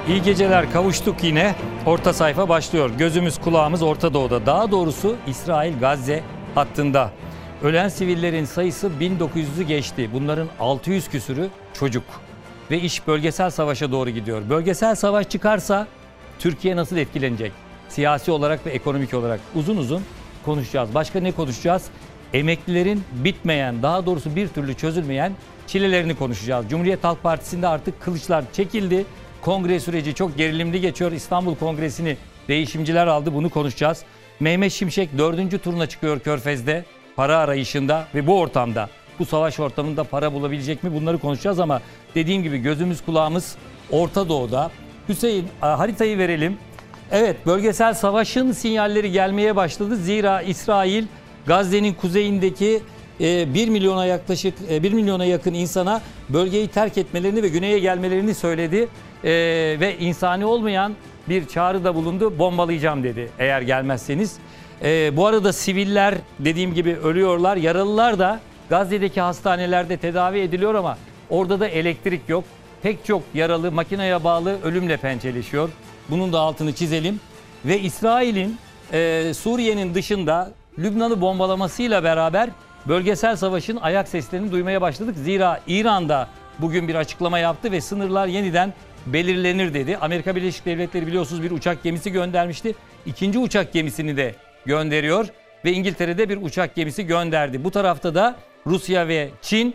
İyi geceler, kavuştuk yine. Orta sayfa başlıyor. Gözümüz kulağımız Orta Doğu'da. Daha doğrusu İsrail-Gazze hattında. Ölen sivillerin sayısı 1900'ü geçti. Bunların 600 küsürü çocuk. Ve iş bölgesel savaşa doğru gidiyor. Bölgesel savaş çıkarsa Türkiye nasıl etkilenecek? Siyasi olarak ve ekonomik olarak uzun uzun konuşacağız. Başka ne konuşacağız? Emeklilerin bitmeyen, daha doğrusu bir türlü çözülmeyen çilelerini konuşacağız. Cumhuriyet Halk Partisi'nde artık kılıçlar çekildi. Kongre süreci çok gerilimli geçiyor. İstanbul Kongresi'ni değişimciler aldı. Bunu konuşacağız. Mehmet Şimşek 4. turuna çıkıyor Körfez'de. Para arayışında ve bu ortamda, bu savaş ortamında para bulabilecek mi? Bunları konuşacağız ama dediğim gibi gözümüz kulağımız Orta Doğu'da. Hüseyin, haritayı verelim. Evet, bölgesel savaşın sinyalleri gelmeye başladı. Zira İsrail Gazze'nin kuzeyindeki 1 milyona yakın insana bölgeyi terk etmelerini ve güneye gelmelerini söyledi. Ve insani olmayan bir çağrıda bulundu. Bombalayacağım dedi eğer gelmezseniz. Bu arada siviller dediğim gibi ölüyorlar. Yaralılar da Gazze'deki hastanelerde tedavi ediliyor ama orada da elektrik yok. Pek çok yaralı makineye bağlı ölümle pençeleşiyor. Bunun da altını çizelim. Ve İsrail'in Suriye'nin dışında Lübnan'ı bombalamasıyla beraber bölgesel savaşın ayak seslerini duymaya başladık. Zira İran'da bugün bir açıklama yaptı ve sınırlar yeniden belirlenir dedi. Amerika Birleşik Devletleri biliyorsunuz bir uçak gemisi göndermişti. İkinci uçak gemisini de gönderiyor ve İngiltere'de bir uçak gemisi gönderdi. Bu tarafta da Rusya ve Çin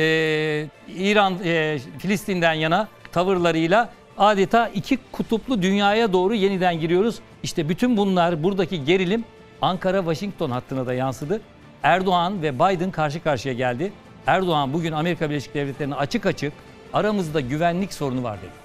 İran Filistin'den yana tavırlarıyla adeta iki kutuplu dünyaya doğru yeniden giriyoruz. İşte bütün bunlar, buradaki gerilim Ankara-Washington hattına da yansıdı. Erdoğan ve Biden karşı karşıya geldi. Erdoğan bugün Amerika Birleşik Devletleri'ne açık açık aramızda güvenlik sorunu var dedi.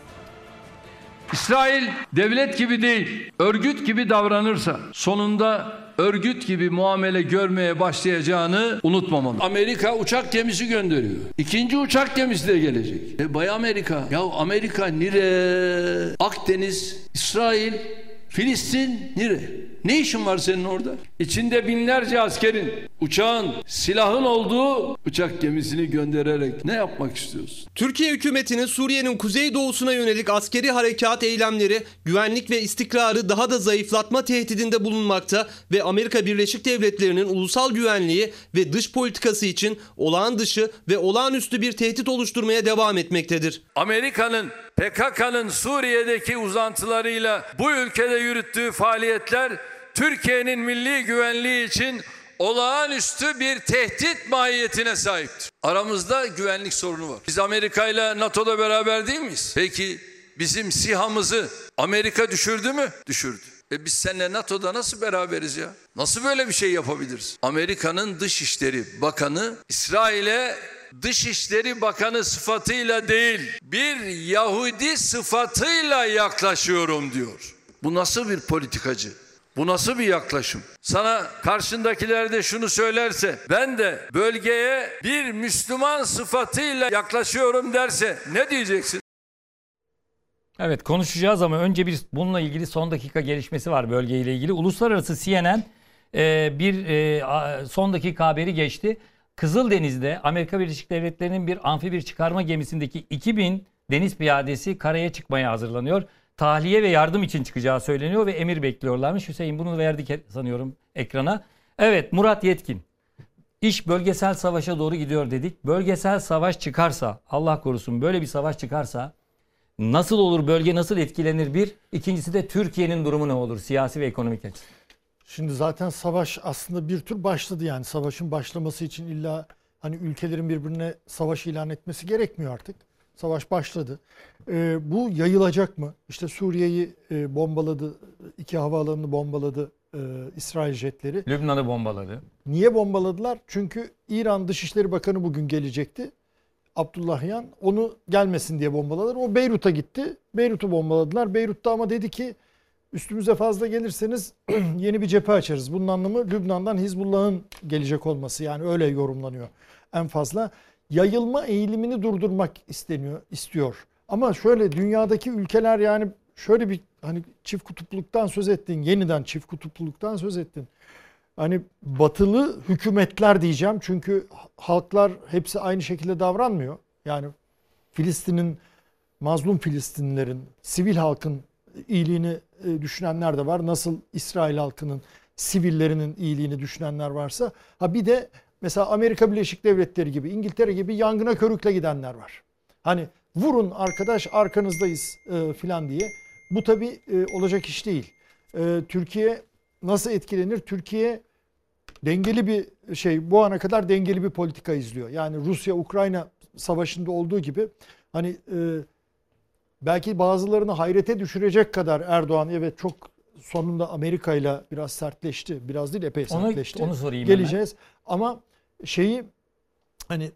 İsrail devlet gibi değil, örgüt gibi davranırsa sonunda örgüt gibi muamele görmeye başlayacağını unutmamalı. Amerika uçak gemisi gönderiyor. İkinci uçak gemisi de gelecek. Bay Amerika. Ya Amerika nere? Akdeniz, İsrail, Filistin nere? Ne işin var senin orada? İçinde binlerce askerin, uçağın, silahın olduğu uçak gemisini göndererek ne yapmak istiyorsun? Türkiye hükümetinin Suriye'nin kuzeydoğusuna yönelik askeri harekat eylemleri güvenlik ve istikrarı daha da zayıflatma tehdidinde bulunmakta ve Amerika Birleşik Devletleri'nin ulusal güvenliği ve dış politikası için olağan dışı ve olağanüstü bir tehdit oluşturmaya devam etmektedir. Amerika'nın PKK'nın Suriye'deki uzantılarıyla bu ülkede yürüttüğü faaliyetler Türkiye'nin milli güvenliği için olağanüstü bir tehdit mahiyetine sahiptir. Aramızda güvenlik sorunu var. Biz Amerika ile NATO'da beraber değil miyiz? Peki bizim SİHA'mızı Amerika düşürdü mü? Düşürdü. Biz seninle NATO'da nasıl beraberiz ya? Nasıl böyle bir şey yapabiliriz? Amerika'nın Dışişleri Bakanı İsrail'e Dışişleri Bakanı sıfatıyla değil, bir Yahudi sıfatıyla yaklaşıyorum diyor. Bu nasıl bir politikacı? Bu nasıl bir yaklaşım? Sana karşındakiler de şunu söylerse, ben de bölgeye bir Müslüman sıfatıyla yaklaşıyorum derse ne diyeceksin? Evet, konuşacağız ama önce bir bununla ilgili son dakika gelişmesi var bölgeyle ilgili. Uluslararası CNN bir son dakika haberi geçti. Kızıldeniz'de Amerika Birleşik Devletleri'nin bir amfibi çıkarma gemisindeki 2000 deniz piyadesi karaya çıkmaya hazırlanıyor. Tahliye ve yardım için çıkacağı söyleniyor ve emir bekliyorlarmış. Hüseyin bunu verdik sanıyorum ekrana. Evet, Murat Yetkin. İş bölgesel savaşa doğru gidiyor dedik. Bölgesel savaş çıkarsa, Allah korusun böyle bir savaş çıkarsa nasıl olur, bölge nasıl etkilenir bir? İkincisi de Türkiye'nin durumu ne olur siyasi ve ekonomik açıdan? Şimdi zaten savaş aslında bir tür başladı, yani savaşın başlaması için illa hani ülkelerin birbirine savaş ilan etmesi gerekmiyor artık. Savaş başladı. Bu yayılacak mı? İşte Suriye'yi bombaladı, 2 havaalanını bombaladı İsrail jetleri. Lübnan'ı bombaladı. Niye bombaladılar? Çünkü İran Dışişleri Bakanı bugün gelecekti. Abdullahian onu gelmesin diye bombaladılar. O Beyrut'a gitti. Beyrut'u bombaladılar. Beyrut'ta ama dedi ki üstümüze fazla gelirseniz yeni bir cephe açarız. Bunun anlamı Lübnan'dan Hizbullah'ın gelecek olması. Yani öyle yorumlanıyor en fazla. Yayılma eğilimini durdurmak istiyor. Ama şöyle dünyadaki ülkeler, yani şöyle bir hani çift kutupluluktan söz ettin. Yeniden çift kutupluluktan söz ettin. Hani batılı hükümetler diyeceğim. Çünkü halklar hepsi aynı şekilde davranmıyor. Yani Filistin'in mazlum Filistinlilerin, sivil halkın iyiliğini düşünenler de var. Nasıl İsrail halkının, sivillerinin iyiliğini düşünenler varsa. Ha bir de mesela Amerika Birleşik Devletleri gibi, İngiltere gibi yangına körükle gidenler var. Hani vurun arkadaş arkanızdayız filan diye. Bu tabii olacak iş değil. Türkiye nasıl etkilenir? Türkiye dengeli bir bu ana kadar dengeli bir politika izliyor. Yani Rusya-Ukrayna savaşında olduğu gibi hani belki bazılarını hayrete düşürecek kadar Erdoğan evet çok sonunda Amerika ile biraz sertleşti. Biraz değil epey sertleşti. Onu sorayım geleceğiz. Ama hani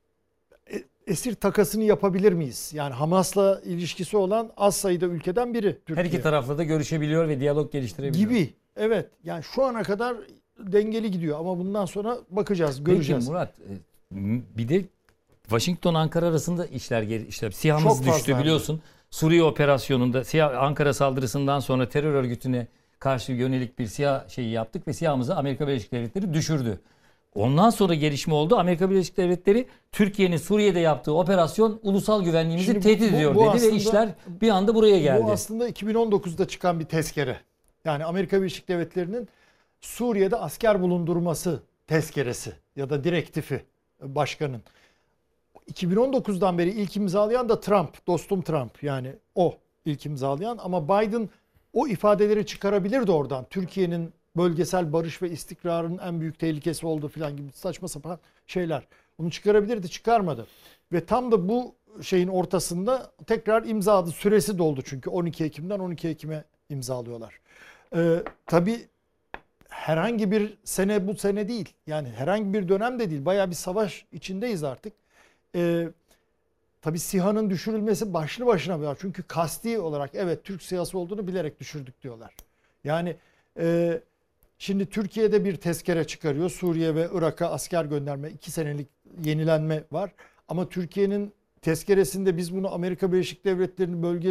esir takasını yapabilir miyiz? Yani Hamas'la ilişkisi olan az sayıda ülkeden biri Türkiye. Her iki tarafla da görüşebiliyor ve diyalog geliştirebiliyor. Gibi. Evet. Yani şu ana kadar dengeli gidiyor ama bundan sonra bakacağız, göreceğiz. Peki Murat, bir de Washington-Ankara arasında işler SİHA'mız düştü biliyorsun. Suriye operasyonunda Ankara saldırısından sonra terör örgütüne karşı yönelik bir SİHA yaptık ve SİHA'mızı Amerika Birleşik Devletleri düşürdü. Ondan sonra gelişme oldu. Amerika Birleşik Devletleri Türkiye'nin Suriye'de yaptığı operasyon ulusal güvenliğimizi tehdit ediyor dedi aslında, ve işler bir anda buraya geldi. Bu aslında 2019'da çıkan bir tezkere. Yani Amerika Birleşik Devletleri'nin Suriye'de asker bulundurması tezkeresi ya da direktifi başkanın. 2019'dan beri ilk imzalayan da Trump, dostum Trump, yani o ilk imzalayan, ama Biden o ifadeleri çıkarabilirdi oradan. Türkiye'nin bölgesel barış ve istikrarın en büyük tehlikesi oldu falan gibi saçma sapan şeyler. Onu çıkarabilirdi, çıkarmadı. Ve tam da bu şeyin ortasında tekrar imzaladı. Süresi doldu çünkü 12 Ekim'den 12 Ekim'e imzalıyorlar. Tabii herhangi bir sene bu sene değil. Yani herhangi bir dönem de değil. Bayağı bir savaş içindeyiz artık. Tabii SİHA'nın düşürülmesi başlı başına bir var. Çünkü kasti olarak evet Türk SİHA'sı olduğunu bilerek düşürdük diyorlar. Yani şimdi Türkiye'de bir tezkere çıkarıyor. Suriye ve Irak'a asker gönderme, 2 senelik yenilenme var. Ama Türkiye'nin tezkeresinde biz bunu Amerika Birleşik Devletleri'nin bölge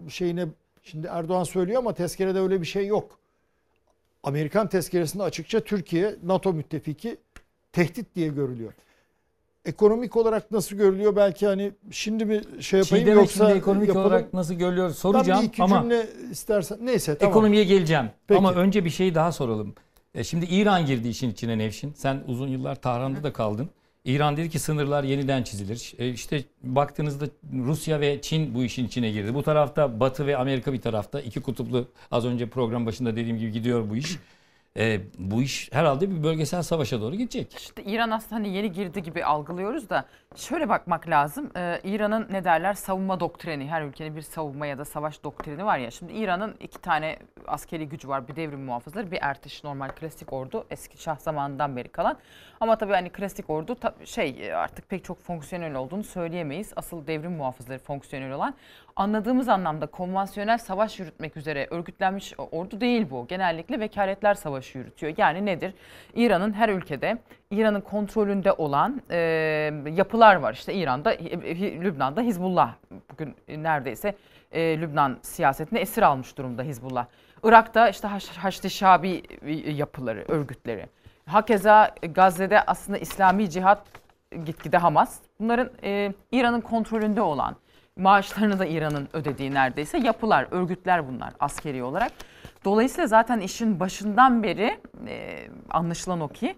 şimdi Erdoğan söylüyor ama tezkerede öyle bir şey yok. Amerikan tezkeresinde açıkça Türkiye NATO müttefiki tehdit diye görülüyor. Ekonomik olarak nasıl görülüyor? Belki hani şimdi bir yapayım yoksa ekonomik yapalım. Olarak nasıl görülüyor soracağım bir iki ama cümle istersen neyse tamam. Ekonomiye geleceğim. Peki. Ama önce bir şey daha soralım. Şimdi İran girdi işin içine Nevşin. Sen uzun yıllar Tahran'da da kaldın. İran dedi ki sınırlar yeniden çizilir. İşte baktığınızda Rusya ve Çin bu işin içine girdi. Bu tarafta Batı ve Amerika bir tarafta. İki kutuplu, az önce program başında dediğim gibi gidiyor bu iş. Bu iş herhalde bir bölgesel savaşa doğru gidecek. İşte İran aslında hani yeni girdi gibi algılıyoruz da şöyle bakmak lazım. İran'ın ne derler savunma doktrini, her ülkenin bir savunma ya da savaş doktrini var ya. Şimdi İran'ın 2 tane askeri gücü var. Bir devrim muhafızları, bir Ertiş, normal klasik ordu, eski Şah zamanından beri kalan. Ama tabii hani klasik ordu artık pek çok fonksiyonel olduğunu söyleyemeyiz. Asıl devrim muhafızları fonksiyonel olan. Anladığımız anlamda konvansiyonel savaş yürütmek üzere örgütlenmiş ordu değil bu. Genellikle vekaletler savaşı yürütüyor. Yani nedir? İran'ın her ülkede İran'ın kontrolünde olan yapılar var. İşte İran'da, Lübnan'da Hizbullah. Bugün neredeyse Lübnan siyasetine esir almış durumda Hizbullah. Irak'ta işte Haçlı Şabi yapıları, örgütleri. Hakeza Gazze'de aslında İslami cihat, gitgide Hamas. Bunların İran'ın kontrolünde olan, maaşlarını da İran'ın ödediği neredeyse yapılar, örgütler bunlar askeri olarak. Dolayısıyla zaten işin başından beri anlaşılan o ki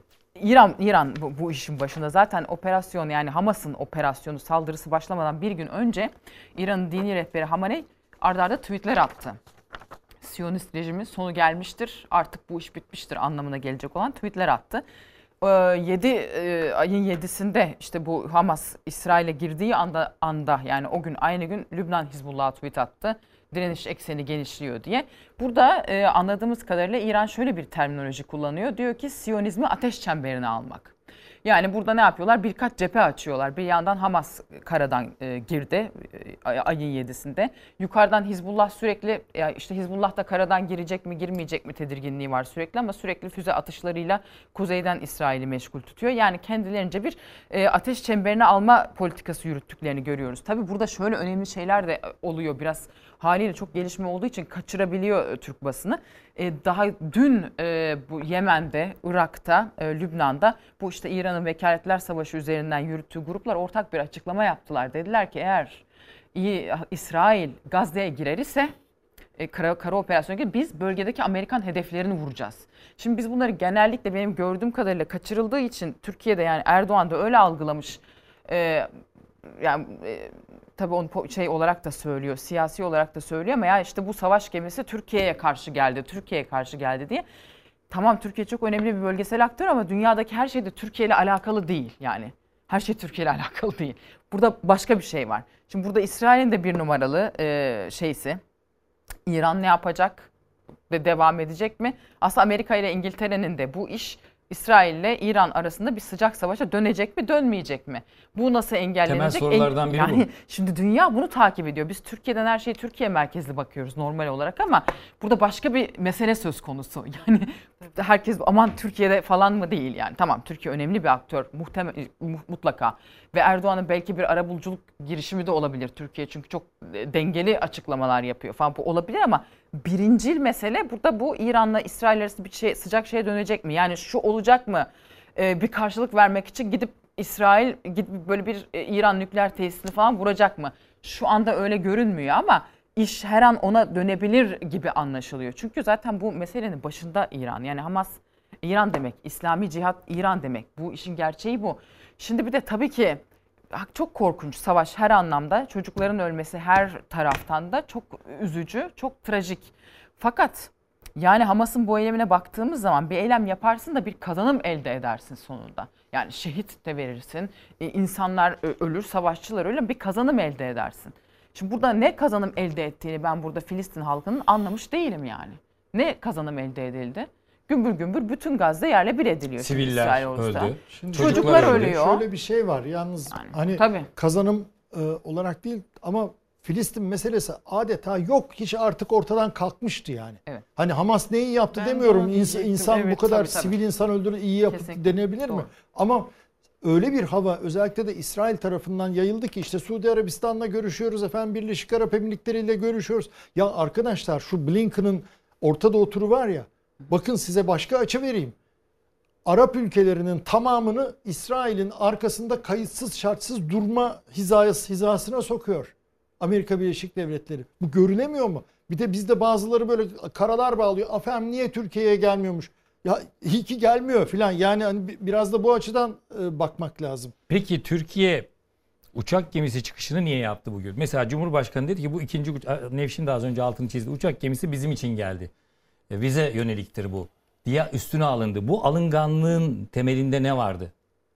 İran bu işin başında. Zaten operasyon, yani Hamas'ın operasyonu, saldırısı başlamadan bir gün önce İran'ın dini rehberi Hamaney ardarda tweetler attı. Siyonist rejimin sonu gelmiştir, artık bu iş bitmiştir anlamına gelecek olan tweetler attı. Ayın 7'sinde işte bu Hamas İsrail'e girdiği anda yani o gün, aynı gün Lübnan Hizbullah'a tweet attı. Direniş ekseni genişliyor diye. Burada anladığımız kadarıyla İran şöyle bir terminoloji kullanıyor. Diyor ki Siyonizmi ateş çemberine almak. Yani burada ne yapıyorlar? Birkaç cephe açıyorlar. Bir yandan Hamas karadan girdi ayın 7'sinde. Yukarıdan Hizbullah sürekli, işte Hizbullah da karadan girecek mi girmeyecek mi tedirginliği var sürekli, ama sürekli füze atışlarıyla kuzeyden İsrail'i meşgul tutuyor. Yani kendilerince bir ateş çemberine alma politikası yürüttüklerini görüyoruz. Tabii burada şöyle önemli şeyler de oluyor, biraz haliyle çok gelişme olduğu için kaçırabiliyor Türk basını. Daha dün bu Yemen'de, Irak'ta, Lübnan'da bu işte İran'ın vekaletler savaşı üzerinden yürüttüğü gruplar ortak bir açıklama yaptılar. Dediler ki eğer İsrail Gazze'ye girer ise kara operasyonu gibi biz bölgedeki Amerikan hedeflerini vuracağız. Şimdi biz bunları genellikle benim gördüğüm kadarıyla kaçırıldığı için Türkiye'de yani Erdoğan da öyle algılamış. Tabii onu olarak da söylüyor, siyasi olarak da söylüyor ama ya işte bu savaş gemisi Türkiye'ye karşı geldi diye. Tamam, Türkiye çok önemli bir bölgesel aktör ama dünyadaki her şey de Türkiye ile alakalı değil yani. Her şey Türkiye ile alakalı değil. Burada başka bir şey var. Şimdi burada İsrail'in de bir numaralı İran ne yapacak ve devam edecek mi? Aslında Amerika ile İngiltere'nin de bu iş İsrail ile İran arasında bir sıcak savaşa dönecek mi, dönmeyecek mi? Bu nasıl engellenecek? Temel sorulardan biri bu. Şimdi dünya bunu takip ediyor. Biz Türkiye'den her şeyi Türkiye merkezli bakıyoruz normal olarak ama burada başka bir mesele söz konusu. Yani herkes aman Türkiye'de falan mı değil yani. Tamam, Türkiye önemli bir aktör mutlaka. Ve Erdoğan'ın belki bir arabuluculuk girişimi de olabilir Türkiye. Çünkü çok dengeli açıklamalar yapıyor falan, bu olabilir ama birincil mesele burada bu İran'la İsrail arasında bir sıcak şeye dönecek mi? Yani şu olacak mı? Bir karşılık vermek için gidip İsrail böyle bir İran nükleer tesisini falan vuracak mı? Şu anda öyle görünmüyor ama iş her an ona dönebilir gibi anlaşılıyor. Çünkü zaten bu meselenin başında İran. Yani Hamas İran demek, İslami Cihat İran demek. Bu işin gerçeği bu. Şimdi bir de tabii ki çok korkunç savaş her anlamda. Çocukların ölmesi her taraftan da çok üzücü, çok trajik. Fakat yani Hamas'ın bu eylemine baktığımız zaman bir eylem yaparsın da bir kazanım elde edersin sonunda. Yani şehit de verirsin, insanlar ölür, savaşçılar ölür, bir kazanım elde edersin. Şimdi burada ne kazanım elde ettiğini ben burada Filistin halkının anlamış değilim yani. Ne kazanım elde edildi? Gümbür gümbür bütün Gazze yerle bir ediliyor. Siviller öldü. Şimdi çocuklar ölüyor. Şöyle bir şey var yalnız Yani, hani tabii. kazanım olarak değil ama Filistin meselesi adeta yok, hiç artık ortadan kalkmıştı yani. Evet. Hani Hamas neyi yaptı Ben demiyorum. onu diyecektim. İnsan Evet, bu kadar tabii. sivil insan öldürür, iyi yapıp Kesinlikle. denebilir mi? Doğru. Ama öyle bir hava özellikle de İsrail tarafından yayıldı ki işte Suudi Arabistan'la görüşüyoruz, efendim Birleşik Arap Emirlikleri ile görüşüyoruz. Ya arkadaşlar şu Blinken'ın Orta Doğu turu var ya, bakın size başka açı vereyim. Arap ülkelerinin tamamını İsrail'in arkasında kayıtsız şartsız durma hizasına sokuyor Amerika Birleşik Devletleri. Bu görünemiyor mu? Bir de bizde bazıları böyle karalar bağlıyor. Efendim niye Türkiye'ye gelmiyormuş? Ya iyi ki gelmiyor filan. Yani hani biraz da bu açıdan bakmak lazım. Peki Türkiye uçak gemisi çıkışını niye yaptı bugün? Mesela Cumhurbaşkanı dedi ki bu ikinci, Nevşin de az önce altını çizdi. Uçak gemisi bizim için geldi. Vize yöneliktir bu diye üstüne alındı. Bu alınganlığın temelinde ne vardı?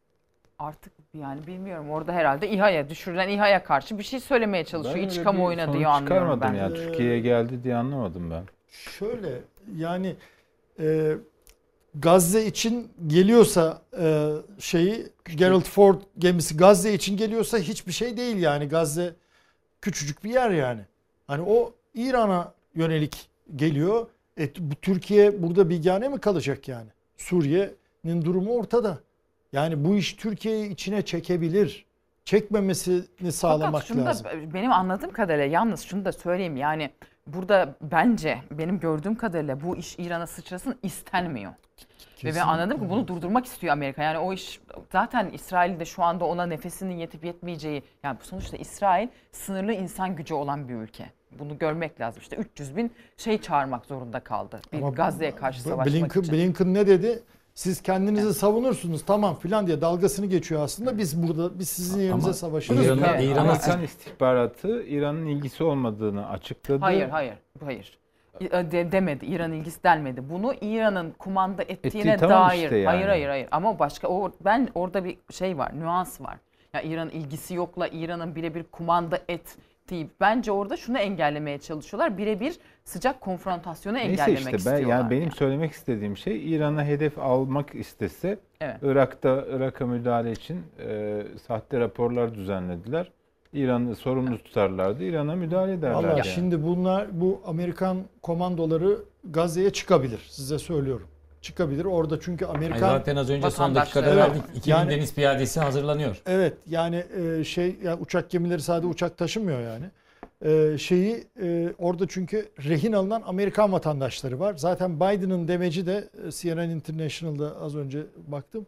Artık yani bilmiyorum, orada herhalde düşürülen İHA'ya karşı bir şey söylemeye çalışıyor. Ben İç öyle kamuoyuna bir diyor, sonuç anlıyorum çıkarmadım ben. ya. Türkiye'ye geldi diye anlamadım ben. Şöyle yani Gazze için geliyorsa Gerald Ford gemisi Gazze için geliyorsa hiçbir şey değil yani. Gazze küçücük bir yer yani. Hani o İran'a yönelik geliyor. Bu Türkiye burada bigane mi kalacak yani? Suriye'nin durumu ortada. Yani bu iş Türkiye'yi içine çekebilir. Çekmemesini sağlamak Fakat lazım. benim anladığım kadarıyla, yalnız şunu da söyleyeyim yani burada bence benim gördüğüm kadarıyla bu iş İran'a sıçrasın istenmiyor. Ve ben anladım ki bunu durdurmak istiyor Amerika. Yani o iş zaten İsrail'de şu anda ona nefesinin yetip yetmeyeceği, yani sonuçta İsrail sınırlı insan gücü olan bir ülke. Bunu görmek lazım. İşte 300 bin çağırmak zorunda kaldı. Bir Gazze'ye karşı savaşmak için. Blinken ne dedi? Siz kendinizi savunursunuz tamam filan diye dalgasını geçiyor aslında. Biz sizin yerinize savaşırız. Amerikan istihbaratı İran'ın ilgisi olmadığını açıkladı. Hayır. Demedi. İran ilgisi denmedi. Bunu İran'ın kumanda ettiğine tamam dair. işte yani. Hayır. Ama başka ben orada bir şey var, nüans var. Ya İran'ın ilgisi yokla İran'ın birebir kumanda ettiği. Bence orada şunu engellemeye çalışıyorlar. Birebir sıcak konfrontasyonu engellemek istiyorlar. Yani benim söylemek istediğim şey, İran'a hedef almak istese evet. Irak'a müdahale için sahte raporlar düzenlediler. İran'ı sorumlu tutarlardı. İran'a müdahale ederlerdi. Vallahi yani. şimdi bu Amerikan komandoları Gazze'ye çıkabilir. Size söylüyorum. Çıkabilir. Orada çünkü Amerikan... Zaten az önce son dakikada Evet. verdik. 2000 deniz piyadesi hazırlanıyor. Evet yani yani uçak gemileri sadece uçak taşımıyor yani. Orada çünkü rehin alınan Amerikan vatandaşları var. Zaten Biden'ın demeci de CNN International'da az önce baktım.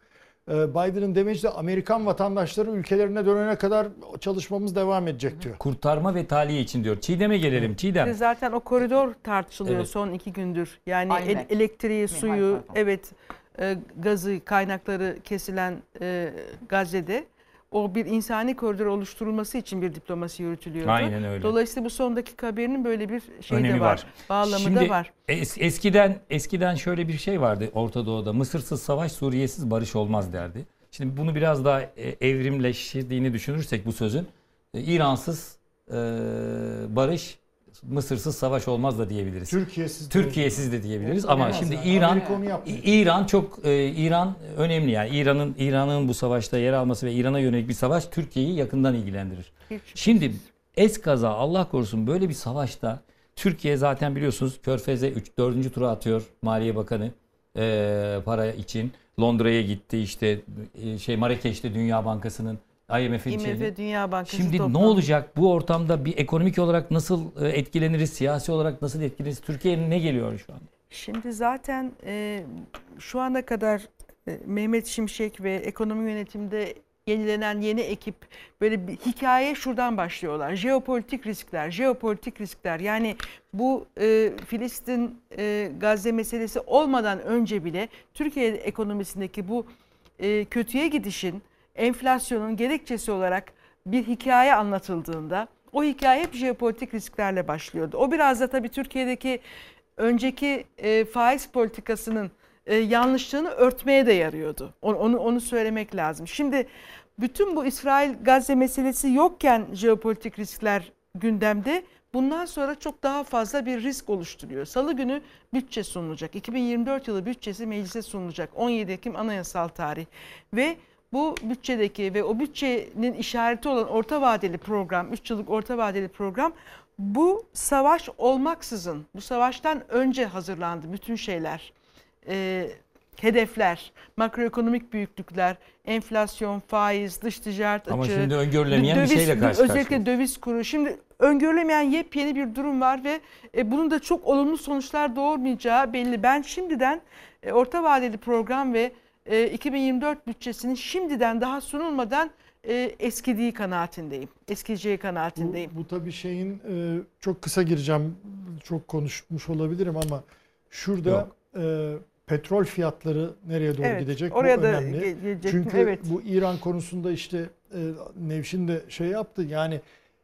Biden'ın demeci de Amerikan vatandaşları ülkelerine dönene kadar çalışmamız devam edecek diyor. Kurtarma ve tahliye için diyor. Çiğdem'e gelelim. Çiğdem. Zaten o koridor tartışılıyor Evet. son 2 gündür. Yani Aynen. elektriği, suyu, pardon. evet, gazı, kaynakları kesilen Gazze'de o bir insani koridor oluşturulması için bir diplomasi yürütülüyordu. Aynen öyle. Dolayısıyla bu son dakika haberinin böyle bir şey Önemi de var. Bağlamı Şimdi da var. eskiden şöyle bir şey vardı Orta Doğu'da. Mısırsız savaş, Suriyesiz barış olmaz derdi. Şimdi bunu biraz daha evrimleştiğini düşünürsek bu sözün İransız barış, Mısırsız savaş olmaz da diyebiliriz. Türkiye'siz de diyebiliriz ama Olmaz şimdi yani. İran Amerika onu yapmıyor. İran önemli yani İran'ın bu savaşta yer alması ve İran'a yönelik bir savaş Türkiye'yi yakından ilgilendirir. Şimdi eskaza Allah korusun böyle bir savaşta Türkiye zaten biliyorsunuz Körfez'e 4. tura atıyor Maliye Bakanı para için. Londra'ya gitti işte Marrakeş'te Dünya Bankası'nın IMF'in IMF, Dünya Bankası Şimdi toplandı. ne olacak bu ortamda bir ekonomik olarak nasıl etkileniriz, siyasi olarak nasıl etkileniriz? Türkiye'ye ne geliyor şu an? Şimdi zaten şu ana kadar Mehmet Şimşek ve ekonomi yönetimde yenilenen yeni ekip böyle bir hikaye şuradan başlıyorlar. Jeopolitik riskler. Yani bu Filistin Gazze meselesi olmadan önce bile Türkiye ekonomisindeki bu kötüye gidişin, enflasyonun gerekçesi olarak bir hikaye anlatıldığında o hikaye hep jeopolitik risklerle başlıyordu. O biraz da tabii Türkiye'deki önceki faiz politikasının yanlışlığını örtmeye de yarıyordu. Onu söylemek lazım. Şimdi bütün bu İsrail-Gazze meselesi yokken jeopolitik riskler gündemde. Bundan sonra çok daha fazla bir risk oluşturuyor. Salı günü bütçe sunulacak. 2024 yılı bütçesi meclise sunulacak. 17 Ekim anayasal tarih. Ve bu bütçedeki ve o bütçenin işareti olan orta vadeli program, 3 yıllık orta vadeli program bu savaş olmaksızın, bu savaştan önce hazırlandı bütün şeyler. Hedefler, makroekonomik büyüklükler, enflasyon, faiz, dış ticaret açığı. Ama şimdi öngörülemeyen bir şeyle karşı Özellikle karşıyayız. döviz kuru. Şimdi öngörülemeyen yepyeni bir durum var ve bunun da çok olumlu sonuçlar doğurmayacağı belli. Ben şimdiden orta vadeli program ve 2024 bütçesinin şimdiden daha sunulmadan eskideceği kanaatindeyim. Bu tabii şeyin çok kısa gireceğim. Çok konuşmuş olabilirim ama şurada petrol fiyatları nereye doğru gidecek? Oraya bu da önemli. gelecektim. Çünkü Evet. bu İran konusunda işte Nevşin de şey yaptı. Yani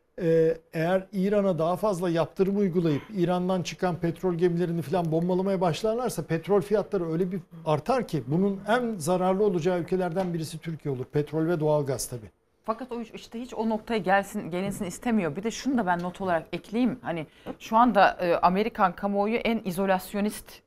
eğer İran'a daha fazla yaptırım uygulayıp İran'dan çıkan petrol gemilerini falan bombalamaya başlarlarsa petrol fiyatları öyle bir artar ki bunun en zararlı olacağı ülkelerden birisi Türkiye olur. Petrol ve doğalgaz tabii. Fakat o işte hiç o noktaya gelinsin istemiyor. Bir de şunu da ben not olarak ekleyeyim. Hani şu anda Amerikan kamuoyu en izolasyonist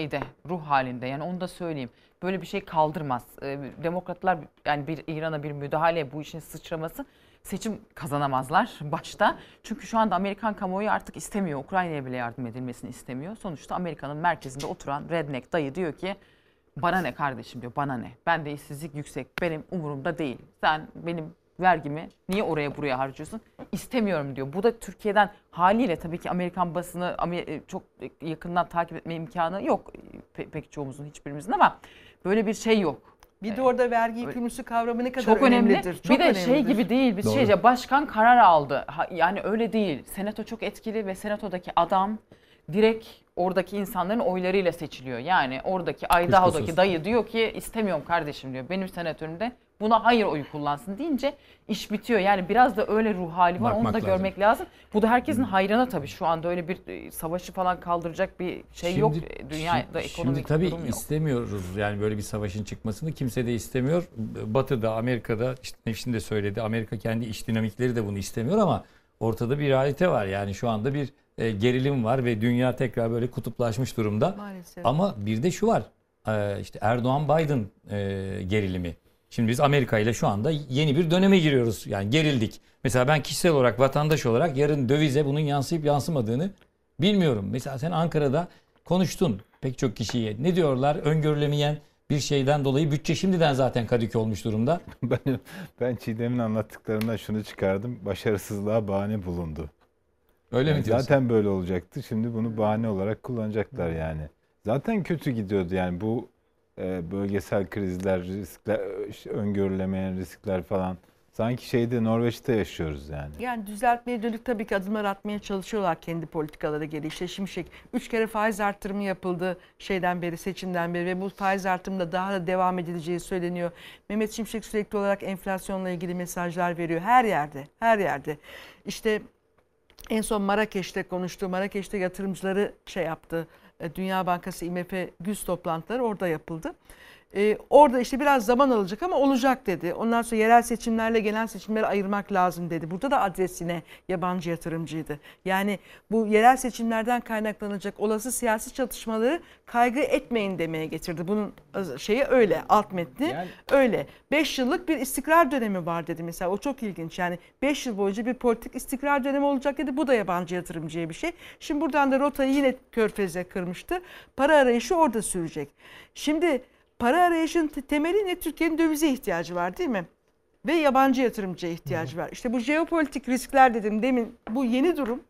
ruh halinde. Yani onu da söyleyeyim. Böyle bir şey kaldırmaz. Demokratlar yani İran'a bir müdahale, bu işin sıçraması, seçim kazanamazlar başta. Çünkü şu anda Amerikan kamuoyu artık istemiyor. Ukrayna'ya bile yardım edilmesini istemiyor. Sonuçta Amerika'nın merkezinde oturan redneck dayı diyor ki bana ne kardeşim diyor, bana ne? Bende işsizlik yüksek, benim umurumda değil. Sen benim vergimi niye oraya buraya harcıyorsun? İstemiyorum diyor. Bu da Türkiye'den haliyle tabii ki Amerikan basını çok yakından takip etme imkanı yok pek çoğumuzun, hiçbirimizin, ama böyle bir şey yok. Bir de orada vergi yükümlüsü kavramı ne kadar çok önemli. önemlidir. Çok bir de önemlidir. şey gibi değil. Başkan karar aldı. Yani öyle değil. Senato çok etkili ve senatodaki adam direkt oradaki insanların oylarıyla seçiliyor. Yani oradaki Idaho'daki dayı diyor ki istemiyorum kardeşim diyor. Benim senatörümde buna hayır oyu kullansın deyince iş bitiyor. Yani biraz da öyle ruh hali var. Onu da görmek lazım. Bu da herkesin hayrına tabii. Şu anda öyle bir savaşı falan kaldıracak bir şey yok. Dünyada ekonomik şimdi tabii durum yok. istemiyoruz yani böyle bir savaşın çıkmasını. Kimse de istemiyor. Batı'da, Amerika'da, işte Nevşin de söyledi. Amerika kendi iç dinamikleri de bunu istemiyor ama ortada bir realite var. Yani şu anda bir gerilim var ve dünya tekrar böyle kutuplaşmış durumda. Maalesef. Ama bir de şu var. İşte Erdoğan-Biden gerilimi. Şimdi biz Amerika ile şu anda yeni bir döneme giriyoruz. Yani gerildik. Mesela ben kişisel olarak, vatandaş olarak yarın dövize bunun yansıyıp yansımadığını bilmiyorum. Mesela sen Ankara'da konuştun pek çok kişiye. Ne diyorlar? Öngörülemeyen bir şeyden dolayı bütçe şimdiden zaten kadük olmuş durumda. Ben Çiğdem'in anlattıklarından şunu çıkardım. Başarısızlığa bahane bulundu. Öyle mi diyorsun? Zaten böyle olacaktı. Şimdi bunu bahane olarak kullanacaklar yani. Zaten kötü gidiyordu yani bu bölgesel krizler, riskler, işte öngörülemeyen riskler falan. Sanki Norveç'te yaşıyoruz yani. Yani düzeltmeye dönük tabii ki adımlar atmaya çalışıyorlar kendi politikaları gereği. İşte Şimşek 3 kere faiz arttırımı yapıldı seçimden beri ve bu faiz artırımında daha da devam edileceği söyleniyor. Mehmet Şimşek sürekli olarak enflasyonla ilgili mesajlar veriyor her yerde. İşte en son Marrakeş'te konuştu. Marrakeş'te yatırımcıları yaptı. Dünya Bankası, IMF güz toplantıları orada yapıldı. Orada işte biraz zaman alacak ama olacak dedi. Ondan sonra yerel seçimlerle genel seçimleri ayırmak lazım dedi. Burada da adres yine yabancı yatırımcıydı. Yani bu yerel seçimlerden kaynaklanacak olası siyasi çatışmaları kaygı etmeyin demeye getirdi. Bunun öyle, alt metni öyle. 5 yıllık bir istikrar dönemi var dedi mesela. O çok ilginç. Yani 5 yıl boyunca bir politik istikrar dönemi olacak dedi. Bu da yabancı yatırımcıya bir şey. Şimdi buradan da rotayı yine Körfez'e kırmıştı. Para arayışı orada sürecek. Şimdi para arayışının temeli ne? Türkiye'nin dövize ihtiyacı var değil mi? Ve yabancı yatırımcıya ihtiyacı var. İşte bu jeopolitik riskler dedim demin, bu yeni durum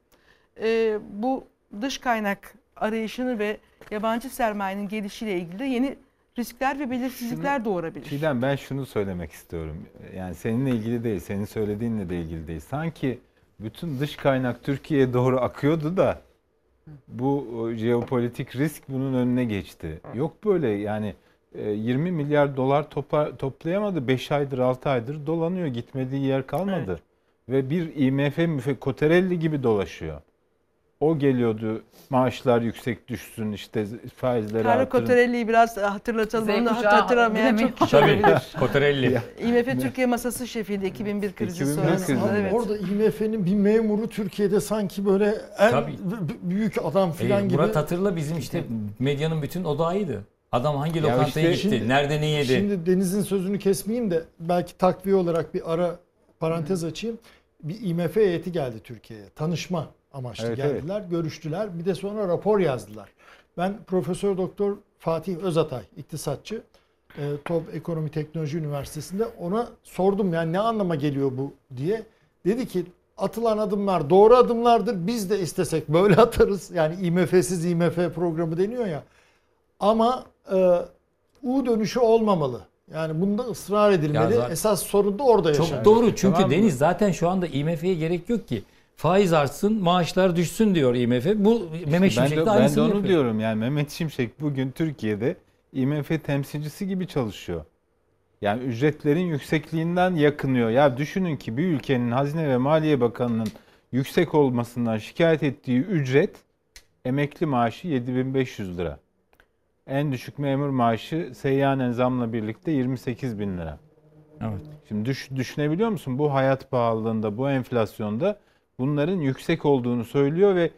bu dış kaynak arayışını ve yabancı sermayenin gelişiyle ilgili de yeni riskler ve belirsizlikler doğurabilir. Çiğdem, ben şunu söylemek istiyorum. Yani seninle ilgili değil, senin söylediğinle de ilgili değil. Sanki bütün dış kaynak Türkiye'ye doğru akıyordu da bu jeopolitik risk bunun önüne geçti. Yok böyle yani 20 milyar dolar toplayamadı. 5 aydır 6 aydır dolanıyor. Gitmediği yer kalmadı. Evet. Ve bir IMF Coterelli gibi dolaşıyor. O geliyordu, maaşlar yüksek düşsün, işte faizleri artırın. Coterelli'yi biraz hatırlatalım. Onu hatırlamayan çok kişi olabilir. Coterelli. IMF Türkiye Masası şefiydi 2001 krizi sonrasında. Evet. Orada IMF'nin bir memuru Türkiye'de sanki böyle büyük adam falan gibi. Murat hatırla, bizim işte medyanın bütün odağıydı. Adam hangi lokantaya gitti, nerede ne yedi? Şimdi Deniz'in sözünü kesmeyeyim de belki takviye olarak bir ara parantez açayım. Bir IMF heyeti geldi Türkiye'ye. Tanışma amaçlı geldiler, görüştüler. Bir de sonra rapor yazdılar. Ben Profesör Doktor Fatih Özatay, iktisatçı, TOB Ekonomi Teknoloji Üniversitesi'nde, ona sordum yani ne anlama geliyor bu diye. Dedi ki atılan adımlar doğru adımlardır. Biz de istesek böyle atarız. Yani IMF'siz IMF programı deniyor ya. Ama U dönüşü olmamalı. Yani bunda ısrar edilmeli. Esas sorun da orada yaşanıyor. Çok doğru, çünkü tamam, Deniz zaten şu anda IMF'ye gerek yok ki. Faiz artsın, maaşlar düşsün diyor IMF. Bu Mehmet Şimşek de aynısını yapıyor. Ben de onu diyorum yani, Mehmet Şimşek bugün Türkiye'de IMF temsilcisi gibi çalışıyor. Yani ücretlerin yüksekliğinden yakınıyor. Ya düşünün ki bir ülkenin Hazine ve Maliye Bakanı'nın yüksek olmasından şikayet ettiği ücret emekli maaşı 7.500 lira. En düşük memur maaşı seyyanen zamla birlikte 28.000 lira. Evet. Şimdi düşünebiliyor musun? Bu hayat pahalılığında, bu enflasyonda bunların yüksek olduğunu söylüyor ve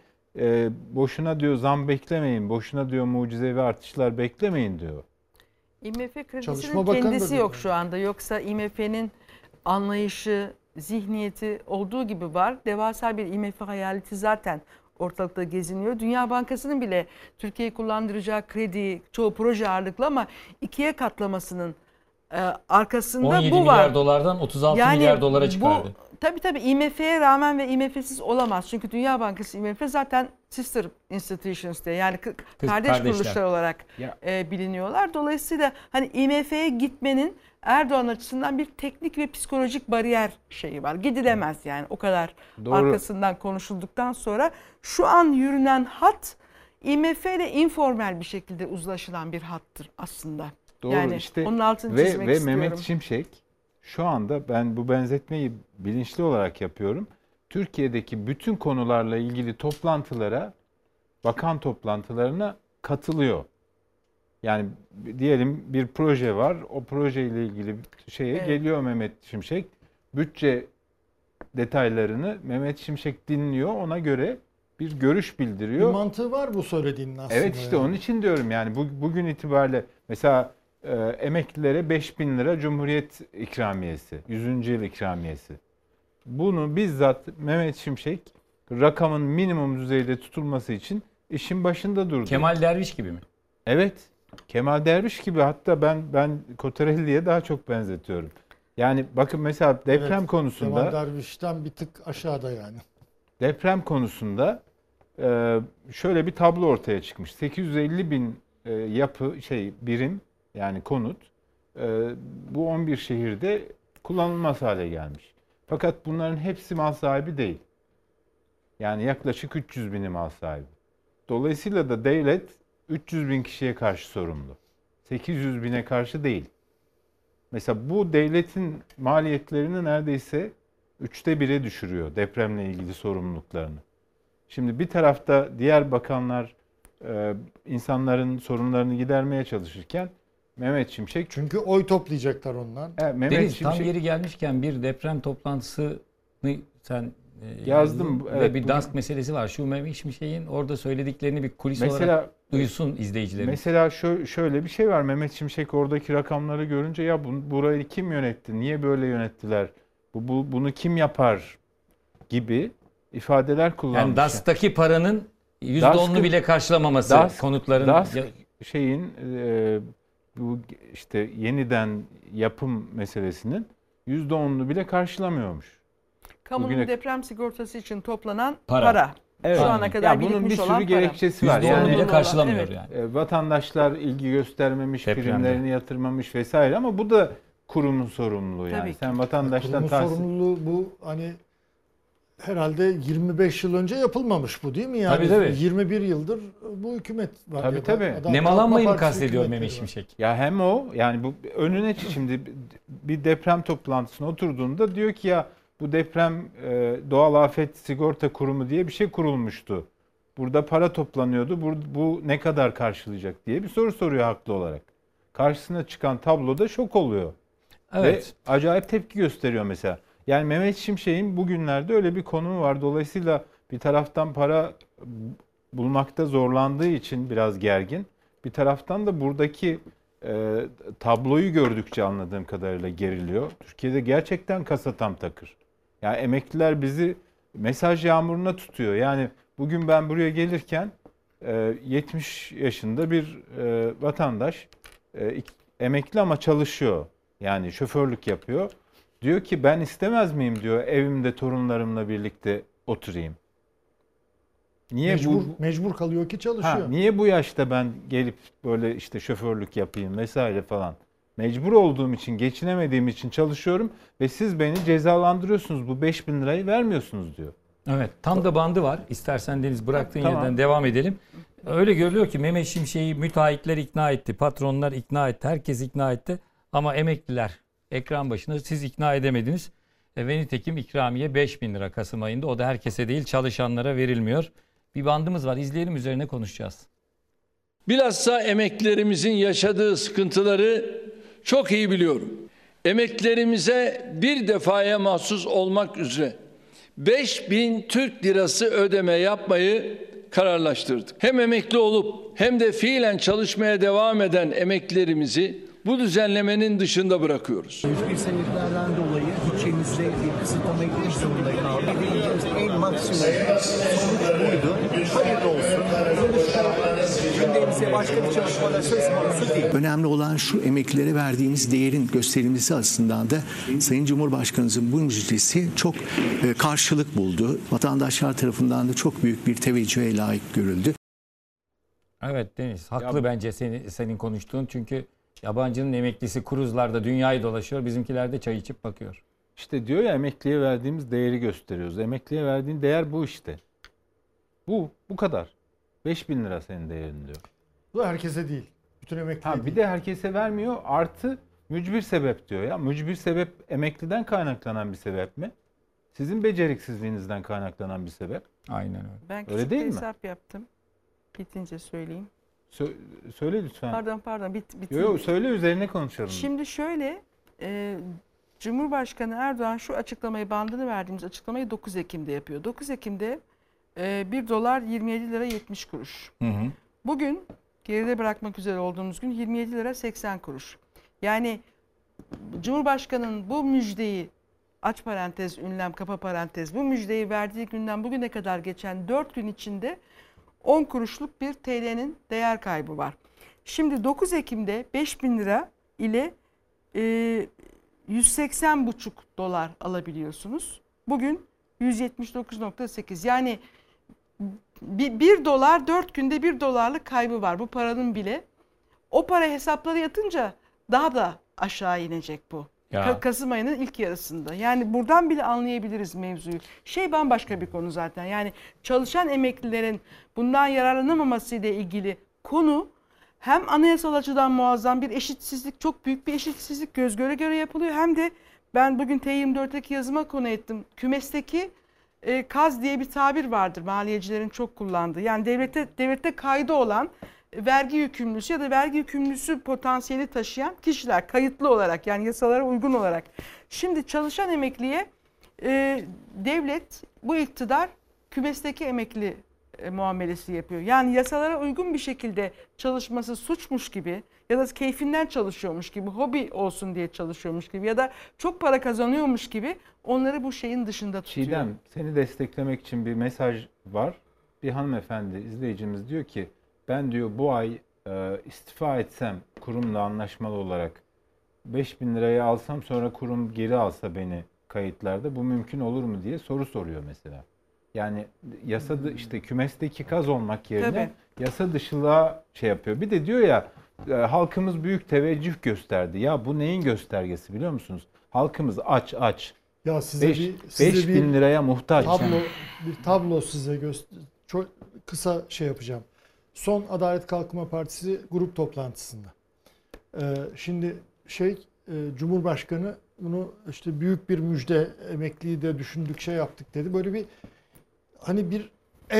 boşuna diyor zam beklemeyin, boşuna diyor mucizevi artışlar beklemeyin diyor. IMF kredisinin kendisi yok şu anda. Yoksa IMF'nin anlayışı, zihniyeti olduğu gibi var. Devasa bir IMF hayaleti zaten ortalıkta geziniyor. Dünya Bankası'nın bile Türkiye'yi kullandıracağı kredi çoğu proje ağırlıklı ama 2'ye katlamasının arkasında bu var. 17 milyar dolardan 36 milyar dolara çıkardı. Tabii IMF'ye rağmen ve IMF'siz olamaz. Çünkü Dünya Bankası, IMF zaten sister institutions diye, yani kardeş kuruluşlar olarak biliniyorlar. Dolayısıyla hani IMF'ye gitmenin Erdoğan açısından bir teknik ve psikolojik bariyer şeyi var. Gidilemez yani, o kadar doğru. Arkasından konuşulduktan sonra şu an yürünen hat IMF ile informal bir şekilde uzlaşılan bir hattır aslında. Doğru, yani işte onun altını çizmek istiyorum. Ve Mehmet Şimşek şu anda, ben bu benzetmeyi bilinçli olarak yapıyorum, Türkiye'deki bütün konularla ilgili toplantılara, bakan toplantılarına katılıyor. Yani diyelim bir proje var, o projeyle ilgili geliyor Mehmet Şimşek. Bütçe detaylarını Mehmet Şimşek dinliyor, ona göre bir görüş bildiriyor. Bir mantığı var bu söylediğinin aslında. Evet, işte onun için diyorum yani bugün itibariyle mesela emeklilere 5.000 lira Cumhuriyet ikramiyesi, 100. yıl ikramiyesi. Bunu bizzat Mehmet Şimşek rakamın minimum düzeyde tutulması için işin başında durdu. Kemal Derviş gibi mi? Evet. Kemal Derviş gibi, hatta ben Coterelli'ye daha çok benzetiyorum. Yani bakın mesela deprem konusunda. Kemal Derviş'ten bir tık aşağıda yani. Deprem konusunda şöyle bir tablo ortaya çıkmış. 850 bin birim yani konut bu 11 şehirde kullanılmaz hale gelmiş. Fakat bunların hepsi mal sahibi değil. Yani yaklaşık 300 bini mal sahibi. Dolayısıyla da devlet 300 bin kişiye karşı sorumlu. 800 bine karşı değil. Mesela bu devletin maliyetlerini neredeyse 1/3'e düşürüyor depremle ilgili sorumluluklarını. Şimdi bir tarafta diğer bakanlar insanların sorunlarını gidermeye çalışırken Mehmet Şimşek... Çünkü oy toplayacaklar ondan. Mehmet Deniz, Şimşek, tam yeri gelmişken bir deprem toplantısını sen yazdım. Ve Evet, bir DASK meselesi var. Şu Mehmet Şimşek'in orada söylediklerini bir kulis mesela, olarak duysun izleyicilerimiz. Mesela şöyle bir şey var. Mehmet Şimşek oradaki rakamları görünce ya burayı kim yönetti? Niye böyle yönettiler? Bunu kim yapar? Gibi ifadeler kullanmış. Yani DASK'taki paranın %10'unu bile karşılamaması konutların... DASK şeyin bu işte yeniden yapım meselesinin %10'unu bile karşılamıyormuş. Kamunun deprem sigortası için toplanan para. Evet. Şu ana kadar bunun bir birikmiş sürü olan gerekçesi var. %10'unu Yani bile karşılamıyor evet. yani. Vatandaşlar ilgi göstermemiş, Depremde. primlerini yatırmamış vesaire ama bu da kurumun sorumluluğu yani. Tabii ki. Sen vatandaştan Kurumun sorumluluğu bu, hani herhalde 25 yıl önce yapılmamış bu, değil mi? Yani Tabii. 21 yıldır bu hükümet var. Tabii, ya da tabii. Adalet Nemalanmayı mı Partisi kastediyor hükümetleri Mehmet var. Şimşek? Ya hem o yani bu önüne şimdi bir deprem toplantısına oturduğunda diyor ki ya bu deprem doğal afet sigorta kurumu diye bir şey kurulmuştu. Burada para toplanıyordu. Bu ne kadar karşılayacak diye bir soru soruyor haklı olarak. Karşısına çıkan tabloda şok oluyor. Evet. Ve acayip tepki gösteriyor mesela. Yani Mehmet Şimşek'in bugünlerde öyle bir konumu var. Dolayısıyla bir taraftan para bulmakta zorlandığı için biraz gergin. Bir taraftan da buradaki tabloyu gördükçe anladığım kadarıyla geriliyor. Türkiye'de gerçekten kasa tam takır. Yani emekliler bizi mesaj yağmuruna tutuyor. Yani bugün ben buraya gelirken 70 yaşında bir vatandaş emekli ama çalışıyor. Yani şoförlük yapıyor. Diyor ki ben istemez miyim diyor evimde torunlarımla birlikte oturayım. Niye mecbur kalıyor ki çalışıyor. niye bu yaşta ben gelip böyle işte şoförlük yapayım vesaire falan. Mecbur olduğum için, geçinemediğim için çalışıyorum ve siz beni cezalandırıyorsunuz. Bu 5.000 lirayı vermiyorsunuz diyor. Evet, tam da bandı var. İstersen Deniz bıraktığın Tamam. yerden devam edelim. Öyle görülüyor ki Mehmet Şimşek'i müteahhitler ikna etti, patronlar ikna etti, herkes ikna etti. Ama emekliler ekran başında siz ikna edemediniz. Ve nitekim ikramiye 5.000 lira Kasım ayında. O da herkese değil, çalışanlara verilmiyor. Bir bandımız var, izleyelim, üzerine konuşacağız. Bilhassa emeklilerimizin yaşadığı sıkıntıları çok iyi biliyorum. Emeklilerimize bir defaya mahsus olmak üzere 5.000 Türk lirası ödeme yapmayı kararlaştırdık. Hem emekli olup hem de fiilen çalışmaya devam eden emeklilerimizi bu düzenlemenin dışında bırakıyoruz. Bir sebeplerden dolayı bütçemizde bir kısıtlama gitmek zorunda kaldık. En maksimum sonuç buydu. Hayırlı olsun. Gündemimize başka bir çalışmada söz konusu değil. Önemli olan şu, emeklilere verdiğimiz değerin gösterilmesi açısından da Sayın Cumhurbaşkanımızın bu müjdesi çok karşılık buldu. Vatandaşlar tarafından da çok büyük bir teveccühe layık görüldü. Evet Deniz, haklı bence senin konuştuğun, çünkü yabancının emeklisi kruzlarda dünyayı dolaşıyor, bizimkiler de çay içip bakıyor. İşte diyor ya, emekliye verdiğimiz değeri gösteriyoruz. Emekliye verdiğin değer bu işte. Bu kadar. 5.000 lira senin değerin diyor. Bu herkese değil. Bütün emekliye değil. Bir de herkese vermiyor. Artı mücbir sebep diyor ya. Mücbir sebep emekliden kaynaklanan bir sebep mi? Sizin beceriksizliğinizden kaynaklanan bir sebep. Aynen öyle. Ben Öyle küçük değil bir mi? hesap yaptım. Bitince söyleyeyim. Söyle lütfen. Pardon. Bitince. Yok, söyle, üzerine konuşalım. Şimdi şöyle, Cumhurbaşkanı Erdoğan şu açıklamayı, bandını verdiğimiz açıklamayı 9 Ekim'de yapıyor. 9 Ekim'de 1 dolar 27 lira 70 kuruş. Hı. Bugün geride bırakmak üzere olduğumuz gün 27 lira 80 kuruş. Yani Cumhurbaşkanı'nın bu müjdeyi, aç parantez, ünlem, kapa parantez, bu müjdeyi verdiği günden bugüne kadar geçen 4 gün içinde 10 kuruşluk bir TL'nin değer kaybı var. Şimdi 9 Ekim'de 5.000 lira ile 180,5 dolar alabiliyorsunuz. Bugün 179,8. Yani 1 dolar 4 günde 1 dolarlık kaybı var. Bu paranın bile O para hesapları yatınca daha da aşağı inecek bu. Ya. Kasım ayının ilk yarısında. Yani buradan bile anlayabiliriz mevzuyu. Bambaşka bir konu zaten. Yani çalışan emeklilerin bundan yararlanamaması ile ilgili konu hem anayasal açıdan muazzam bir eşitsizlik, çok büyük bir eşitsizlik göz göre göre yapılıyor. Hem de ben bugün T24'teki yazıma konu ettim. Kümesteki kaz diye bir tabir vardır maliyecilerin çok kullandığı. Yani devlette kaydı olan vergi yükümlüsü ya da vergi yükümlüsü potansiyeli taşıyan kişiler kayıtlı olarak, yani yasalara uygun olarak. Şimdi çalışan emekliye devlet, bu iktidar kümesteki emekli muamelesi yapıyor. Yani yasalara uygun bir şekilde çalışması suçmuş gibi ya da keyfinden çalışıyormuş gibi, hobi olsun diye çalışıyormuş gibi ya da çok para kazanıyormuş gibi onları bu şeyin dışında tutuyor. Çiğdem, seni desteklemek için bir mesaj var. Bir hanımefendi izleyicimiz diyor ki ben diyor bu ay istifa etsem kurumla anlaşmalı olarak 5.000 liraya alsam sonra kurum geri alsa beni kayıtlarda bu mümkün olur mu diye soru soruyor mesela. Yani yasa işte kümesteki kaz olmak yerine yasa dışılığa şey yapıyor. Bir de diyor ya halkımız büyük teveccüh gösterdi. Ya bu neyin göstergesi biliyor musunuz? Halkımız aç. Ya size 5.000 liraya muhtaç. Bir tablo size çok kısa şey yapacağım. Son Adalet Kalkınma Partisi grup toplantısında. Şimdi Cumhurbaşkanı bunu işte büyük bir müjde, emekliyi de düşündük, şey yaptık dedi. Böyle bir hani bir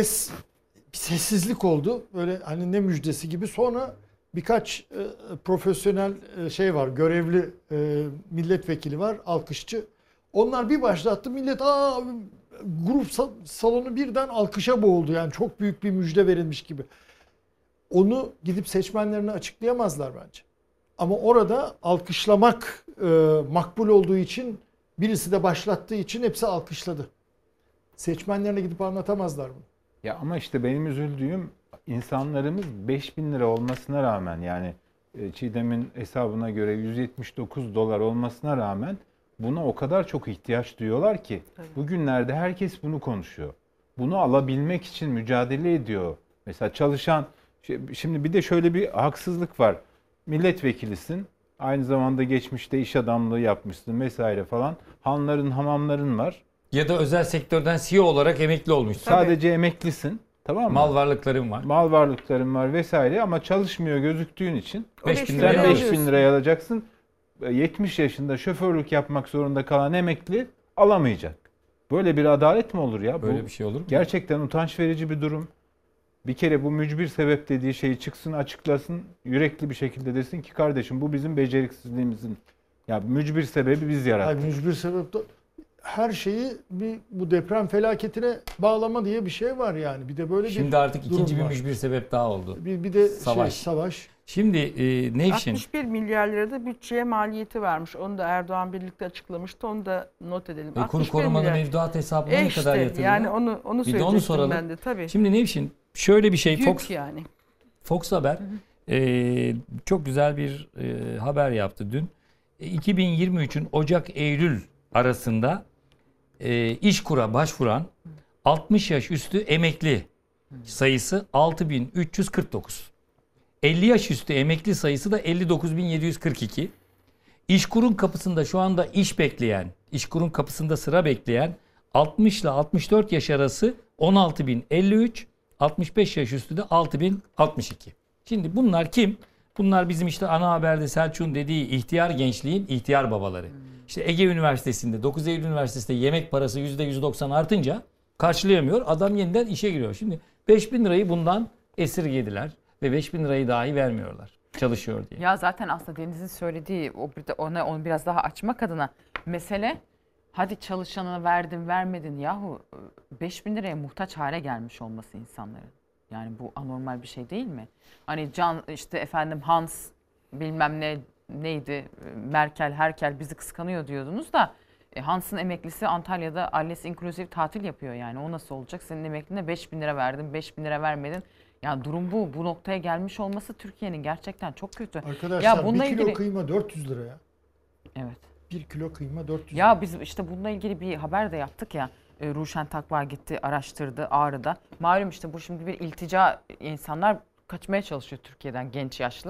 sessizlik oldu. Böyle hani ne müjdesi gibi. Sonra birkaç profesyonel var, görevli milletvekili var, alkışçı. Onlar bir başlattı, millet grup salonu birden alkışa boğuldu. Yani çok büyük bir müjde verilmiş gibi. Onu gidip seçmenlerine açıklayamazlar bence. Ama orada alkışlamak makbul olduğu için, birisi de başlattığı için hepsi alkışladı. Seçmenlerine gidip anlatamazlar bunu. Ya ama işte benim üzüldüğüm insanlarımız 5.000 lira olmasına rağmen, yani Çiğdem'in hesabına göre 179 dolar olmasına rağmen buna o kadar çok ihtiyaç duyuyorlar ki bugünlerde herkes bunu konuşuyor. Bunu alabilmek için mücadele ediyor. Mesela çalışan, şimdi bir de şöyle bir haksızlık var. Milletvekilisin, aynı zamanda geçmişte iş adamlığı yapmışsın vesaire falan. Hanların, hamamların var. Ya da özel sektörden CEO olarak emekli olmuşsun. Sadece emeklisin. Tamam mı? Mal varlıkların var. Mal varlıkların var vesaire ama çalışmıyor gözüktüğün için 5.000 sen liraya 5.000 liraya alacaksın. 70 yaşında şoförlük yapmak zorunda kalan emekli alamayacak. Böyle bir adalet mi olur ya? Böyle bir şey olur mu? Gerçekten utanç verici bir durum. Bir kere bu mücbir sebep dediği şeyi çıksın, açıklasın, yürekli bir şekilde desin ki kardeşim bu bizim beceriksizliğimizin. Ya mücbir sebebi biz yarattık. Yani mücbir sebep de her şeyi bu deprem felaketine bağlama diye bir şey var yani. Bir de böyle Şimdi artık ikinci bir var. mücbir sebep daha oldu. Bir de Savaş. Savaş. Şimdi Nevşin. 61 milyar lira da bütçeye maliyeti varmış. Onu da Erdoğan birlikte açıklamıştı. Onu da not edelim. Kur korumanın mevduat hesabına ne kadar yatırıldı? Yani onu bir de onu soralım. ben de tabii. Şimdi Nevşin şöyle bir şey, Yük yani. Fox Haber çok güzel bir haber yaptı dün. 2023'ün Ocak-Eylül arasında İşkur'a başvuran 60 yaş üstü emekli sayısı 6.349. 50 yaş üstü emekli sayısı da 59.742. İşkur'un kapısında şu anda İşkur'un kapısında sıra bekleyen 60 ile 64 yaş arası 16.053, 65 yaş üstü de 6.062. Şimdi bunlar kim? Bunlar bizim işte ana haberde Selçuk'un dediği ihtiyar gençliğin ihtiyar babaları. İşte Ege Üniversitesi'nde, 9 Eylül Üniversitesi'nde yemek parası %190 artınca karşılayamıyor. Adam yeniden işe giriyor. Şimdi 5.000 lirayı bundan esirgediler ve 5.000 lirayı dahi vermiyorlar. Çalışıyor diye. Ya zaten aslında Deniz'in söylediği onu biraz daha açmak adına mesele, hadi çalışana verdin vermedin, yahu 5.000 liraya muhtaç hale gelmiş olması insanların. Yani bu anormal bir şey değil mi? Hani Hans bilmem neydi, Herkel bizi kıskanıyor diyordunuz da Hans'ın emeklisi Antalya'da Alles Inclusive tatil yapıyor yani. O nasıl olacak? Senin emekline 5.000 lira verdin, 5.000 lira vermedin. Yani durum bu. Bu noktaya gelmiş olması Türkiye'nin gerçekten çok kötü. Arkadaşlar ya bununla 1 kilo kıyma 400 lira ya. Evet. 1 kilo kıyma 400 lira. Ya biz işte bununla ilgili bir haber de yaptık ya. Ruşen Takva gitti, araştırdı Ağrı'da. Malum işte bu şimdi bir iltica, insanlar kaçmaya çalışıyor Türkiye'den, genç yaşlı.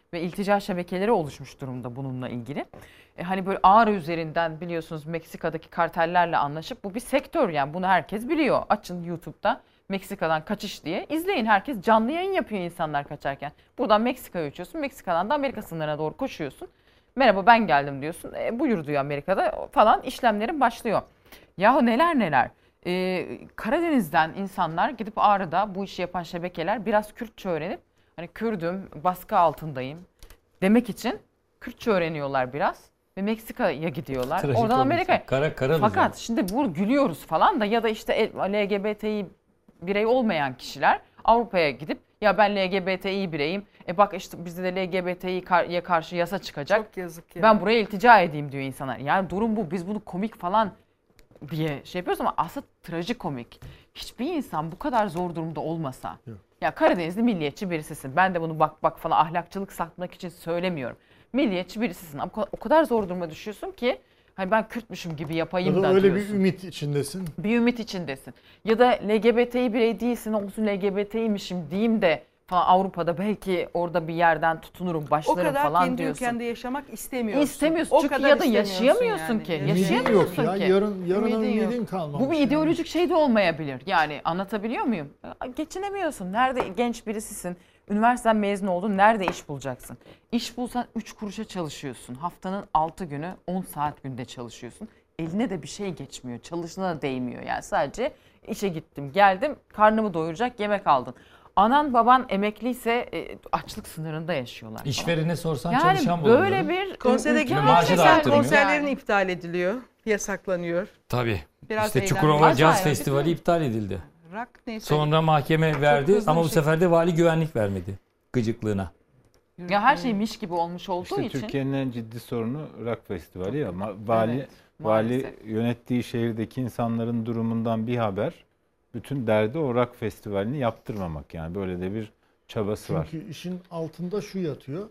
ve iltica şebekeleri oluşmuş durumda bununla ilgili. Hani böyle Ağrı üzerinden biliyorsunuz Meksika'daki kartellerle anlaşıp bu bir sektör, yani bunu herkes biliyor. Açın YouTube'da Meksika'dan kaçış diye izleyin, herkes canlı yayın yapıyor insanlar kaçarken. Buradan Meksika'ya uçuyorsun, Meksika'dan da Amerika sınırına doğru koşuyorsun. Merhaba ben geldim diyorsun, buyur diyor Amerika'da falan, işlemlerin başlıyor. Yahu neler neler. Karadeniz'den insanlar gidip Ağrı'da bu işi yapan şebekeler biraz Kürtçe öğrenip hani Kürdüm, baskı altındayım demek için Kürtçe öğreniyorlar biraz ve Meksika'ya gidiyorlar. Trajik Oradan Amerika'ya. Fakat Şimdi bu gülüyoruz falan da, ya da işte LGBTİ birey olmayan kişiler Avrupa'ya gidip ya ben LGBTİ bireyim. Bak işte bizde de LGBTİ'ye karşı yasa çıkacak. Çok yazık ya. Ben buraya iltica edeyim diyor insanlar. Yani durum bu. Biz bunu komik falan diye şey yapıyoruz ama aslında trajikomik. Hiçbir insan bu kadar zor durumda olmasa. Yok. Ya Karadenizli milliyetçi birisisin. Ben de bunu bak falan ahlakçılık satmak için söylemiyorum. Milliyetçi birisisin ama o kadar zor duruma düşüyorsun ki hani ben Kürtmüşüm gibi yapayım ya da öyle diyorsun. bir ümit içindesin. Bir ümit içindesin. Ya da LGBTİ birey değilsin, olsun LGBT'ymişim diyeyim de falan, Avrupa'da belki orada bir yerden tutunurum, başlarım falan diyorsun. O kadar kendi ülkende yaşamak istemiyorsun. İstemiyorsun O çünkü kadar ya da istemiyorsun yaşayamıyorsun yani. ki. Ümidin Yaşayamıyorsun yok ya. ki. Yarına Ümidin ümidin yok. kalmamış. Bu bir yani. ideolojik şey de olmayabilir. Yani anlatabiliyor muyum? Geçinemiyorsun. Nerede genç birisisin? Üniversiteden mezun oldun. Nerede iş bulacaksın? İş bulsan 3 kuruşa çalışıyorsun. Haftanın 6 günü 10 saat günde çalışıyorsun. Eline de bir şey geçmiyor. Çalışına da değmiyor. Yani sadece işe gittim, geldim, karnımı doyuracak yemek aldın. Anan baban emekliyse açlık sınırında yaşıyorlar. İşverene sorsan yani çalışan böyle bulunur. bir Konsere ülke maaşı da gitmezsen arttırmıyor. konserlerin Yani. iptal ediliyor. Yasaklanıyor. Tabii. Biraz İşte eğlenceli. Çukurova Caz Acayip. Festivali iptal edildi. Rock neyse. Sonra mahkeme verdi hızlı ama bir bu şey. sefer de vali güvenlik vermedi gıcıklığına. Ya her şey miş gibi olmuş olduğu İşte için. Türkiye'nin en ciddi sorunu rock festivali ya. Vali Evet, maalesef. yönettiği şehirdeki insanların durumundan bir haber. Bütün derdi o rock festivalini yaptırmamak, yani böyle de bir çabası var. Çünkü işin altında şu yatıyor.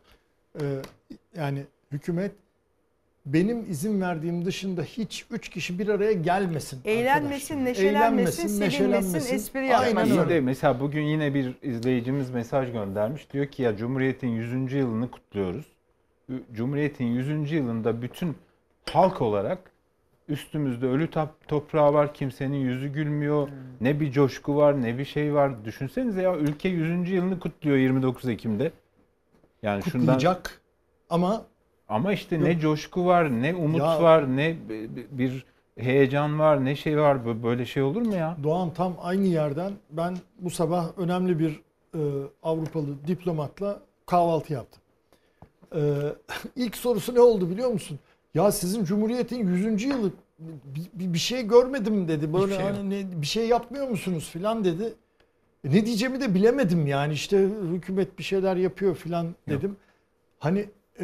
Yani hükümet benim izin verdiğim dışında hiç 3 kişi bir araya gelmesin. Eğlenmesin, arkadaşlar. neşelenmesin, sevinmesin, espri yapmasın. Aynen İyi öyle. de mesela bugün yine bir izleyicimiz mesaj göndermiş. Diyor ki ya Cumhuriyet'in 100. yılını kutluyoruz. Cumhuriyet'in 100. yılında bütün halk olarak üstümüzde ölü toprağı var. Kimsenin yüzü gülmüyor. Ne bir coşku var, ne bir şey var. Düşünsenize ya, ülke 100. yılını kutluyor 29 Ekim'de. Yani Kutlayacak ama işte Yok. ne coşku var, ne umut Ya. var, ne bir heyecan var, ne şey var. Böyle şey olur mu ya? Doğan tam aynı yerden ben bu sabah önemli bir Avrupalı diplomatla kahvaltı yaptım. İlk sorusu ne oldu biliyor musun? Ya sizin Cumhuriyet'in 100. yılı bir şey görmedim dedi. Böyle şey hani bir şey yapmıyor musunuz filan dedi. Ne diyeceğimi de bilemedim yani, işte hükümet bir şeyler yapıyor filan dedim. Hani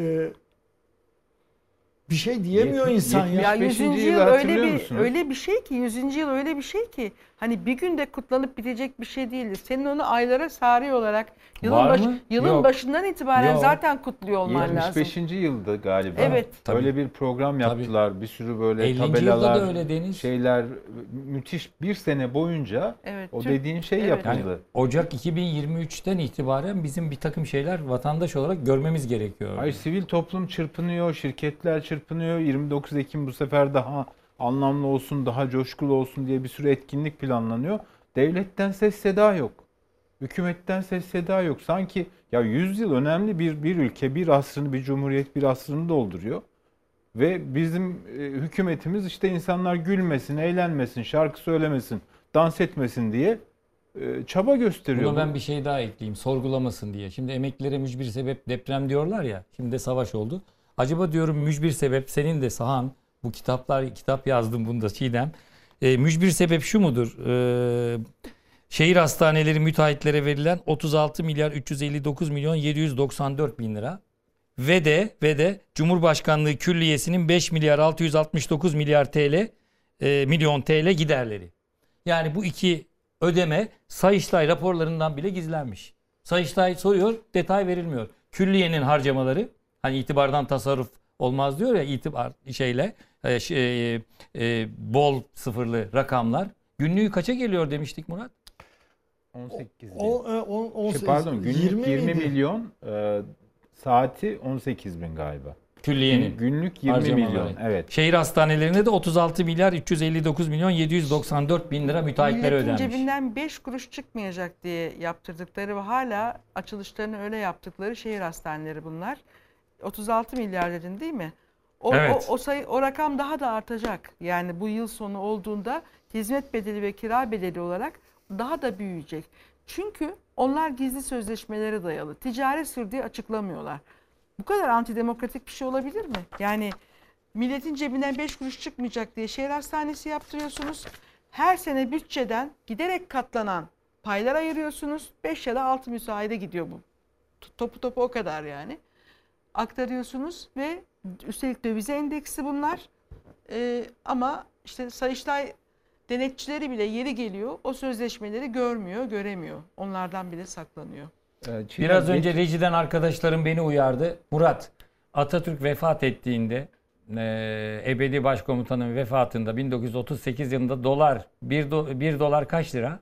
bir şey diyemiyor insan ya. Ya 75. 100. yılı yıl hatırlıyor musunuz? öyle bir şey ki 100. yıl öyle bir şey ki hani bir günde kutlanıp bitecek bir şey değildir. Senin onu aylara sari olarak Var mı? yılın Yok. başından itibaren Yok. zaten kutluyor olman lazım. 75. yılda galiba. Evet. Tabii. Öyle bir program yaptılar. Bir sürü böyle 50. yılda tabelalar, da öyle Deniz. şeyler, müthiş bir sene boyunca Evet, o Türk- dediğin şey evet. yapıldı. Yani Ocak 2023'ten itibaren bizim bir takım şeyler vatandaş olarak görmemiz gerekiyor. Hayır, sivil toplum çırpınıyor, şirketler çırpınıyor. 29 Ekim bu sefer daha anlamlı olsun, daha coşkulu olsun diye bir sürü etkinlik planlanıyor. Devletten ses seda yok. Hükümetten ses seda yok. Sanki ya 100 yıl önemli bir ülke, bir asrını, bir cumhuriyet bir asrını dolduruyor. Ve bizim hükümetimiz işte insanlar gülmesin, eğlenmesin, şarkı söylemesin, dans etmesin diye çaba gösteriyor. Buna ben bir şey daha ekleyeyim, sorgulamasın diye. Şimdi emeklilere mücbir sebep deprem diyorlar ya, şimdi de savaş oldu. Acaba diyorum mücbir sebep, senin de Sahan bu kitap yazdım bunda Çiğdem. Mücbir sebep şu mudur? Şehir hastaneleri müteahhitlere verilen 36 milyar 359 milyon 794 bin lira. Ve de Cumhurbaşkanlığı Külliyesi'nin 5 milyar 669 milyon TL giderleri. Yani bu iki ödeme Sayıştay raporlarından bile gizlenmiş. Sayıştay soruyor, detay verilmiyor. Külliyenin harcamaları, hani itibardan tasarruf olmaz diyor ya, itibar bol sıfırlı rakamlar. Günlüğü kaça geliyor demiştik Murat? 18 18, günlük 20 miydi? milyon Saati 18.000 galiba. Külliyenin. Günlük 20 harcamaları. milyon. Evet. Şehir hastanelerinde de 36 milyar 359 milyon 794 bin lira müteahhitlere Milletin ödenmiş. cebinden 5 kuruş çıkmayacak diye yaptırdıkları ve hala açılışlarını öyle yaptıkları şehir hastaneleri bunlar. 36 milyar dedin değil mi? Evet. O rakam daha da artacak. Yani bu yıl sonu olduğunda hizmet bedeli ve kira bedeli olarak daha da büyüyecek. Çünkü onlar gizli sözleşmelere dayalı. Ticari sır diye açıklamıyorlar. Bu kadar antidemokratik bir şey olabilir mi? Yani milletin cebinden 5 kuruş çıkmayacak diye şehir hastanesi yaptırıyorsunuz. Her sene bütçeden giderek katlanan paylar ayırıyorsunuz. 5 ya da 6 müsaade gidiyor bu. Topu o kadar yani. Aktarıyorsunuz ve üstelik dövize endeksi bunlar. Ama işte Sayıştay denetçileri bile yeri geliyor. O sözleşmeleri göremiyor. Onlardan bile saklanıyor. Biraz önce rejiden arkadaşlarım beni uyardı. Murat, Atatürk vefat ettiğinde ebedi başkomutanın vefatında 1938 yılında dolar 1 dolar kaç lira?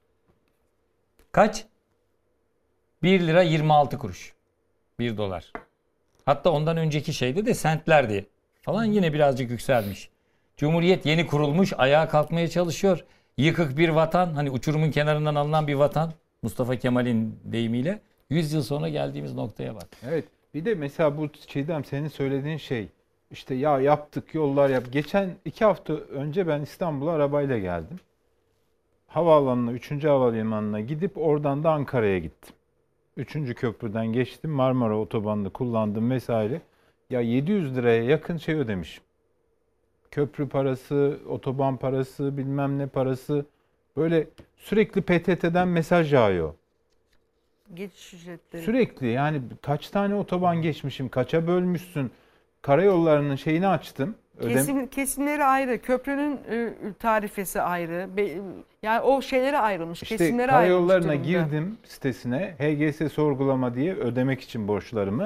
Kaç? 1 lira 26 kuruş. 1 dolar. Hatta ondan önceki şeyde de sentlerdi falan, yine birazcık yükselmiş. Cumhuriyet yeni kurulmuş, ayağa kalkmaya çalışıyor. Yıkık bir vatan, hani uçurumun kenarından alınan bir vatan, Mustafa Kemal'in deyimiyle 100 yıl sonra geldiğimiz noktaya bak. Evet. Bir de mesela bu Çiğdem, senin söylediğin şey, işte ya yaptık, yollar yap. Geçen 2 hafta önce ben İstanbul'a arabayla geldim. Havaalanına, 3. havalimanına gidip oradan da Ankara'ya gittim. 3. köprüden geçtim. Marmara Otobanı'nı kullandım vesaire. Ya 700 liraya yakın şey ödemişim. Köprü parası, otoban parası, bilmem ne parası. Böyle sürekli PTT'den mesaj yağıyor. Geçiş ücretleri. Sürekli, yani kaç tane otoban geçmişim, kaça bölmüşsün. Karayollarının şeyini açtım. Kesimleri ayrı, köprünün tarifesi ayrı. Yani o şeylere ayrılmış, İşte kesimlere ayrılmış karayollarına durumda. girdim sitesine, HGS sorgulama diye ödemek için borçlarımı.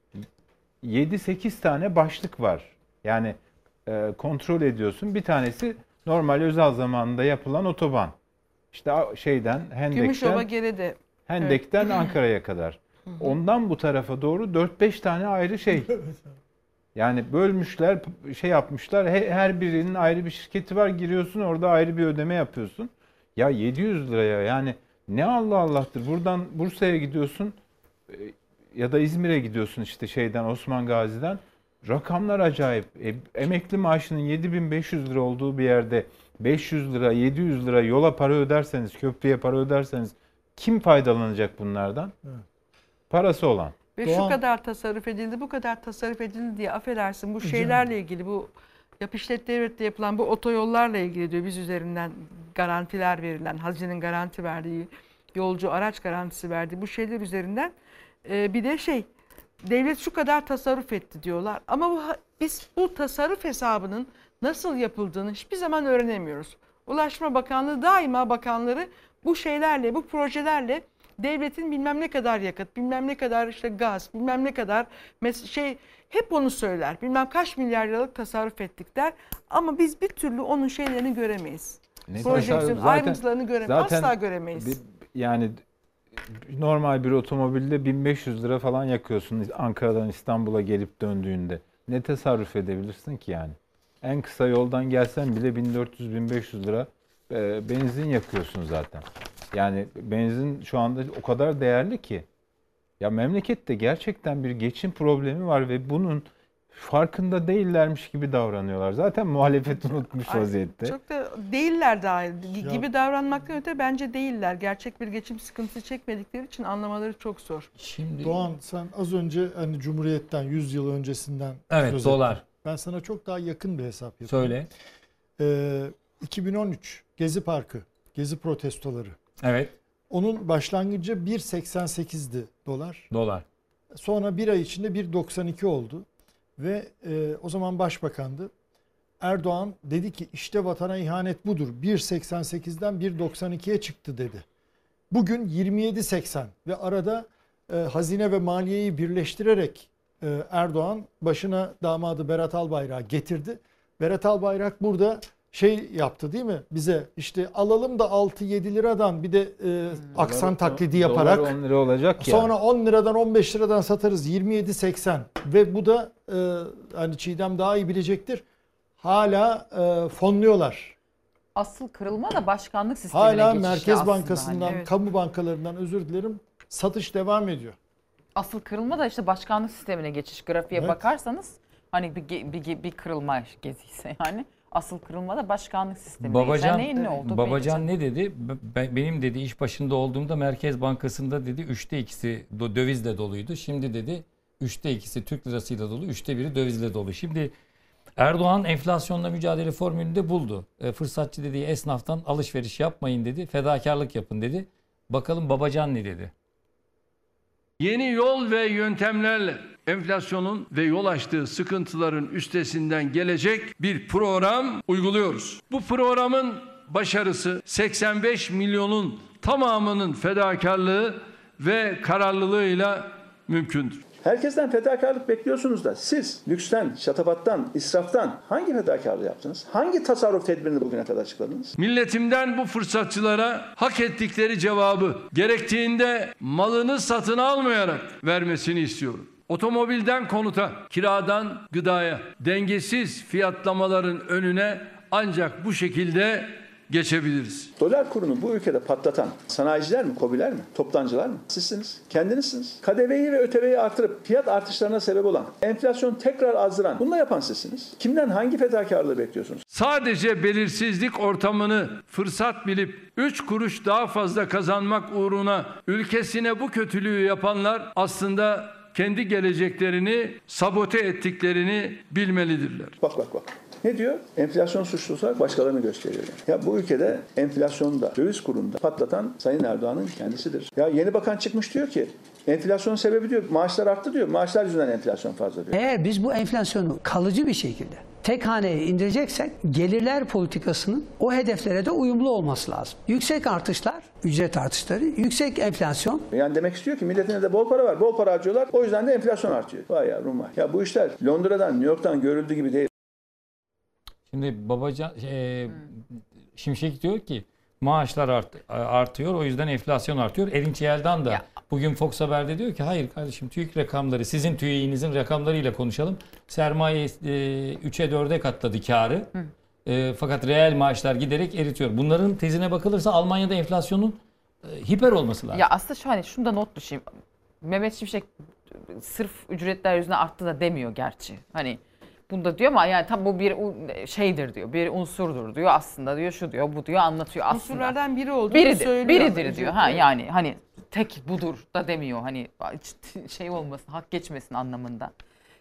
7-8 tane başlık var. Yani kontrol ediyorsun. Bir tanesi normal özel zamanında yapılan otoban. İşte şeyden, Gümüşova Gerede. Hendek'ten Ankara'ya kadar. Ondan bu tarafa doğru 4-5 tane ayrı şey. Yani bölmüşler, şey yapmışlar. Her birinin ayrı bir şirketi var. Giriyorsun, orada ayrı bir ödeme yapıyorsun. Ya 700 liraya, yani ne Allah Allah'tır. Buradan Bursa'ya gidiyorsun ya da İzmir'e gidiyorsun, işte şeyden, Osman Gazi'den. Rakamlar acayip. Emekli maaşının 7.500 lira olduğu bir yerde 500 lira, 700 lira yola para öderseniz, köprüye para öderseniz kim faydalanacak bunlardan? Evet. Parası olan. Ve şu kadar tasarruf edildi, bu kadar tasarruf edildi diye affedersin. Bu şeylerle ilgili, bu yap işlet devlette yapılan bu otoyollarla ilgili diyor, biz üzerinden garantiler verilen, hazinenin garanti verdiği, yolcu araç garantisi verdiği bu şeyler üzerinden bir de devlet şu kadar tasarruf etti diyorlar. Ama biz bu tasarruf hesabının nasıl yapıldığını hiçbir zaman öğrenemiyoruz. Ulaştırma Bakanlığı daima bakanları bu şeylerle, bu projelerle devletin bilmem ne kadar yakıt, bilmem ne kadar işte gaz, bilmem ne kadar hep onu söyler. Bilmem kaç milyar liralık tasarruf ettik der. Ama biz bir türlü onun şeylerini göremeyiz. Projeksiyonun ayrıntılarını göremeyiz. Asla göremeyiz. Yani normal bir otomobilde 1500 lira falan yakıyorsun Ankara'dan İstanbul'a gelip döndüğünde. Ne tasarruf edebilirsin ki yani? En kısa yoldan gelsen bile 1400-1500 lira benzin yakıyorsun zaten. Yani benzin şu anda o kadar değerli ki. Ya memlekette gerçekten bir geçim problemi var ve bunun farkında değillermiş gibi davranıyorlar. Zaten muhalefet unutmuş vaziyette. Çok da değiller daha gibi davranmaktan öte bence değiller. Gerçek bir geçim sıkıntısı çekmedikleri için anlamaları çok zor. Şimdi Doğan, sen az önce hani Cumhuriyet'ten 100 yıl öncesinden söz dolar ettin. Ben sana çok daha yakın bir hesap yapayım. Söyle. 2013 Gezi Parkı, Gezi protestoları. Evet. Onun başlangıcı 1.88'di dolar. Sonra bir ay içinde 1.92 oldu. Ve o zaman başbakandı. Erdoğan dedi ki işte vatana ihanet budur. 1.88'den 1.92'ye çıktı dedi. Bugün 27.80 ve arada hazine ve maliyeyi birleştirerek Erdoğan başına damadı Berat Albayrak'ı getirdi. Berat Albayrak burada şey yaptı değil mi? Bize işte alalım da 6-7 liradan bir de aksan taklidi yaparak. Dolar 10 lira olacak ya. Sonra 10 liradan 15 liradan satarız 27.80 ve bu da hani Çiğdem daha iyi bilecektir. Hala fonluyorlar. Asıl kırılma da başkanlık sistemine Hala geçişi Merkez aslında. Bankası'ndan, Hani, evet. kamu bankalarından özür dilerim. Satış devam ediyor. Asıl kırılma da işte başkanlık sistemine geçiş. Grafiğe Evet. bakarsanız hani bir kırılma geziyse yani. Asıl kırılma da başkanlık sistemine. Babacan, Neyin ne oldu? Babacan ne dedi? Benim dedi iş başında olduğumda Merkez Bankası'nda dedi 3'te 2'si dövizle doluydu. Şimdi dedi 3'te 2'si Türk lirasıyla dolu, 3'te 1'i dövizle dolu. Şimdi Erdoğan enflasyonla mücadele formülünü de buldu. Fırsatçı dediği esnaftan alışveriş yapmayın dedi, fedakarlık yapın dedi. Bakalım Babacan ne dedi? Yeni yol ve yöntemlerle enflasyonun ve yol açtığı sıkıntıların üstesinden gelecek bir program uyguluyoruz. Bu programın başarısı 85 milyonun tamamının fedakarlığı ve kararlılığıyla mümkündür. Herkesten fedakarlık bekliyorsunuz da siz lüksten, şatafattan, israftan hangi fedakarlığı yaptınız? Hangi tasarruf tedbirini bugüne kadar açıkladınız? Milletimden bu fırsatçılara hak ettikleri cevabı gerektiğinde malını satın almayarak vermesini istiyorum. Otomobilden konuta, kiradan gıdaya, dengesiz fiyatlamaların önüne ancak bu şekilde geçebiliriz. Dolar kurunu bu ülkede patlatan sanayiciler mi, KOBİ'ler mi, toptancılar mı? Sizsiniz, kendinizsiniz. KDV'yi ve ÖTV'yi artırıp fiyat artışlarına sebep olan, enflasyonu tekrar azdıran, bunu da yapan sizsiniz. Kimden hangi fedakarlığı bekliyorsunuz? Sadece belirsizlik ortamını fırsat bilip 3 kuruş daha fazla kazanmak uğruna ülkesine bu kötülüğü yapanlar aslında kendi geleceklerini sabote ettiklerini bilmelidirler. Bak. Ne diyor? Enflasyon suçlusu olarak başkalarını gösteriyor. Ya bu ülkede enflasyonda, döviz kurunda patlatan Sayın Erdoğan'ın kendisidir. Ya yeni bakan çıkmış diyor ki enflasyonun sebebi diyor maaşlar arttı diyor. Maaşlar yüzünden enflasyon fazla diyor. Eğer biz bu enflasyonu kalıcı bir şekilde tek haneye indireceksek gelirler politikasının o hedeflere de uyumlu olması lazım. Yüksek artışlar, ücret artışları, yüksek enflasyon. Yani demek istiyor ki milletine de bol para var, bol para harcıyorlar. O yüzden de enflasyon artıyor. Vay yavrum vay. Ya bu işler Londra'dan, New York'tan görüldüğü gibi değil. Şimdi Babacan Şimşek diyor ki maaşlar artıyor, o yüzden enflasyon artıyor. Erinç Yeldan da bugün Fox Haber'de diyor ki hayır kardeşim TÜİK rakamları sizin TÜİK'inizin rakamlarıyla konuşalım. Sermaye 3'e 4'e katladı karı. Fakat reel maaşlar giderek eritiyor. Bunların tezine bakılırsa Almanya'da enflasyonun hiper olması lazım. Ya aslında şunu da not düşeyim. Mehmet Şimşek sırf ücretler yüzünden arttı da demiyor gerçi. Hani bunda diyor ama yani tam bu bir şeydir diyor. Bir unsurdur diyor aslında diyor şu diyor bu diyor anlatıyor aslında. Unsurlardan biri olduğunu söylüyor. Biridir diyor. Ha yani hani tek budur da demiyor. Hani hiç şey olmasın, hak geçmesin anlamında.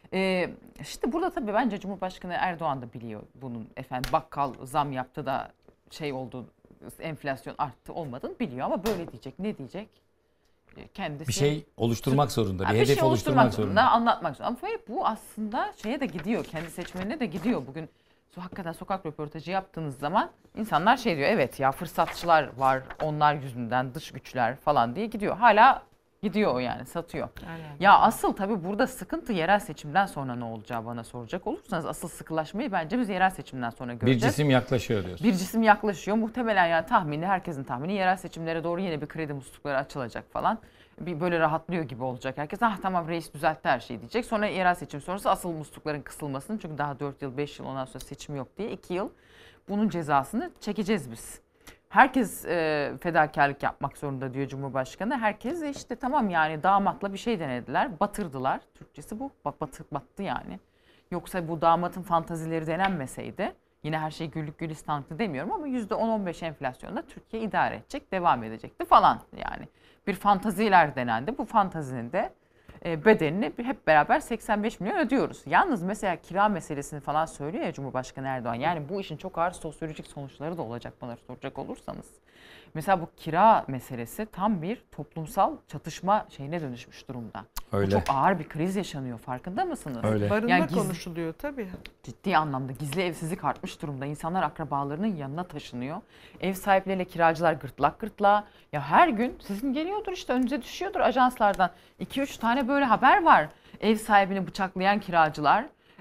İşte burada tabii bence Cumhurbaşkanı Erdoğan da biliyor bunun bakkal zam yaptı da şey oldu enflasyon arttı olmadığını biliyor ama böyle diyecek. Ne diyecek? Kendisi bir şey oluşturmak zorunda, bir hedef şey oluşturmak zorunda. Anlatmak zorunda. Ama bu aslında şeye de gidiyor, kendi seçmenine de gidiyor. Bugün hakikaten sokak röportajı yaptığınız zaman insanlar şey diyor, evet ya fırsatçılar var, onlar yüzünden dış güçler falan diye gidiyor. Hala gidiyor o yani, satıyor. Aynen. Ya asıl tabii burada sıkıntı yerel seçimden sonra ne olacağı bana soracak olursanız asıl sıkılaşmayı bence biz yerel seçimden sonra göreceğiz. Bir cisim yaklaşıyor diyorsun. Bir cisim yaklaşıyor. Muhtemelen yani tahmini, herkesin tahmini yerel seçimlere doğru yine bir kredi muslukları açılacak falan. Bir böyle rahatlıyor gibi olacak herkes. Tamam reis düzeltti her şeyi diyecek. Sonra yerel seçim sonrası asıl muslukların kısılmasını, çünkü daha 4 yıl 5 yıl ondan sonra seçim yok diye 2 yıl bunun cezasını çekeceğiz biz. Herkes fedakarlık yapmak zorunda diyor Cumhurbaşkanı. Herkes işte tamam yani damatla bir şey denediler. Batırdılar. Türkçesi bu. Battı yani. Yoksa bu damatın fantazileri denenmeseydi, yine her şey güllük gülistanlıklı demiyorum ama %10-15 enflasyonda Türkiye idare edecek, devam edecekti falan yani. Bir fantaziler denendi. Bu fantazinin de bedelini hep beraber 85 milyon ödüyoruz. Yalnız mesela kira meselesini falan söylüyor ya Cumhurbaşkanı Erdoğan. Yani bu işin çok ağır sosyolojik sonuçları da olacak bana soracak olursanız. Mesela bu kira meselesi tam bir toplumsal çatışma şeyine dönüşmüş durumda. Öyle. Çok ağır bir kriz yaşanıyor, farkında mısınız? Öyle. Barınma yani konuşuluyor tabii. Ciddi anlamda gizli evsizlik artmış durumda. İnsanlar akrabalarının yanına taşınıyor. Ev sahipleriyle kiracılar gırtlak gırtlağa. Ya her gün sizin geliyordur işte, önünüze düşüyordur ajanslardan. 2-3 tane böyle haber var. Ev sahibini bıçaklayan kiracılar.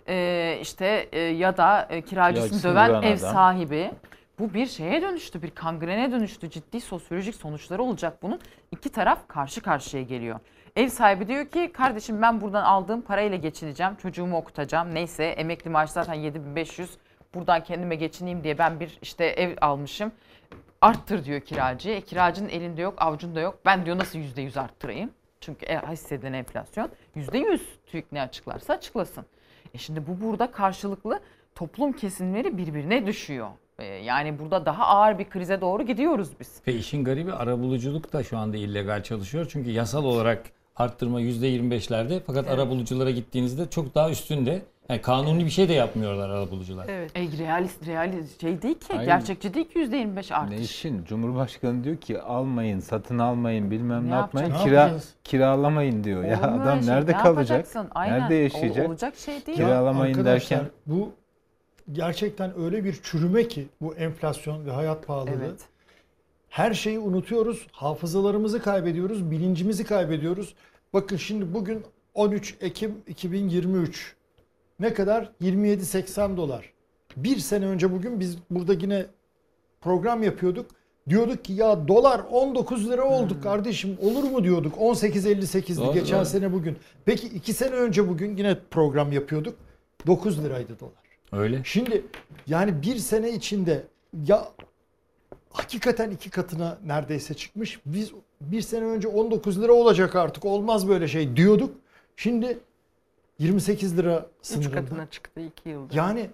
ya da kiracısını Kiracısını döven vuran ev adam. sahibi. Bu bir şeye dönüştü, bir kangrene dönüştü. Ciddi sosyolojik sonuçları olacak bunun. İki taraf karşı karşıya geliyor. Ev sahibi diyor ki kardeşim ben buradan aldığım parayla geçineceğim, çocuğumu okutacağım. Neyse emekli maaşı zaten 7.500, buradan kendime geçineyim diye ben bir ev almışım. Arttır diyor kiracı. Kiracının elinde yok, avucunda yok. Ben diyor nasıl %100 arttırayım? Çünkü hissedilen enflasyon %100. TÜİK ne açıklarsa açıklasın. Şimdi bu burada karşılıklı toplum kesimleri birbirine düşüyor. Yani burada daha ağır bir krize doğru gidiyoruz biz. Ve işin garibi arabuluculuk da şu anda illegal çalışıyor. Çünkü yasal olarak arttırma %25'lerde fakat arabuluculara gittiğinizde çok daha üstünde. Yani kanuni bir şey de yapmıyorlar arabulucular. Evet. Realist değil ki. Hayır. Gerçekçi değil ki %25 artış. Ne için? Cumhurbaşkanı diyor ki almayın, satın almayın, bilmem ne yapmayın, Ne yapacağız? kiralamayın diyor. Ya Olur mu adam öyle şey? nerede Ne kalacak? yapacaksın? Aynen. Nerede yaşayacak? Olacak şey değil. Kiralamayın Arkadaşlar, derken bu gerçekten öyle bir çürüme ki bu enflasyon ve hayat pahalılığı. Evet. Her şeyi unutuyoruz, hafızalarımızı kaybediyoruz, bilincimizi kaybediyoruz. Bakın şimdi bugün 13 Ekim 2023. Ne kadar? 27.80 dolar. Bir sene önce bugün biz burada yine program yapıyorduk. Diyorduk ki ya dolar 19 lira oldu kardeşim, olur mu diyorduk. 18.58'di Doğru, geçen doğru. sene bugün. Peki 2 sene önce bugün yine program yapıyorduk. 9 liraydı dolar. Öyle. Şimdi yani bir sene içinde ya hakikaten 2 katına neredeyse çıkmış. Biz bir sene önce 19 lira olacak artık, olmaz böyle şey diyorduk. Şimdi 28 lira 3 sınırında. katına çıktı 2 yılda. Yani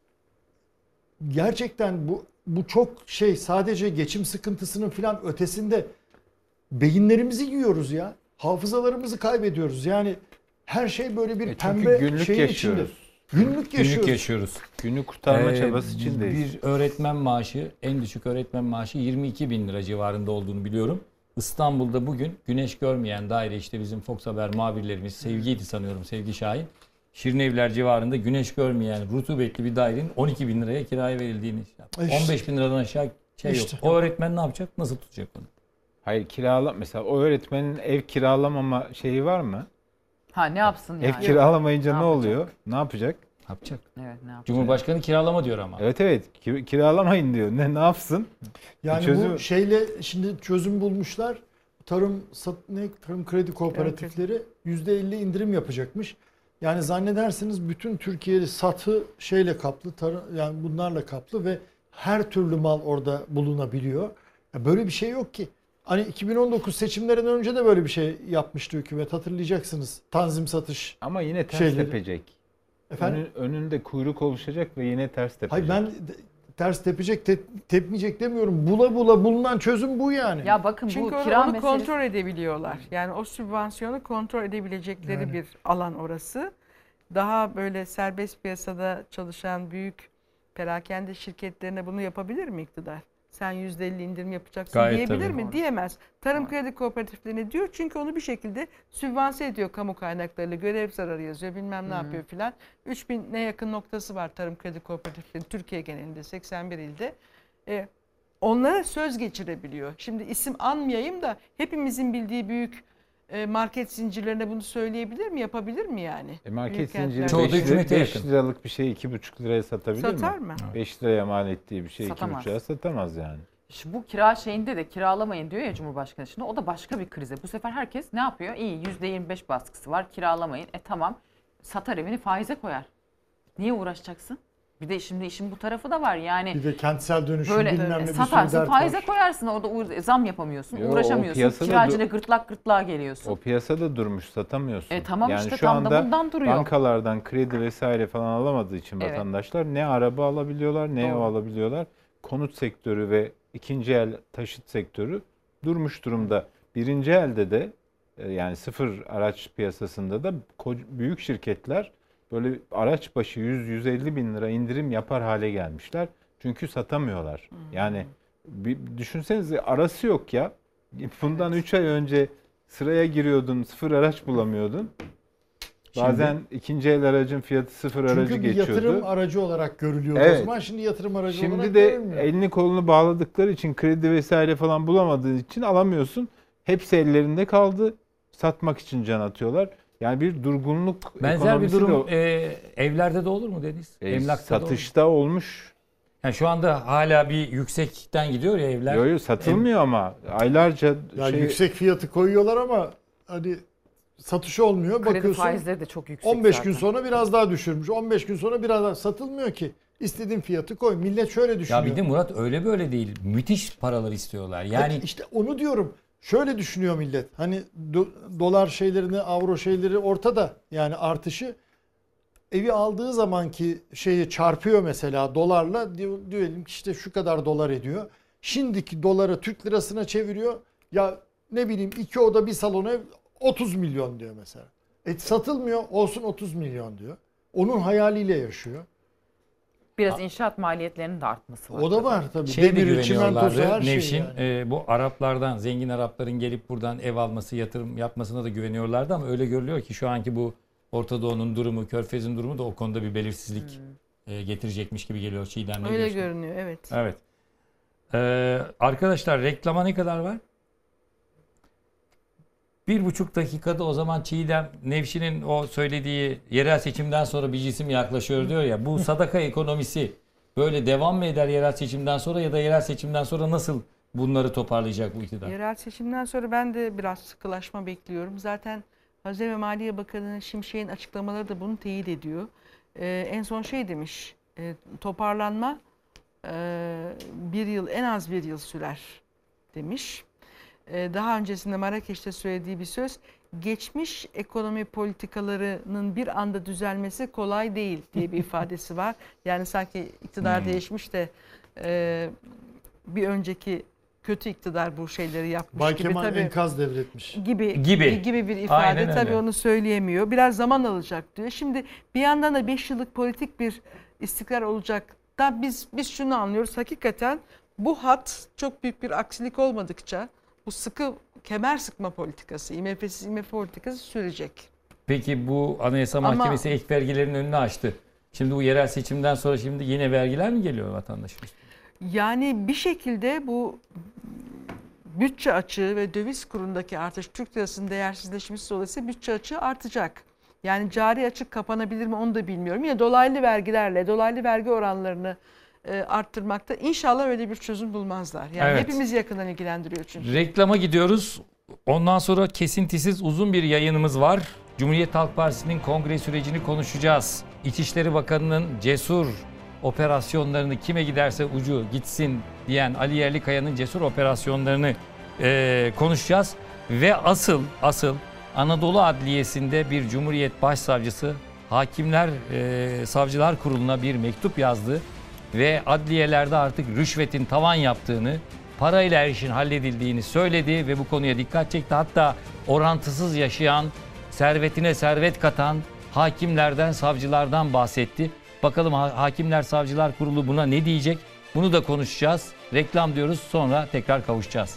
gerçekten bu çok sadece geçim sıkıntısının falan ötesinde beyinlerimizi yiyoruz ya. Hafızalarımızı kaybediyoruz. Yani her şey böyle bir çünkü pembe günlük şeyin yaşıyoruz. içinde. Günlük yaşıyoruz. Günlük yaşıyoruz. günü kurtarma çabası içindeyiz. Bir öğretmen maaşı, en düşük öğretmen maaşı 22.000 lira civarında olduğunu biliyorum. İstanbul'da bugün güneş görmeyen daire, işte bizim Fox Haber muhabirlerimiz, Sevgi'ydi sanıyorum, Sevgi Şahin. Şirinevler civarında güneş görmeyen rutubetli bir dairenin 12.000 liraya kiraya verildiğini. 15.000 liradan aşağı yok. O öğretmen ne yapacak? Nasıl tutacak onu? Hayır, mesela o öğretmenin ev kiralamama şeyi var mı? Ha ne yapsın yani? Ev kiralamayınca Ne ne yapacak? oluyor? Ne yapacak? Ne yapacak? Evet ne yapacak? Cumhurbaşkanı kiralama diyor ama. Evet kiralamayın diyor. Ne yapsın? Yani Çözüm- bu şimdi çözüm bulmuşlar. Tarım kredi kooperatifleri %50 indirim yapacakmış. Yani zannedersiniz bütün Türkiye'li satı kaplı, yani bunlarla kaplı ve her türlü mal orada bulunabiliyor. Ya böyle bir şey yok ki. Hani 2019 seçimlerinden önce de böyle bir şey yapmıştı hükümet, hatırlayacaksınız. Tanzim satış. Ama yine ters Şeyleri. tepecek. Efendim? Önünde kuyruk oluşacak ve yine ters tepecek. Hayır, ben ters tepecek, tepmeyecek demiyorum. Bulunan çözüm bu yani. Ya bakın Çünkü bu kira onu meselesi. kontrol edebiliyorlar. Yani o sübvansiyonu kontrol edebilecekleri Yani. bir alan orası. Daha böyle serbest piyasada çalışan büyük perakende şirketlerine bunu yapabilir mi iktidar? Sen %50 indirim yapacaksın Gayet diyebilir tabii. mi? Diyemez. Tarım kredi kooperatiflerine diyor çünkü onu bir şekilde sübvanse ediyor kamu kaynaklarıyla. Görev zararı yazıyor, bilmem ne yapıyor filan. 3000'e yakın noktası var tarım kredi kooperatiflerinin Türkiye genelinde 81 ilde. Onlara söz geçirebiliyor. Şimdi isim anmayayım da hepimizin bildiği büyük market zincirlerine bunu söyleyebilir mi? Yapabilir mi yani? Market Büyük zinciri kentler. Çoğu da 5 hükümete yakın. liralık bir şeyi 2,5 liraya satabilir Satar mi? mı? 5 liraya mal ettiği bir şeyi Satamaz. 2,5 liraya satamaz yani. Şu bu kira şeyinde de kiralamayın diyor ya Cumhurbaşkanı. Şimdi o da başka bir krize. Bu sefer herkes ne yapıyor? İyi %25 baskısı var, kiralamayın. Tamam, satar evini, faize koyar. Niye uğraşacaksın? Bir de şimdi işin bu tarafı da var yani. Bir de kentsel dönüşüm Böyle bilmem ne bir sürü satarsın, dert faize var. koyarsın, orada zam yapamıyorsun, Yo, o uğraşamıyorsun. piyasada Kiracıyla gırtlağa geliyorsun. O piyasada durmuş, satamıyorsun. Tamam yani işte, şu tam da anda bundan duruyor. bankalardan kredi vesaire falan alamadığı için Evet. vatandaşlar ne araba alabiliyorlar ne ev Doğru. alabiliyorlar. Konut sektörü ve ikinci el taşıt sektörü durmuş durumda. Birinci elde de yani sıfır araç piyasasında da büyük şirketler böyle araç başı 100-150 bin lira indirim yapar hale gelmişler. Çünkü satamıyorlar. Yani düşünsenize, arası yok ya. Bundan 3 ay önce sıraya giriyordun, sıfır araç bulamıyordun. Bazen ikinci el aracın fiyatı sıfır aracı Çünkü bir geçiyordu. yatırım aracı olarak görülüyordu Evet. o zaman. Şimdi yatırım aracı Şimdi olarak de görülmüyor. elini kolunu bağladıkları için, kredi vesaire falan bulamadığın için alamıyorsun. Hepsi ellerinde kaldı. Satmak için can atıyorlar. Yani bir durgunluk Benzer bir ekonomisi durum de evlerde de olur mu Deniz? Emlakta da olur mu? satışta olmuş. Yani şu anda hala bir yüksekten gidiyor ya evler. Yok satılmıyor ama aylarca Ya yüksek fiyatı koyuyorlar ama hani satış olmuyor. Kredi Bakıyorsun faizleri de çok yüksek 15 zaten. gün sonra biraz daha düşürmüş. 15 gün sonra biraz daha satılmıyor ki. İstediğin fiyatı koy. Millet şöyle düşünüyor. Ya bir de Murat öyle böyle değil. Müthiş paralar istiyorlar. Yani işte onu diyorum. Şöyle düşünüyor millet. Hani dolar şeylerini, avro şeyleri ortada. Yani artışı evi aldığı zamanki şeyi çarpıyor mesela dolarla. Diyelim ki işte şu kadar dolar ediyor. Şimdiki doları Türk lirasına çeviriyor. Ya ne bileyim 2 oda bir salon ev 30 milyon diyor mesela. Satılmıyor, olsun 30 milyon diyor. Onun hayaliyle yaşıyor. Biraz inşaat maliyetlerinin de artması var. O da var tabii. şeye de Demiri, çimentosu, her güveniyorlardı şey Nevşin. yani. Bu Araplardan, zengin Arapların gelip buradan ev alması, yatırım yapmasına da güveniyorlardı ama öyle görülüyor ki şu anki bu Orta Doğu'nun durumu, Körfez'in durumu da o konuda bir belirsizlik getirecekmiş gibi geliyor. Çiğdem, ne Öyle diyorsun? görünüyor, evet. Evet. Arkadaşlar reklama ne kadar var? 1,5 dakikada o zaman Çiğdem, Nevşin'in o söylediği yerel seçimden sonra bir cisim yaklaşıyor diyor ya. Bu sadaka ekonomisi böyle devam mı eder yerel seçimden sonra ya da yerel seçimden sonra nasıl bunları toparlayacak bu iktidar? Yerel seçimden sonra ben de biraz sıkılaşma bekliyorum. Zaten Hazine ve Maliye Bakanı Şimşek'in açıklamaları da bunu teyit ediyor. En son şey demiş, toparlanma bir yıl, en az bir yıl sürer demiş. Daha öncesinde Marrakeş'te söylediği bir söz, geçmiş ekonomi politikalarının bir anda düzelmesi kolay değil diye bir ifadesi var. Yani sanki iktidar değişmiş de bir önceki kötü iktidar bu şeyleri yapmış Bay gibi. Kemal tabii, enkaz devretmiş. gibi bir ifade. Aynen Tabii öyle. onu söyleyemiyor. Biraz zaman alacak diyor. Şimdi bir yandan da 5 yıllık politik bir istikrar olacak da biz şunu anlıyoruz. Hakikaten bu hat çok büyük bir aksilik olmadıkça bu sıkı kemer sıkma politikası, IMF'siz IMF politikası sürecek. Peki bu Anayasa Ama- Mahkemesi ek vergilerin önünü açtı. Şimdi bu yerel seçimden sonra şimdi yine vergiler mi geliyor vatandaşımız? Yani bir şekilde bu bütçe açığı ve döviz kurundaki artış, Türk lirasının değersizleşmesi dolayısıyla bütçe açığı artacak. Yani cari açık kapanabilir mi onu da bilmiyorum. Yine dolaylı vergilerle, dolaylı vergi oranlarını arttırmakta inşallah öyle bir çözüm bulmazlar. Yani Evet. hepimizi yakından ilgilendiriyor çünkü. Reklama gidiyoruz. Ondan sonra kesintisiz uzun bir yayınımız var. Cumhuriyet Halk Partisi'nin kongre sürecini konuşacağız. İçişleri Bakanı'nın cesur operasyonlarını, kime giderse ucu gitsin diyen Ali Yerlikaya'nın cesur operasyonlarını konuşacağız. Ve asıl Anadolu Adliyesi'nde bir Cumhuriyet Başsavcısı Hakimler Savcılar Kurulu'na bir mektup yazdı ve adliyelerde artık rüşvetin tavan yaptığını, parayla her işin halledildiğini söyledi ve bu konuya dikkat çekti. Hatta orantısız yaşayan, servetine servet katan hakimlerden, savcılardan bahsetti. Bakalım Hakimler Savcılar Kurulu buna ne diyecek? Bunu da konuşacağız. Reklam diyoruz, sonra tekrar kavuşacağız.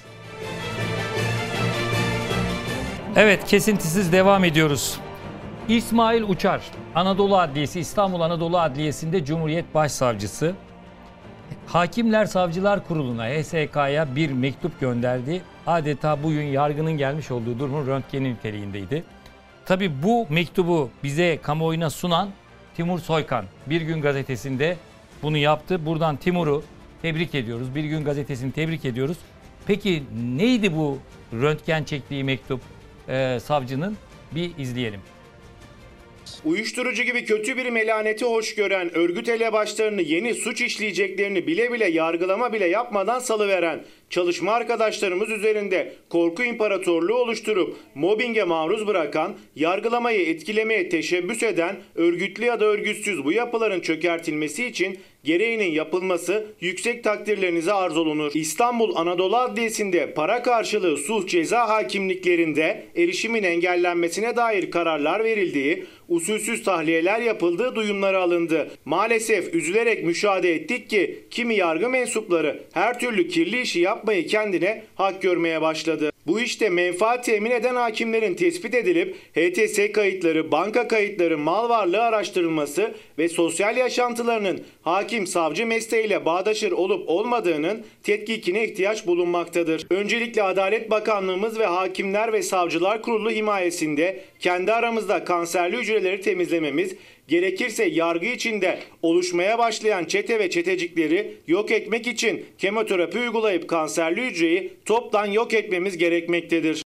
Evet, kesintisiz devam ediyoruz. İsmail Uçar, Anadolu Adliyesi, İstanbul Anadolu Adliyesi'nde Cumhuriyet Başsavcısı. Hakimler Savcılar Kurulu'na, HSK'ya bir mektup gönderdi. Adeta bugün yargının gelmiş olduğu durumun röntgeni niteliğindeydi. Tabii bu mektubu bize kamuoyuna sunan Timur Soykan Bir Gün Gazetesi'nde bunu yaptı. Buradan Timur'u tebrik ediyoruz. Bir Gün Gazetesi'ni tebrik ediyoruz. Peki neydi bu röntgen çektiği mektup savcının? Bir izleyelim. Uyuşturucu gibi kötü bir melaneti hoş gören, örgüt elebaşlarını yeni suç işleyeceklerini bile bile yargılama bile yapmadan salıveren, çalışma arkadaşlarımız üzerinde korku imparatorluğu oluşturup mobbinge maruz bırakan, yargılamayı etkilemeye teşebbüs eden, örgütlü ya da örgütsüz bu yapıların çökertilmesi için gereğinin yapılması yüksek takdirlerinize arz olunur. İstanbul Anadolu Adliyesi'nde para karşılığı sulh ceza hakimliklerinde erişimin engellenmesine dair kararlar verildiği, usulsüz tahliyeler yapıldığı duyumları alındı. Maalesef üzülerek müşahede ettik ki kimi yargı mensupları her türlü kirli işi yapmayı kendine hak görmeye başladı. Bu işte menfaat temin eden hakimlerin tespit edilip HTS kayıtları, banka kayıtları, mal varlığı araştırılması ve sosyal yaşantılarının hakim savcı mesleğiyle bağdaşır olup olmadığının tetkikine ihtiyaç bulunmaktadır. Öncelikle Adalet Bakanlığımız ve Hakimler ve Savcılar Kurulu himayesinde kendi aramızda kanserli hücreleri temizlememiz, gerekirse yargı içinde oluşmaya başlayan çete ve çetecikleri yok etmek için kemoterapi uygulayıp kanserli hücreyi toptan yok etmemiz gerekmektedir.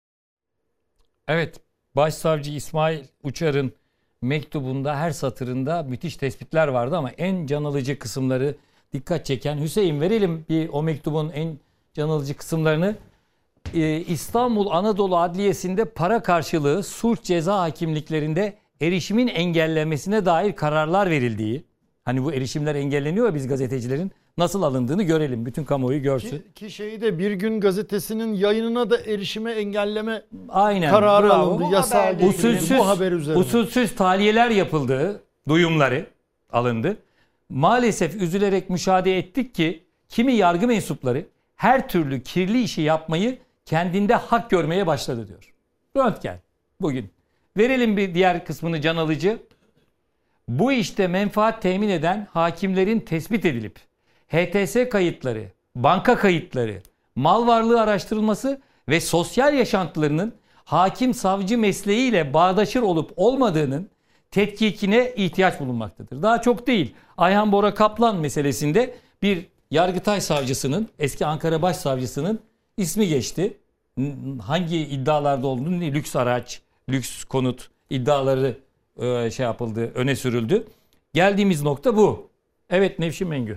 Evet, Başsavcı İsmail Uçar'ın mektubunda her satırında müthiş tespitler vardı ama en can alıcı kısımları dikkat çeken, Hüseyin verelim bir o mektubun en can alıcı kısımlarını. İstanbul Anadolu Adliyesi'nde para karşılığı sulh ceza hakimliklerinde erişimin engellenmesine dair kararlar verildiği, hani bu erişimler engelleniyor ya, biz gazetecilerin nasıl alındığını görelim. Bütün kamuoyu görsün. Ki şeyi de Bir Gün Gazetesi'nin yayınına da erişime engelleme aynen, kararı bravo. alındı. Yasağı getirildi bu haber üzerine. Usulsüz tahliyeler yapıldığı duyumları alındı. Maalesef üzülerek müşahede ettik ki kimi yargı mensupları her türlü kirli işi yapmayı kendinde hak görmeye başladı diyor. Röntgen bugün. Verelim bir diğer kısmını can alıcı. Bu işte menfaat temin eden hakimlerin tespit edilip HTS kayıtları, banka kayıtları, mal varlığı araştırılması ve sosyal yaşantılarının hakim savcı mesleğiyle bağdaşır olup olmadığının tetkikine ihtiyaç bulunmaktadır. Daha çok değil. Ayhan Bora Kaplan meselesinde bir Yargıtay savcısının, eski Ankara Başsavcısının ismi geçti. Hangi iddialarda olduğunu, lüks araç, lüks konut iddiaları yapıldı, öne sürüldü. Geldiğimiz nokta bu. Evet Nevşin Mengü.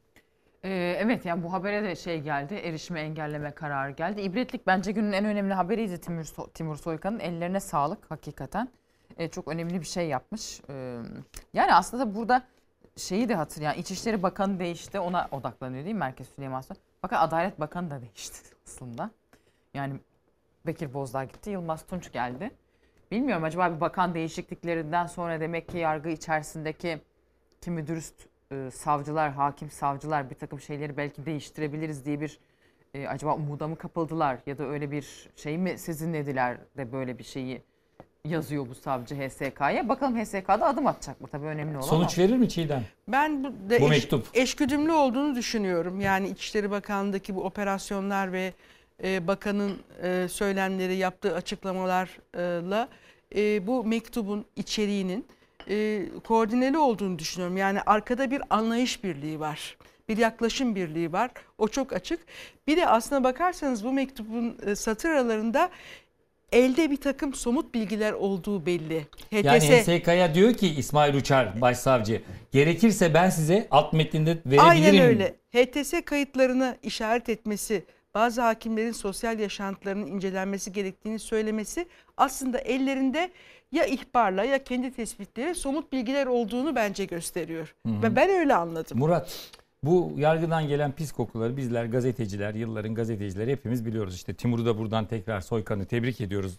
Evet, yani bu habere de geldi, erişime engelleme kararı geldi. İbretlik bence günün en önemli haberiydi Timur Soykan'ın. Ellerine sağlık hakikaten. Çok önemli bir şey yapmış. Yani aslında burada şeyi de yani İçişleri Bakanı değişti, ona odaklanıyor değil mi Merkez Süleyman Soylu? Fakat Adalet Bakanı da değişti aslında. Yani Bekir Bozdağ gitti, Yılmaz Tunç geldi. Bilmiyorum, acaba bir bakan değişikliklerinden sonra demek ki yargı içerisindeki kimi dürüst savcılar, hakim savcılar bir takım şeyleri belki değiştirebiliriz diye bir acaba umuda mı kapıldılar ya da öyle bir şey mi sezinlediler de böyle bir şeyi yazıyor bu savcı HSK'ya. Bakalım HSK'da adım atacak mı? Tabii önemli olan. Sonuç verir mi Çiğdem? Ben bu mektup eşgüdümlü olduğunu düşünüyorum. Yani İçişleri Bakanlığı'ndaki bu operasyonlar ve bakanın söylemleri, yaptığı açıklamalarla bu mektubun içeriğinin koordineli olduğunu düşünüyorum. Yani arkada bir anlayış birliği var. Bir yaklaşım birliği var. O çok açık. Bir de aslına bakarsanız bu mektubun satır aralarında elde bir takım somut bilgiler olduğu belli. Yani HSK'ya diyor ki İsmail Uçar Başsavcı, gerekirse ben size alt metninde verebilirim. Aynen öyle. HTS kayıtlarını işaret etmesi, bazı hakimlerin sosyal yaşantılarının incelenmesi gerektiğini söylemesi aslında ellerinde ya ihbarla ya kendi tespitleri somut bilgiler olduğunu bence gösteriyor. Ve ben öyle anladım. Murat, bu yargıdan gelen pis kokuları bizler gazeteciler, yılların gazetecileri hepimiz biliyoruz. İşte Timur'u da buradan tekrar Soykan'ı tebrik ediyoruz.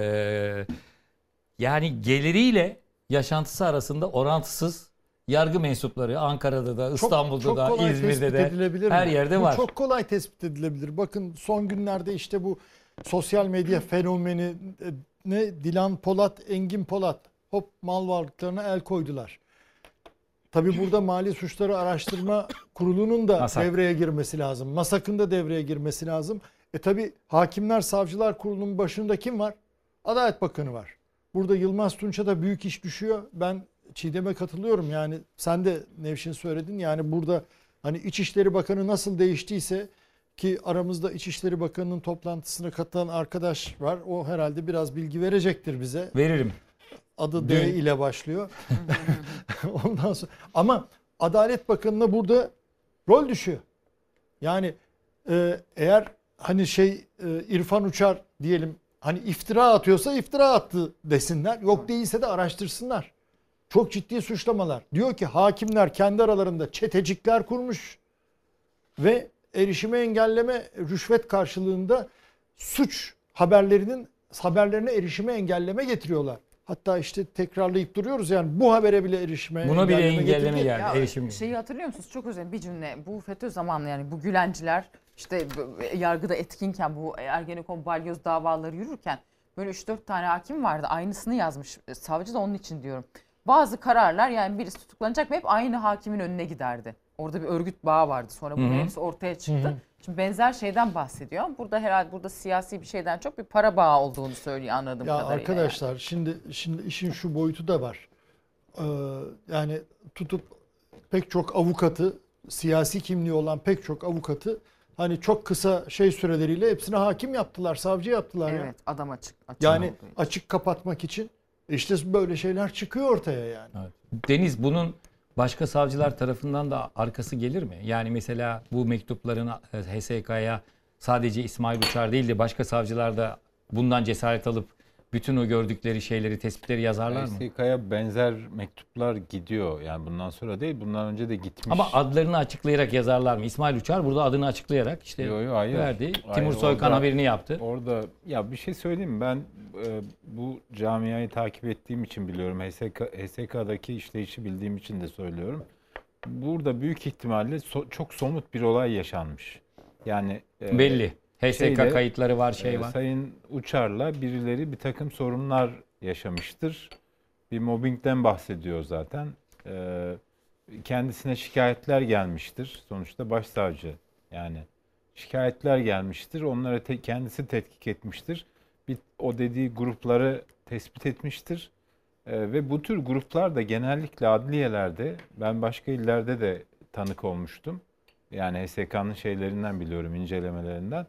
Yani geliriyle yaşantısı arasında orantısız yargı mensupları Ankara'da da, İstanbul'da da, İzmir'de de her yerde var. Çok kolay tespit edilebilir. Bakın son günlerde işte bu sosyal medya fenomeni Dilan Polat, Engin Polat hop mal varlıklarına el koydular. Tabii burada Mali Suçları Araştırma Kurulu'nun da devreye girmesi lazım. MASAK'ın da devreye girmesi lazım. Tabii Hakimler Savcılar Kurulu'nun başında kim var? Adalet Bakanı var. Burada Yılmaz Tunç'a da büyük iş düşüyor. Ben Çiğdem'e katılıyorum. Yani sen de Nevşin söyledin. Yani burada hani İçişleri Bakanı nasıl değiştiyse, ki aramızda İçişleri Bakanı'nın toplantısına katılan arkadaş var. O herhalde biraz bilgi verecektir bize. Veririm. Adı D ile başlıyor. Ondan sonra ama Adalet Bakanı'na burada rol düşüyor. Yani eğer hani İrfan Uçar diyelim, hani iftira atıyorsa iftira attı desinler. Yok değilse de araştırsınlar. Çok ciddi suçlamalar. Diyor ki hakimler kendi aralarında çetecikler kurmuş ve erişime engelleme rüşvet karşılığında suç haberlerine erişime engelleme getiriyorlar. Hatta işte tekrarlayıp duruyoruz, yani bu habere bile erişime buna bile engelleme geldi. Şeyi hatırlıyor musunuz? Çok özel bir cümle. Bu FETÖ zamanı, yani bu Gülenciler işte yargıda etkinken bu Ergenekon balyoz davaları yürürken böyle 3-4 tane hakim vardı. Aynısını yazmış savcı da onun için diyorum. Bazı kararlar yani birisi tutuklanacak mı hep aynı hakimin önüne giderdi. Orada bir örgüt bağı vardı. Sonra bunların hepsi ortaya çıktı. Şimdi benzer şeyden bahsediyor. Burada herhalde siyasi bir şeyden çok bir para bağı olduğunu söylüyor anladığım kadarıyla. Arkadaşlar şimdi işin şu boyutu da var. Yani tutup pek çok avukatı, siyasi kimliği olan pek çok avukatı hani çok kısa süreleriyle hepsine hakim yaptılar, savcı yaptılar. Evet, adam açık yani açık kapatmak için işte böyle şeyler çıkıyor ortaya yani. Evet. Deniz, bunun başka savcılar tarafından da arkası gelir mi? Yani mesela bu mektupların HSK'ya sadece İsmail Uçar değil de başka savcılar da bundan cesaret alıp bütün o gördükleri şeyleri, tespitleri yazarlar mı? HSK'ya benzer mektuplar gidiyor. Yani bundan sonra değil, bundan önce de gitmiş. Ama adlarını açıklayarak yazarlar mı? İsmail Uçar burada adını açıklayarak verdi. Timur Soykan haberini yaptı. Orada ya bir şey söyleyeyim mi? Ben bu camiayı takip ettiğim için biliyorum. HSK'daki işleyişi bildiğim için de söylüyorum. Burada büyük ihtimalle çok somut bir olay yaşanmış. Yani belli. HSK kayıtları var, var. Sayın Uçar'la birileri bir takım sorunlar yaşamıştır. Bir mobbingden bahsediyor zaten. Kendisine şikayetler gelmiştir. Sonuçta başsavcı yani. Şikayetler gelmiştir. Onları kendisi tetkik etmiştir. O dediği grupları tespit etmiştir. Ve bu tür gruplar da genellikle adliyelerde, ben başka illerde de tanık olmuştum. Yani HSK'nın şeylerinden biliyorum, incelemelerinden.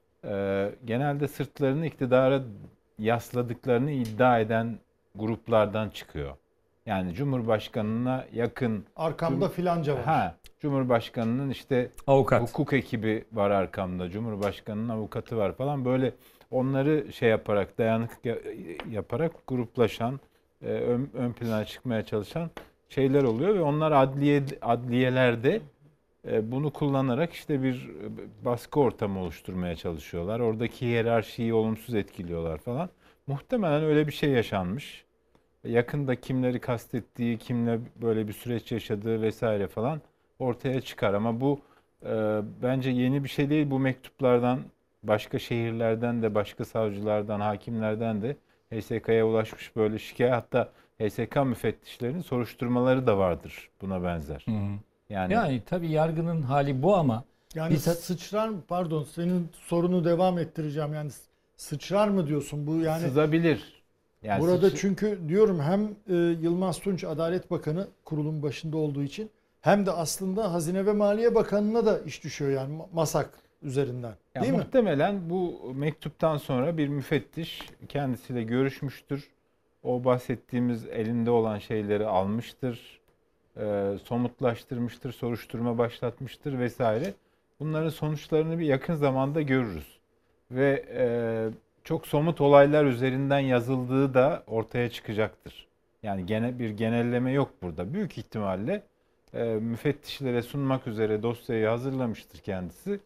Genelde sırtlarını iktidara yasladıklarını iddia eden gruplardan çıkıyor. Yani Cumhurbaşkanı'na yakın... Arkamda filanca var. Cumhurbaşkanı'nın işte avukat, hukuk ekibi var arkamda, Cumhurbaşkanı'nın avukatı var falan, böyle onları yaparak, dayanık yaparak gruplaşan, ön plana çıkmaya çalışan şeyler oluyor ve onlar adliyelerde bunu kullanarak işte bir baskı ortamı oluşturmaya çalışıyorlar. Oradaki hiyerarşiyi olumsuz etkiliyorlar falan. Muhtemelen öyle bir şey yaşanmış. Yakında kimleri kastettiği, kimle böyle bir süreç yaşadığı vesaire falan ortaya çıkar. Ama bu bence yeni bir şey değil. Bu mektuplardan başka şehirlerden de, başka savcılardan, hakimlerden de HSK'ya ulaşmış böyle şikayet. Hatta HSK müfettişlerinin soruşturmaları da vardır buna benzer. Yani tabii yargının hali bu ama yani sıçrar mı? Pardon, senin sorunu devam ettireceğim. Yani sıçrar mı diyorsun bu yani? Sızabilir. Yani burada çünkü diyorum hem Yılmaz Tunç Adalet Bakanı kurulun başında olduğu için hem de aslında Hazine ve Maliye Bakanı'na da iş düşüyor yani MASAK üzerinden. Değil mi? Muhtemelen bu mektuptan sonra bir müfettiş kendisiyle görüşmüştür. O bahsettiğimiz elinde olan şeyleri almıştır. Somutlaştırmıştır, soruşturma başlatmıştır vesaire. Bunların sonuçlarını bir yakın zamanda görürüz. Ve çok somut olaylar üzerinden yazıldığı da ortaya çıkacaktır. Yani bir genelleme yok burada. Büyük ihtimalle müfettişlere sunmak üzere dosyayı hazırlamıştır kendisi.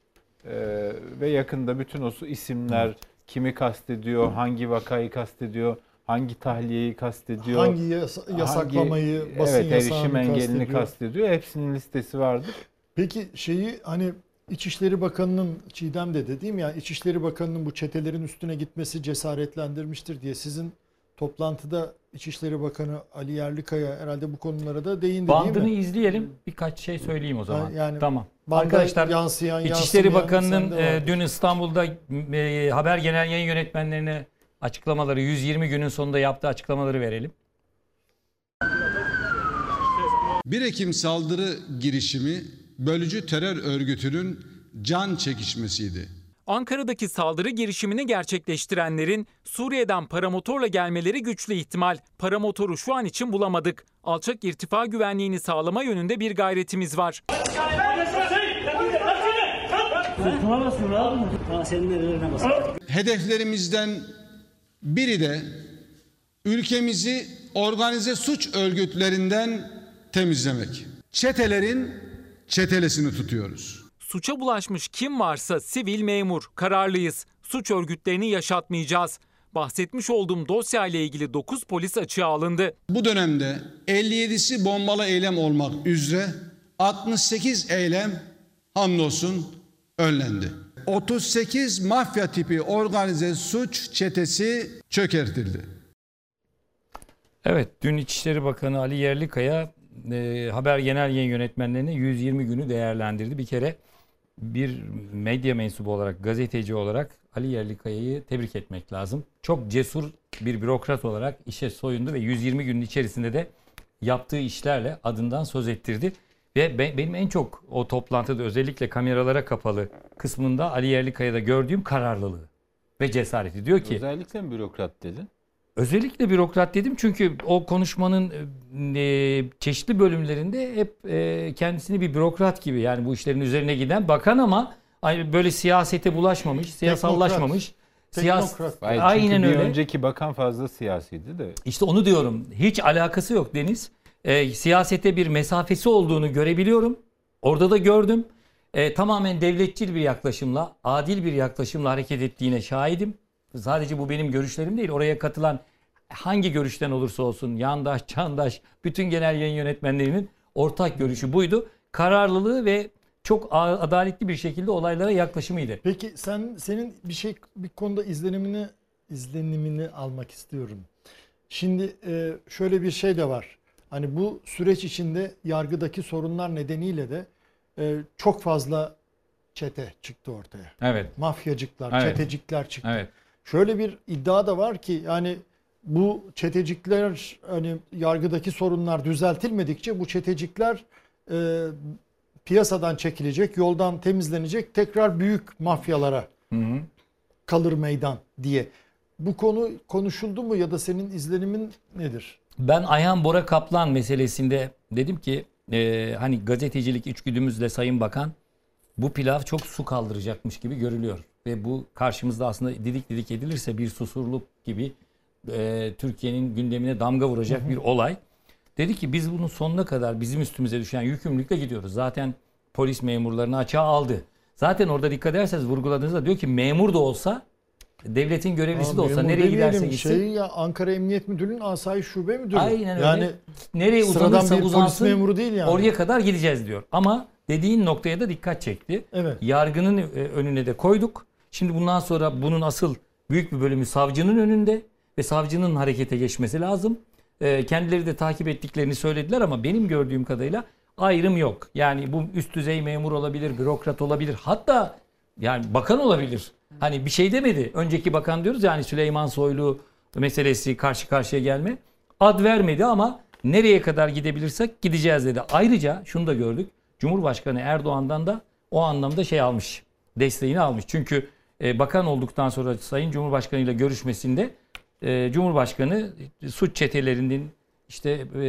Ve yakında bütün o isimler kimi kastediyor, hangi vakayı kastediyor, hangi tahliyeyi kastediyor, hangi yasaklamayı, basın erişim engelini kastediyor. Hepsinin listesi vardır. Peki hani İçişleri Bakanı'nın, Çiğdem dedi değil mi? Yani İçişleri Bakanı'nın bu çetelerin üstüne gitmesi cesaretlendirmiştir diye sizin toplantıda İçişleri Bakanı Ali Yerlikaya herhalde bu konulara da değindi değil mi? Bandını izleyelim. Birkaç şey söyleyeyim o zaman. Yani tamam. Arkadaşlar, İçişleri Bakanı'nın dün İstanbul'da haber genel yayın yönetmenlerine açıklamaları, 120 günün sonunda yaptığı açıklamaları verelim. 1 Ekim saldırı girişimi bölücü terör örgütünün can çekişmesiydi. Ankara'daki saldırı girişimini gerçekleştirenlerin Suriye'den paramotorla gelmeleri güçlü ihtimal. Paramotoru şu an için bulamadık. Alçak irtifa güvenliğini sağlama yönünde bir gayretimiz var. Hedeflerimizden biri de ülkemizi organize suç örgütlerinden temizlemek. Çetelerin çetelesini tutuyoruz. Suça bulaşmış kim varsa sivil memur, kararlıyız. Suç örgütlerini yaşatmayacağız. Bahsetmiş olduğum dosyayla ilgili 9 polis açığa alındı. Bu dönemde 57'si bombalı eylem olmak üzere 68 eylem hamdolsun önlendi. 38 mafya tipi organize suç çetesi çökertildi. Evet, dün İçişleri Bakanı Ali Yerlikaya Haber Genel Yayın Yönetmenlerine 120 günü değerlendirdi. Bir kere bir medya mensubu olarak, gazeteci olarak Ali Yerlikaya'yı tebrik etmek lazım. Çok cesur bir bürokrat olarak işe soyundu ve 120 günün içerisinde de yaptığı işlerle adından söz ettirdi. Ve benim en çok o toplantıda özellikle kameralara kapalı kısmında Ali Yerlikaya'da gördüğüm kararlılığı ve cesareti. Diyor ki... Özellikle mi bürokrat dedin? Özellikle bürokrat dedim çünkü o konuşmanın çeşitli bölümlerinde hep kendisini bir bürokrat gibi, yani bu işlerin üzerine giden bakan ama böyle siyasete bulaşmamış, siyasallaşmamış. Aynen öyle. Bir önceki bakan fazla siyasiydi de. İşte onu diyorum. Hiç alakası yok Deniz. Siyasete bir mesafesi olduğunu görebiliyorum. Orada da gördüm. Tamamen devletçil bir yaklaşımla, adil bir yaklaşımla hareket ettiğine şahidim. Sadece bu benim görüşlerim değil. Oraya katılan hangi görüşten olursa olsun, yandaş, çağdaş, bütün genel yayın yönetmenlerinin ortak görüşü buydu. Kararlılığı ve çok adaletli bir şekilde olaylara yaklaşımıydı. Peki senin bir konuda izlenimini almak istiyorum. Şimdi şöyle bir şey de var. Hani bu süreç içinde yargıdaki sorunlar nedeniyle de çok fazla çete çıktı ortaya. Evet. Mafyacıklar, çetecikler çıktı. Evet. Şöyle bir iddia da var ki yani bu çetecikler, hani yargıdaki sorunlar düzeltilmedikçe bu çetecikler piyasadan çekilecek, yoldan temizlenecek, tekrar büyük mafyalara kalır meydan diye. Bu konu konuşuldu mu ya da senin izlenimin nedir? Ben Ayhan Bora Kaplan meselesinde dedim ki hani gazetecilik içgüdümüzle Sayın Bakan bu pilav çok su kaldıracakmış gibi görülüyor. Ve bu karşımızda aslında didik didik edilirse bir susurluk gibi Türkiye'nin gündemine damga vuracak bir olay. Dedi ki biz bunun sonuna kadar bizim üstümüze düşen yükümlülükle gidiyoruz. Zaten polis memurlarını açığa aldı. Zaten orada dikkat ederseniz vurguladığınızda diyor ki memur da olsa, devletin görevlisi de olsa nereye giderse gitsin. Ankara Emniyet Müdürlüğü'nün Asayiş Şube Müdürü. Aynen öyle. Yani nereye uzanırsa bir uzansın, polis memuru değil yani. Oraya kadar gideceğiz diyor. Ama dediğin noktaya da dikkat çekti. Evet. Yargının önüne de koyduk. Şimdi bundan sonra bunun asıl büyük bir bölümü savcının önünde ve savcının harekete geçmesi lazım. Kendileri de takip ettiklerini söylediler ama benim gördüğüm kadarıyla ayrım yok. Yani bu üst düzey memur olabilir, bürokrat olabilir, hatta yani bakan olabilir. Hani bir şey demedi. Önceki bakan diyoruz yani Süleyman Soylu meselesi, karşı karşıya gelme. Ad vermedi ama nereye kadar gidebilirsek gideceğiz dedi. Ayrıca şunu da gördük. Cumhurbaşkanı Erdoğan'dan da o anlamda şey almış. Desteğini almış. Çünkü bakan olduktan sonra Sayın Cumhurbaşkanı ile görüşmesinde Cumhurbaşkanı suç çetelerinin işte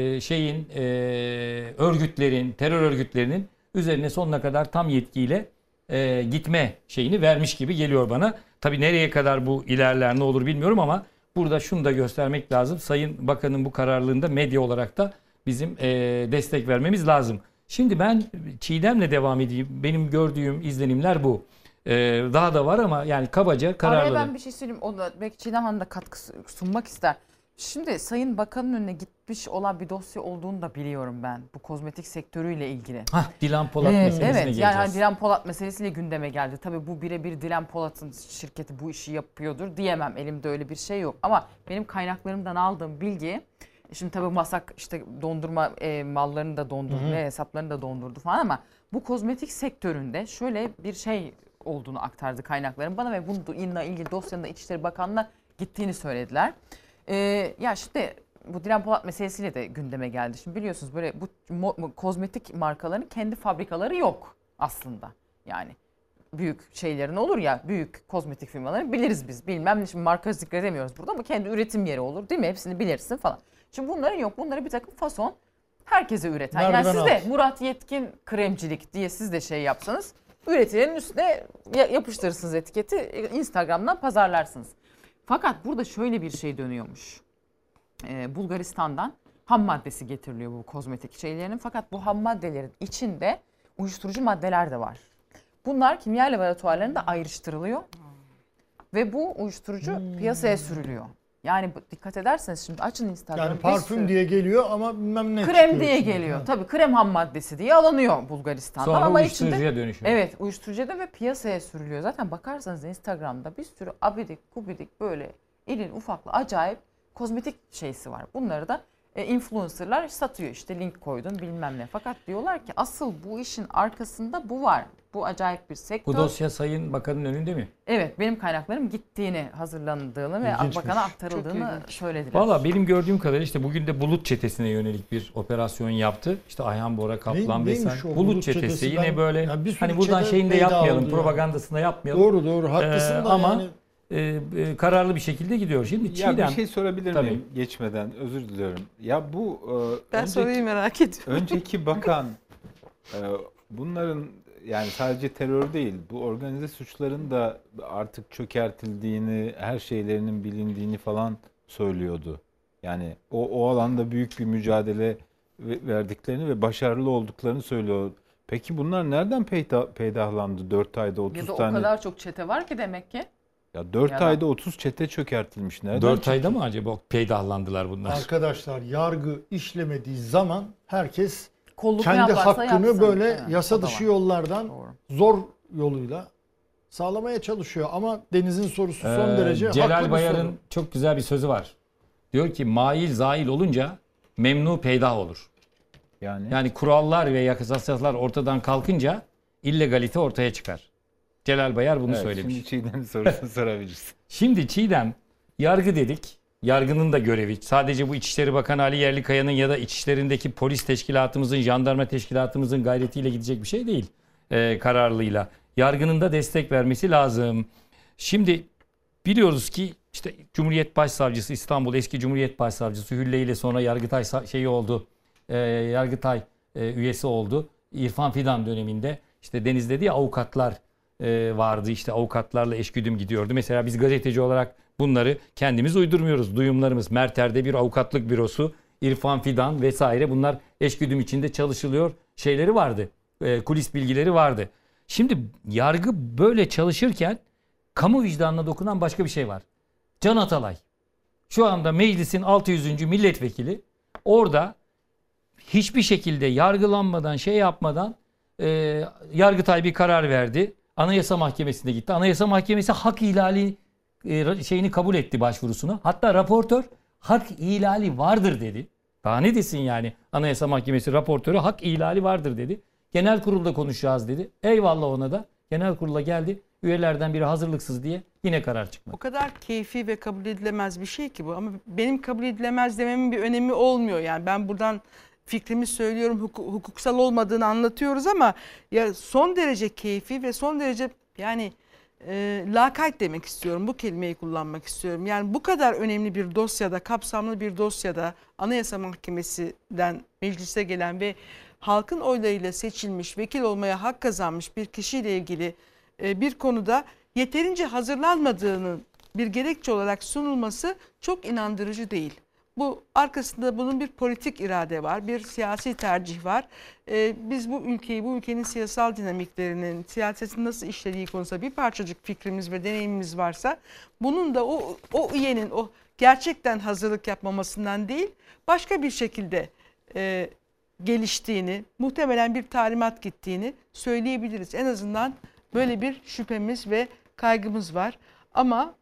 örgütlerin, terör örgütlerinin üzerine sonuna kadar tam yetkiyle gitme şeyini vermiş gibi geliyor bana. Tabii nereye kadar bu ilerler, ne olur bilmiyorum ama burada şunu da göstermek lazım. Sayın Bakan'ın bu kararlılığında medya olarak da bizim destek vermemiz lazım. Şimdi ben Çiğdem'le devam edeyim. Benim gördüğüm izlenimler bu. Daha da var ama yani kabaca kararlılığı. Araya ben bir şey söyleyeyim. O da belki Çiğdem Hanım da katkı sunmak ister. Şimdi Sayın Bakan'ın önüne gitmiş olan bir dosya olduğunu da biliyorum ben. Bu kozmetik sektörüyle ilgili. Dilan Polat meselesine geleceğiz. Evet, yani Dilan Polat meselesiyle gündeme geldi. Tabii bu birebir Dilan Polat'ın şirketi bu işi yapıyordur diyemem. Elimde öyle bir şey yok. Ama benim kaynaklarımdan aldığım bilgi, şimdi tabii Masak işte dondurma mallarını da dondurdu, hesaplarını da dondurdu falan ama bu kozmetik sektöründe şöyle bir şey olduğunu aktardı kaynaklarım bana ve bununla ilgili dosyanın da İçişleri Bakanlığı'na gittiğini söylediler. Ya şimdi bu Dilan Polat meselesiyle de gündeme geldi. Şimdi biliyorsunuz böyle bu kozmetik markaların kendi fabrikaları yok aslında. Yani büyük şeylerin olur ya, büyük kozmetik firmaları biliriz biz. Bilmem ne, şimdi marka zikredemiyoruz burada ama kendi üretim yeri olur değil mi? Hepsini bilirsin falan. Şimdi bunların yok. Bunları bir takım fason herkese üreten. Yani siz de Murat Yetkin kremcilik diye siz de şey yapsanız üretilerin üstüne yapıştırırsınız etiketi, Instagram'dan pazarlarsınız. Fakat burada şöyle bir şey dönüyormuş. Bulgaristan'dan ham maddesi getiriliyor bu kozmetik şeylerinin. Fakat bu ham maddelerin içinde uyuşturucu maddeler de var. Bunlar kimya laboratuvarlarında ayrıştırılıyor. Ve bu uyuşturucu piyasaya sürülüyor. Yani dikkat ederseniz şimdi açın Instagram'ı. Yani parfüm diye geliyor ama bilmem ne krem diye geliyor. Evet. Tabii krem ham maddesi diye alınıyor Bulgaristan'dan. Sonra ama uyuşturucuya dönüşüyor. Evet, uyuşturucuya ve piyasaya sürülüyor. Zaten bakarsanız Instagram'da bir sürü abidik gubidik böyle elin ufaklı acayip kozmetik şeysi var. Bunları da influencerlar satıyor, işte link koydun bilmem ne. Fakat diyorlar ki asıl bu işin arkasında bu var. Bu acayip bir sektör. Bu dosya Sayın Bakan'ın önünde mi? Evet, benim kaynaklarım gittiğini, hazırlandığını ve Akbakan'a aktarıldığını söylediler. Valla benim gördüğüm kadarıyla işte bugün de Bulut Çetesi'ne yönelik bir operasyon yaptı. İşte Ayhan Bora Kaplan vesaire. Bulut Çetesi yine böyle hani buradan şeyini de yapmayalım, propagandasını da yapmayalım. Doğru haklısın da ama yani. Kararlı bir şekilde gidiyor. Şimdi Çiğdem, bir şey sorabilir miyim geçmeden? Özür diliyorum. Ya bu ben soruyu merak ediyorum. Önceki bakan bunların yani sadece terör değil, bu organize suçların da artık çökertildiğini, her şeylerinin bilindiğini falan söylüyordu. Yani o alanda büyük bir mücadele verdiklerini ve başarılı olduklarını söylüyor. Peki bunlar nereden peydahlandı 4 ayda 30 tane? Ya da o kadar çok çete var ki demek ki. Ya 4 ayda 30 çete çökertilmiş. Nereden 4 ayda mı acaba peydahlandılar bunlar? Arkadaşlar yargı işlemediği zaman herkes kolluk kendi hakkını yapsın. böyle Evet, yasa dışı yollardan zor yoluyla sağlamaya çalışıyor. Ama Deniz'in sorusu son derece haklı Celal bir Bayar'ın soru. çok güzel bir sözü var. Diyor ki mail zail olunca memnu peydah olur. Yani kurallar ve yasaklar ortadan kalkınca illegalite ortaya çıkar. Celal Bayar bunu söylemiş. Şimdi Çiğdem'in sorusunu sorabiliriz. Şimdi Çiğdem, yargı dedik. Yargının da görevi sadece bu İçişleri Bakanı Ali Yerlikaya'nın ya da içişlerindeki polis teşkilatımızın, jandarma teşkilatımızın gayretiyle gidecek bir şey değil. Kararlılığıyla. Yargının da destek vermesi lazım. Şimdi biliyoruz ki işte Cumhuriyet Başsavcısı, İstanbul eski Cumhuriyet Başsavcısı Hülle ile sonra Yargıtay oldu. Yargıtay üyesi oldu. İrfan Fidan döneminde işte Deniz dedi ya avukatlar vardı, işte avukatlarla eşgüdüm gidiyordu. Mesela biz gazeteci olarak bunları kendimiz uydurmuyoruz. Duyumlarımız Merter'de bir avukatlık bürosu, İrfan Fidan vesaire bunlar eşgüdüm içinde çalışılıyor şeyleri vardı. Kulis bilgileri vardı. Şimdi yargı böyle çalışırken kamu vicdanına dokunan başka bir şey var. Can Atalay. Şu anda meclisin 600. milletvekili orada hiçbir şekilde yargılanmadan şey yapmadan Yargıtay bir karar verdi. Anayasa Mahkemesi'ne gitti. Anayasa Mahkemesi hak ihlali şeyini kabul etti, başvurusunu. Hatta raportör hak ihlali vardır dedi. Daha ne desin yani? Anayasa Mahkemesi raportörü hak ihlali vardır dedi. Genel kurulda konuşacağız dedi. Eyvallah ona da. Genel kurula geldi. Üyelerden biri hazırlıksız diye yine karar çıkmadı. O kadar keyfi ve kabul edilemez bir şey ki bu. Ama benim kabul edilemez dememin bir önemi olmuyor. Yani ben buradan fikrimi söylüyorum, hukuksal olmadığını anlatıyoruz ama ya son derece keyfi ve son derece yani lakayt demek istiyorum. Bu kelimeyi kullanmak istiyorum. Yani bu kadar önemli bir dosyada, kapsamlı bir dosyada Anayasa Mahkemesi'den meclise gelen ve halkın oylarıyla seçilmiş, vekil olmaya hak kazanmış bir kişiyle ilgili bir konuda yeterince hazırlanmadığının bir gerekçe olarak sunulması çok inandırıcı değil. Bu arkasında bunun bir politik irade var, bir siyasi tercih var. Biz bu ülkeyi, bu ülkenin siyasal dinamiklerinin, siyasetin nasıl işlediği konusunda bir parçacık fikrimiz ve deneyimimiz varsa bunun da o üyenin o gerçekten hazırlık yapmamasından değil, başka bir şekilde geliştiğini, muhtemelen bir talimat gittiğini söyleyebiliriz. En azından böyle bir şüphemiz ve kaygımız var. Ama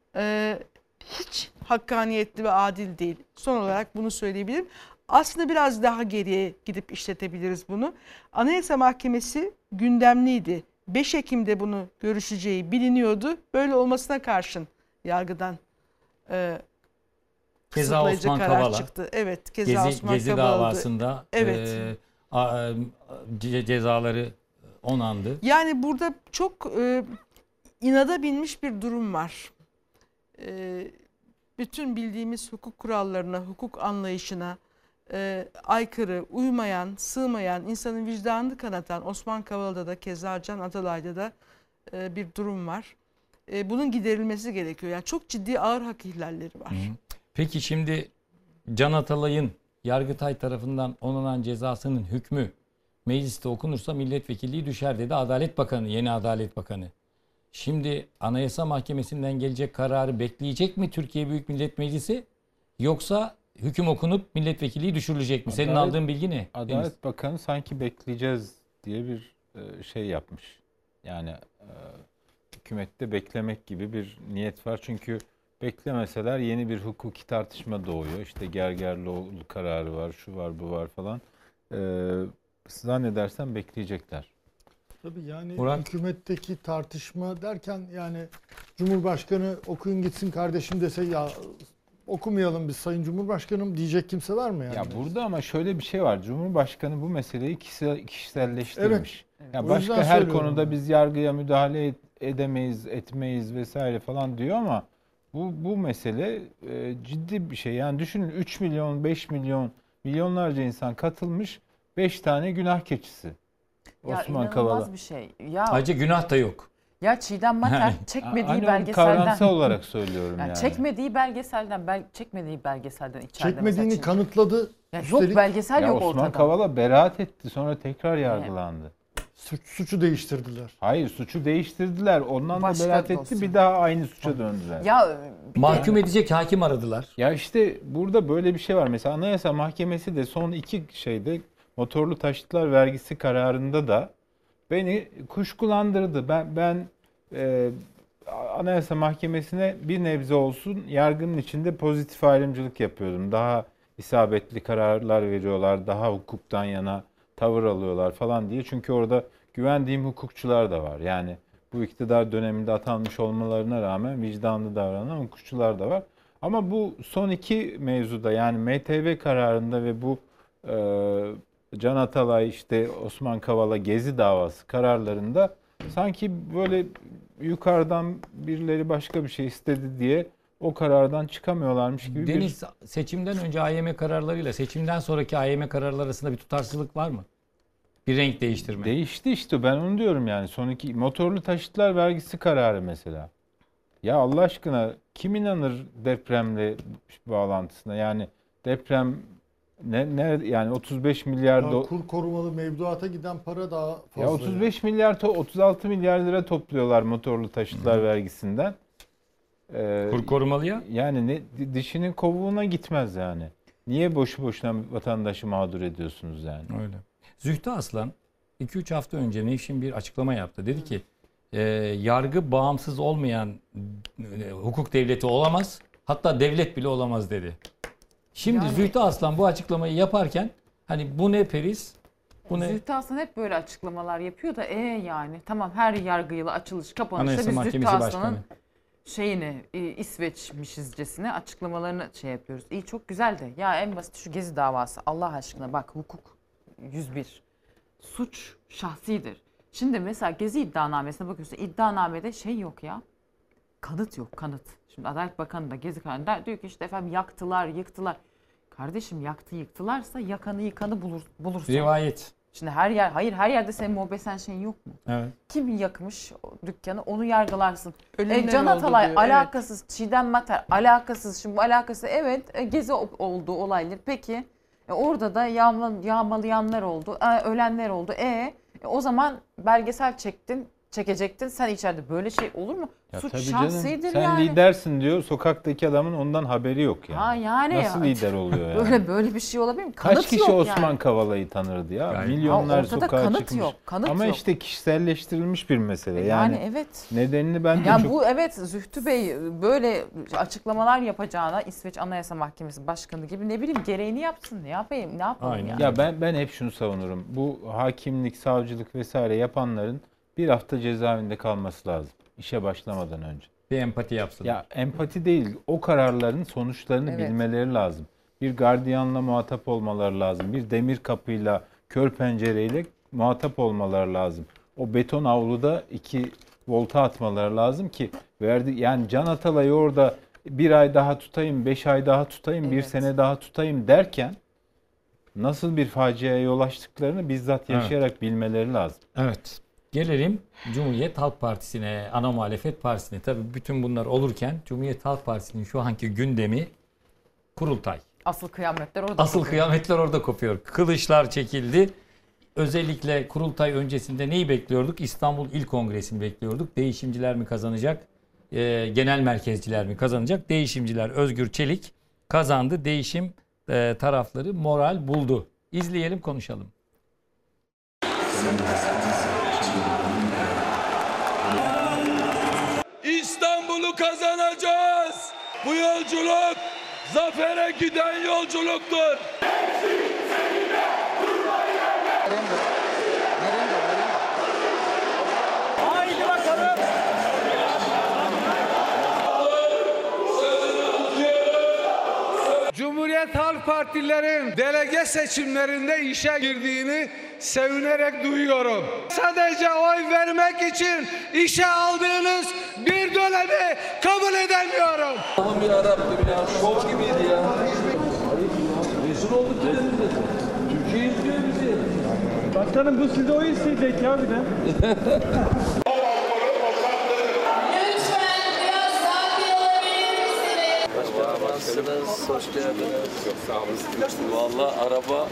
hiç hakkaniyetli ve adil değil. Son olarak bunu söyleyebilirim. Aslında biraz daha geriye gidip işletebiliriz bunu. Anayasa Mahkemesi gündemliydi. 5 Ekim'de bunu görüşeceği biliniyordu. Böyle olmasına karşın yargıdan kısıtlayıcı karar çıktı. Evet, keza Osman Gezi Kavala'da. davasında cezaları onandı. Yani burada çok inada binmiş bir durum var. Bütün bildiğimiz hukuk kurallarına, hukuk anlayışına aykırı, uymayan, sığmayan, insanın vicdanını kanatan Osman Kavala'da da keza Can Atalay'da da bir durum var. Bunun giderilmesi gerekiyor. Yani çok ciddi ağır hak ihlalleri var. Peki şimdi Can Atalay'ın Yargıtay tarafından onanan cezasının hükmü mecliste okunursa milletvekilliği düşer dedi Adalet Bakanı, yeni Adalet Bakanı. Şimdi Anayasa Mahkemesi'nden gelecek kararı bekleyecek mi Türkiye Büyük Millet Meclisi? Yoksa hüküm okunup milletvekilliği düşürülecek mi? Senin aldığın bilgi ne? Adalet Bakanı sanki bekleyeceğiz diye bir şey yapmış. Yani hükümette beklemek gibi bir niyet var. Çünkü beklemeseler yeni bir hukuki tartışma doğuyor. İşte Gergerlioğlu kararı var, şu var, bu var falan. Zannedersem bekleyecekler. Tabii yani Murat? hükümetteki tartışma derken yani Cumhurbaşkanı okuyun gitsin kardeşim dese ya okumayalım biz Sayın Cumhurbaşkanım diyecek kimse var mı yani? Ya burada ama şöyle bir şey var. Cumhurbaşkanı bu meseleyi kişiselleştirmiş. Evet. Ya O başka yüzden her söylüyorum konuda ben. biz yargıya müdahale edemeyiz, etmeyiz vesaire falan diyor ama bu mesele ciddi bir şey. Yani düşünün 3 milyon, 5 milyon, milyonlarca insan katılmış, 5 tane günah keçisi. Ya Osman inanılmaz Kavala. bir şey. Ya Ayrıca günah da yok. Ya Çiğdem Mater Yani. çekmediği Hani belgeselden. kavramsal olarak söylüyorum yani. Çekmediği belgeselden, çekmediği belgeselden içeride Çekmediğini mesela. kanıtladı. Ya Üstelik yok belgesel Ya yok Osman ortada. Kavala beraat etti, sonra tekrar yargılandı. suçu değiştirdiler. Hayır, suçu değiştirdiler. Ondan Başka da beraat etti, dosya. bir daha aynı suça döndüler. Ya Mahkum edecek hakim aradılar. Ya işte burada böyle bir şey var. Mesela Anayasa Mahkemesi de son iki şeyde motorlu taşıtlar vergisi kararında da beni kuşkulandırdı. Ben Anayasa Mahkemesi'ne bir nebze olsun yargının içinde pozitif ayrımcılık yapıyordum. Daha isabetli kararlar veriyorlar, daha hukuktan yana tavır alıyorlar falan diye. Çünkü orada güvendiğim hukukçular da var. Yani bu iktidar döneminde atanmış olmalarına rağmen vicdanlı davranan hukukçular da var. Ama bu son iki mevzuda yani MTV kararında ve bu Can Atalay, işte Osman Kavala Gezi davası kararlarında sanki böyle yukarıdan birileri başka bir şey istedi diye o karardan çıkamıyorlarmış gibi Deniz, seçimden önce AYM kararlarıyla seçimden sonraki AYM kararları arasında bir tutarsızlık var mı? Bir renk değiştirme. Değişti işte, ben onu diyorum yani. Son iki motorlu taşıtlar vergisi kararı mesela. Ya Allah aşkına kim inanır depremle bağlantısına? Yani deprem ne yani 35 milyar Kur korumalı mevduata giden para daha fazla. Ya 35 milyar 36 milyar lira topluyorlar motorlu taşıtlar vergisinden. Kur korumalı ya. Yani dişinin kovuğuna gitmez yani. Niye boşu boşuna vatandaşı mağdur ediyorsunuz yani? Öyle. Zühtü Aslan 2-3 hafta önce Nevşin bir açıklama yaptı. Dedi ki yargı bağımsız olmayan hukuk devleti olamaz. Hatta devlet bile olamaz dedi. Şimdi Yani- Zühtü Aslan bu açıklamayı yaparken hani bu ne periz? Bu ne? Zühtü Aslan hep böyle açıklamalar yapıyor da yani tamam her yargı yılı açılış kapanışta Anayasa biz Zühtü Mahkemesi Aslan'ın Başkanı. şeyini İsveçmişizcesine açıklamalarını yapıyoruz. İyi çok güzel de ya en basit şu Gezi davası Allah aşkına bak hukuk 101. Suç şahsidir. Şimdi mesela Gezi iddianamesine bakıyorsun iddianamede şey yok ya. Kanıt yok kanıt. Şimdi Adalet Bakanı da Gezi kararında diyor ki işte efendim yaktılar yıktılar. Kardeşim yaktı yıktılarsa yakanı yıkanı bulursun. Rivayet. Şimdi her yerde senin mobesen şeyin yok mu? Evet. Kim yakmış o dükkanı onu yargılarsın. Ölümler Can oldu Atalay diyor, alakasız, Çiğdem Mater alakasız. Şimdi bu alakası evet Gezi oldu olaylar. Peki orada da yağmalayanlar oldu, ölenler oldu. O zaman belgesel çekecektin. Sen içeride böyle şey olur mu? Ya Suç tabii şahsidir sen yani. lidersin diyor. Sokaktaki adamın ondan haberi yok yani. Ha yani Nasıl lider oluyor yani? Böyle bir şey olabilir mi? Kanıt Kaç kişi yok Osman yani. Kavala'yı tanırdı ya? Yani- Milyonlar ortada sokağa kanıt çıkmış. yok, kanıt Ama yok. işte kişiselleştirilmiş bir mesele. Yani Yani, evet. nedenini ben de Ya çok... bu evet Zühtü Bey böyle açıklamalar yapacağına İsveç Anayasa Mahkemesi Başkanı gibi ne bileyim gereğini yapsın. Ne yapalım Aynen. yani. Ya ben hep şunu savunurum. Bu hakimlik, savcılık vesaire yapanların bir hafta cezaevinde kalması lazım. İşe başlamadan önce. Bir empati yapsın. Ya empati değil, o kararların sonuçlarını Evet. bilmeleri lazım. Bir gardiyanla muhatap olmaları lazım. Bir demir kapıyla, kör pencereyle muhatap olmaları lazım. O beton avluda 2 volta atmaları lazım ki yani Can Atalay'ı orada 1 ay daha tutayım, 5 ay daha tutayım, 1 Evet. sene daha tutayım derken nasıl bir faciaya yol açtıklarını bizzat yaşayarak bilmeleri lazım. Evet. Gelelim Cumhuriyet Halk Partisi'ne, ana muhalefet partisine. Tabii bütün bunlar olurken Cumhuriyet Halk Partisi'nin şu anki gündemi kurultay. Asıl kıyametler orada. Asıl kopuyor. kıyametler orada kopuyor. Kılıçlar çekildi. Özellikle kurultay öncesinde neyi bekliyorduk? İstanbul İl Kongresi'ni bekliyorduk. Değişimciler mi kazanacak? Genel merkezciler mi kazanacak? Değişimciler Özgür Çelik kazandı. Değişim tarafları moral buldu. İzleyelim, konuşalım. İstanbul'u kazanacağız. Bu yolculuk zafere giden yolculuktur. Haydi bakalım. Cumhuriyet Halk Partilerin delege seçimlerinde işe girdiğini sevinerek duyuyorum. Sadece oy vermek için işe aldığınız bir dönemi kabul edemiyorum. Allah'ım yarabbim ya, şov gibiydi ya. Rezil olduk kendimize. Türkiye izliyor bizi. Başkanım bu size oy isteyecek ya bir de. Nasılsınız? Hoş geldiniz. Çok sağ olun. Vallahi araba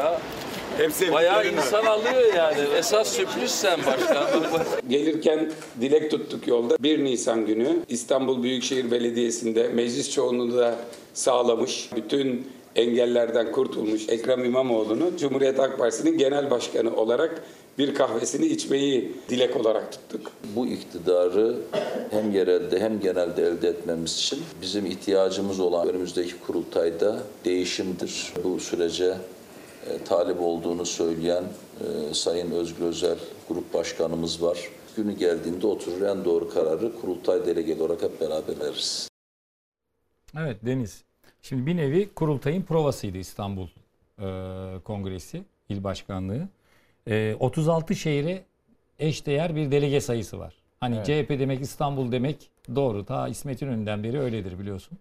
bayağı insan alıyor yani. Esas sürpriz sen başkan. Gelirken dilek tuttuk yolda. 1 Nisan günü İstanbul Büyükşehir Belediyesi'nde meclis çoğunluğunu da sağlamış, bütün engellerden kurtulmuş Ekrem İmamoğlu'nu Cumhuriyet Halk Partisi'nin genel başkanı olarak bir kahvesini içmeyi dilek olarak tuttuk. Bu iktidarı hem yerelde hem genelde elde etmemiz için bizim ihtiyacımız olan önümüzdeki kurultayda değişimdir. Bu sürece talip olduğunu söyleyen Sayın Özgür Özel Grup Başkanımız var. Günü geldiğinde oturur en doğru kararı kurultay delegeli olarak hep beraber veririz. Evet Deniz. Şimdi bir nevi kurultayın provasıydı İstanbul Kongresi, il başkanlığı. 36 şehre eşdeğer bir delege sayısı var. Hani evet. CHP demek İstanbul demek doğru. Ta İsmet İnönü'nden beri öyledir biliyorsun.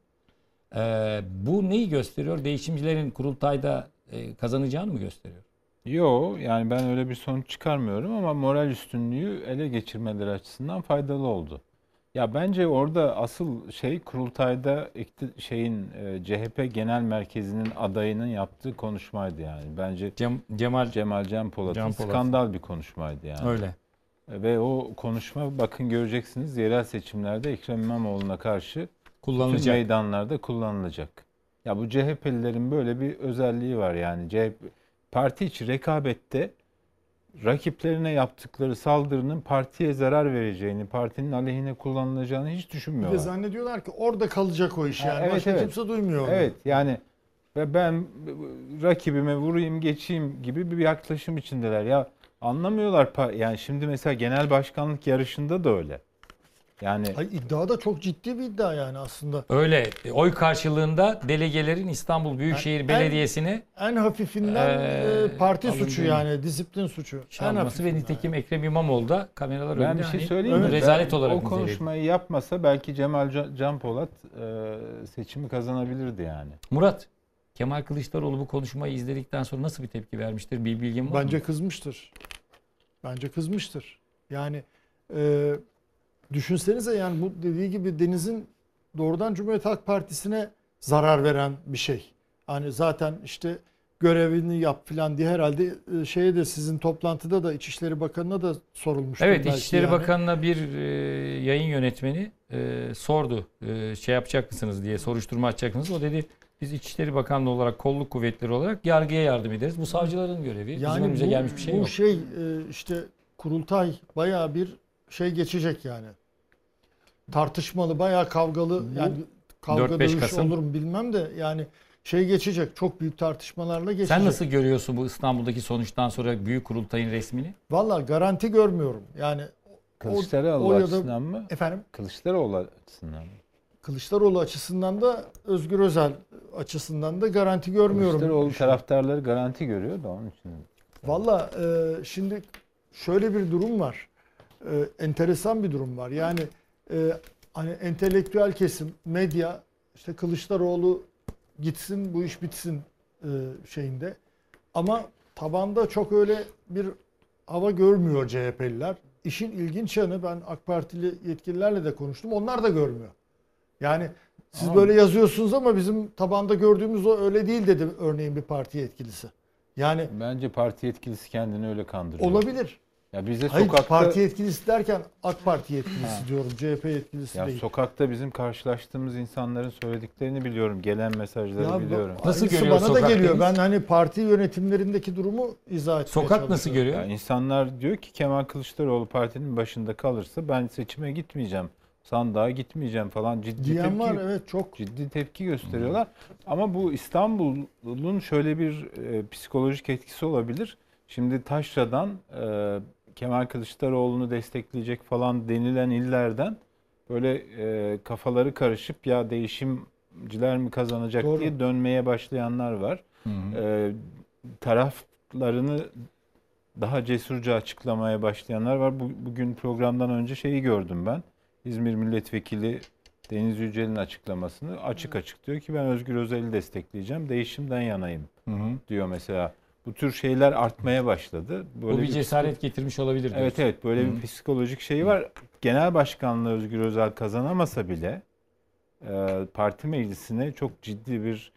Bu neyi gösteriyor? Değişimcilerin kurultayda kazanacağını mı gösteriyor? Yok, yani ben öyle bir sonuç çıkarmıyorum ama moral üstünlüğü ele geçirmeleri açısından faydalı oldu. Ya bence orada asıl şey kurultayda CHP Genel Merkezi'nin adayının yaptığı konuşmaydı yani. Bence Cemal Can Polat'ın skandal bir konuşmaydı yani. Öyle. Ve o konuşma bakın göreceksiniz yerel seçimlerde Ekrem İmamoğlu'na karşı bütün meydanlarda kullanılacak. Ya bu CHP'lilerin böyle bir özelliği var yani. Parti içi rekabette rakiplerine yaptıkları saldırının partiye zarar vereceğini, partinin aleyhine kullanılacağını hiç düşünmüyorlar. Bir de zannediyorlar ki orada kalacak o iş yani. Evet, başka kimse duymuyor onu. Evet yani ve ben rakibime vurayım geçeyim gibi bir yaklaşım içindeler. Ya anlamıyorlar yani şimdi mesela genel başkanlık yarışında da öyle. Yani iddia da çok ciddi bir iddia yani aslında. Öyle. Oy karşılığında delegelerin İstanbul Büyükşehir Belediyesi'ni en hafifinden parti suçu yani disiplin suçu. Çalması ve nitekim Ekrem İmamoğlu da kameralar önünde bir şey söyleyeyim mi? Rezalet olarak o konuşmayı yapmasa belki Cemal Can Polat seçimi kazanabilirdi yani. Murat, Kemal Kılıçdaroğlu bu konuşmayı izledikten sonra nasıl bir tepki vermiştir? Bir bilgin var mı? Bence kızmıştır. Bence kızmıştır. Yani düşünsenize yani bu dediği gibi Deniz'in doğrudan Cumhuriyet Halk Partisi'ne zarar veren bir şey. Hani zaten işte görevini yap falan diye herhalde şeye de sizin toplantıda da İçişleri Bakanı'na da sorulmuştu. Evet, İçişleri Bakanı'na bir yayın yönetmeni sordu. Şey yapacak mısınız diye, soruşturma açacak mısınız? O dedi biz İçişleri Bakanlığı olarak, kolluk kuvvetleri olarak yargıya yardım ederiz. Bu savcıların görevi. Yani bizim önümüze gelmiş bir şey yok. Bu şey işte kurultay bayağı bir şey geçecek yani. Tartışmalı, bayağı kavgalı yani kavga dövüş olur mu bilmem de yani şey geçecek. Çok büyük tartışmalarla geçecek. Sen nasıl görüyorsun bu İstanbul'daki sonuçtan sonra büyük kurultayın resmini? Vallahi garanti görmüyorum. Yani Kılıçdaroğlu açısından mı? Efendim? Kılıçdaroğlu açısından mı? Kılıçdaroğlu açısından da Özgür Özel açısından da garanti görmüyorum. Kılıçdaroğlu taraftarları garanti görüyor da onun için. Vallahi şimdi şöyle bir durum var. Enteresan bir durum var. Yani hani entelektüel kesim, medya işte Kılıçdaroğlu gitsin bu iş bitsin şeyinde. Ama tabanda çok öyle bir hava görmüyor CHP'liler. İşin ilginç yanı ben AK Partili yetkililerle de konuştum. Onlar da görmüyor. Yani siz böyle yazıyorsunuz ama bizim tabanda gördüğümüz o öyle değil dedi örneğin bir parti yetkilisi. Yani bence parti yetkilisi kendini öyle kandırıyor. Olabilir. Ya bize Hayır, sokakta parti yetkilisi derken AK Parti yetkilisi diyorum. CHP yetkilisi ya değil. sokakta bizim karşılaştığımız insanların söylediklerini biliyorum. Gelen mesajları Ya biliyorum. Nasıl aynısı görüyor bana da sokak geliyor. Deniz? Ben hani parti yönetimlerindeki durumu izah etmeye Sokak nasıl çalışıyorum. görüyor? Ya insanlar diyor ki Kemal Kılıçdaroğlu partinin başında kalırsa ben seçime gitmeyeceğim. Sandığa gitmeyeceğim falan Diyen var, evet, çok ciddi tepki gösteriyorlar. Ama bu İstanbul'un şöyle bir psikolojik etkisi olabilir. Şimdi Taşra'dan Kemal Kılıçdaroğlu'nu destekleyecek falan denilen illerden böyle kafaları karışıp ya değişimciler mi kazanacak Doğru. diye dönmeye başlayanlar var. Taraflarını daha cesurca açıklamaya başlayanlar var. Bugün programdan önce şeyi gördüm ben. İzmir Milletvekili Deniz Yücel'in açıklamasını açık diyor ki ben Özgür Özel'i destekleyeceğim. Değişimden yanayım diyor mesela. Bu tür şeyler artmaya başladı. Böyle Bu bir cesaret getirmiş olabilir diyorsun. Evet böyle bir psikolojik şey var. Genel başkanlığı Özgür Özel kazanamasa bile parti meclisine çok ciddi bir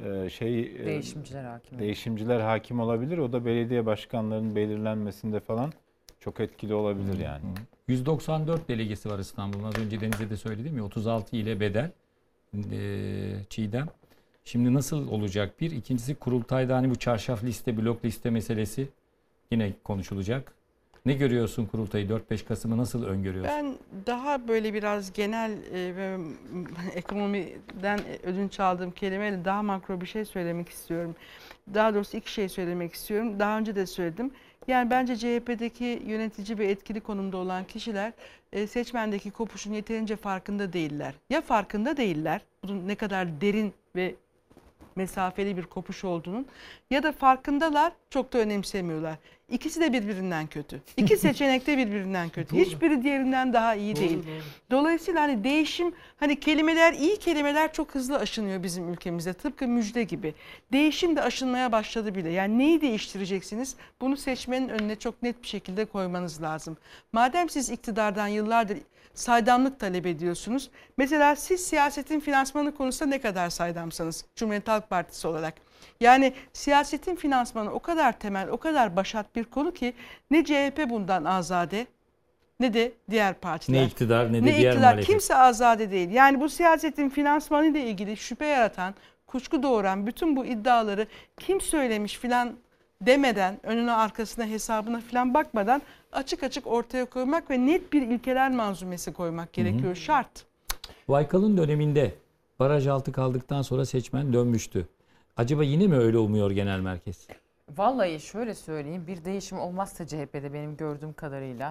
değişimciler hakim olabilir. O da belediye başkanlarının belirlenmesinde falan çok etkili olabilir yani. 194 delegesi var İstanbul'un. Az önce Deniz'e de söyledim ya, 36 ile bedel. Çiğdem. Şimdi nasıl olacak bir? İkincisi kurultayda hani bu çarşaf liste, blok liste meselesi yine konuşulacak. Ne görüyorsun kurultayı? 4-5 Kasım'ı nasıl öngörüyorsun? Ben daha böyle biraz genel ve ekonomiden ödünç aldığım kelimeyle daha makro bir şey söylemek istiyorum. Daha doğrusu iki şey söylemek istiyorum. Daha önce de söyledim. Yani bence CHP'deki yönetici ve etkili konumda olan kişiler seçmendeki kopuşun yeterince farkında değiller. Ya farkında değiller, bunun ne kadar derin ve mesafeli bir kopuş olduğunun, ya da farkındalar, çok da önemsemiyorlar. İkisi de birbirinden kötü. İki seçenek de birbirinden kötü. Hiçbiri diğerinden daha iyi değil. Dolayısıyla hani değişim, hani kelimeler, iyi kelimeler çok hızlı aşınıyor bizim ülkemizde. Tıpkı müjde gibi. Değişim de aşınmaya başladı bile. Yani neyi değiştireceksiniz? Bunu seçmenin önüne çok net bir şekilde koymanız lazım. Madem siz iktidardan yıllardır saydamlık talep ediyorsunuz. Mesela siz siyasetin finansmanı konusunda ne kadar saydamsanız Cumhuriyet Halk Partisi olarak. Yani siyasetin finansmanı o kadar temel, o kadar başat bir konu ki ne CHP bundan azade ne de diğer partiler. Ne iktidar ne de diğer muhalefet. Kimse azade değil. Yani bu siyasetin finansmanı ile ilgili şüphe yaratan, kuşku doğuran bütün bu iddiaları kim söylemiş filan demeden, önüne arkasına hesabına filan bakmadan açık açık ortaya koymak ve net bir ilkeler manzumesi koymak gerekiyor. Şart. Baykal'ın döneminde baraj altı kaldıktan sonra seçmen dönmüştü. Acaba yine mi öyle umuyor genel merkez? Vallahi şöyle söyleyeyim, bir değişim olmazsa CHP'de benim gördüğüm kadarıyla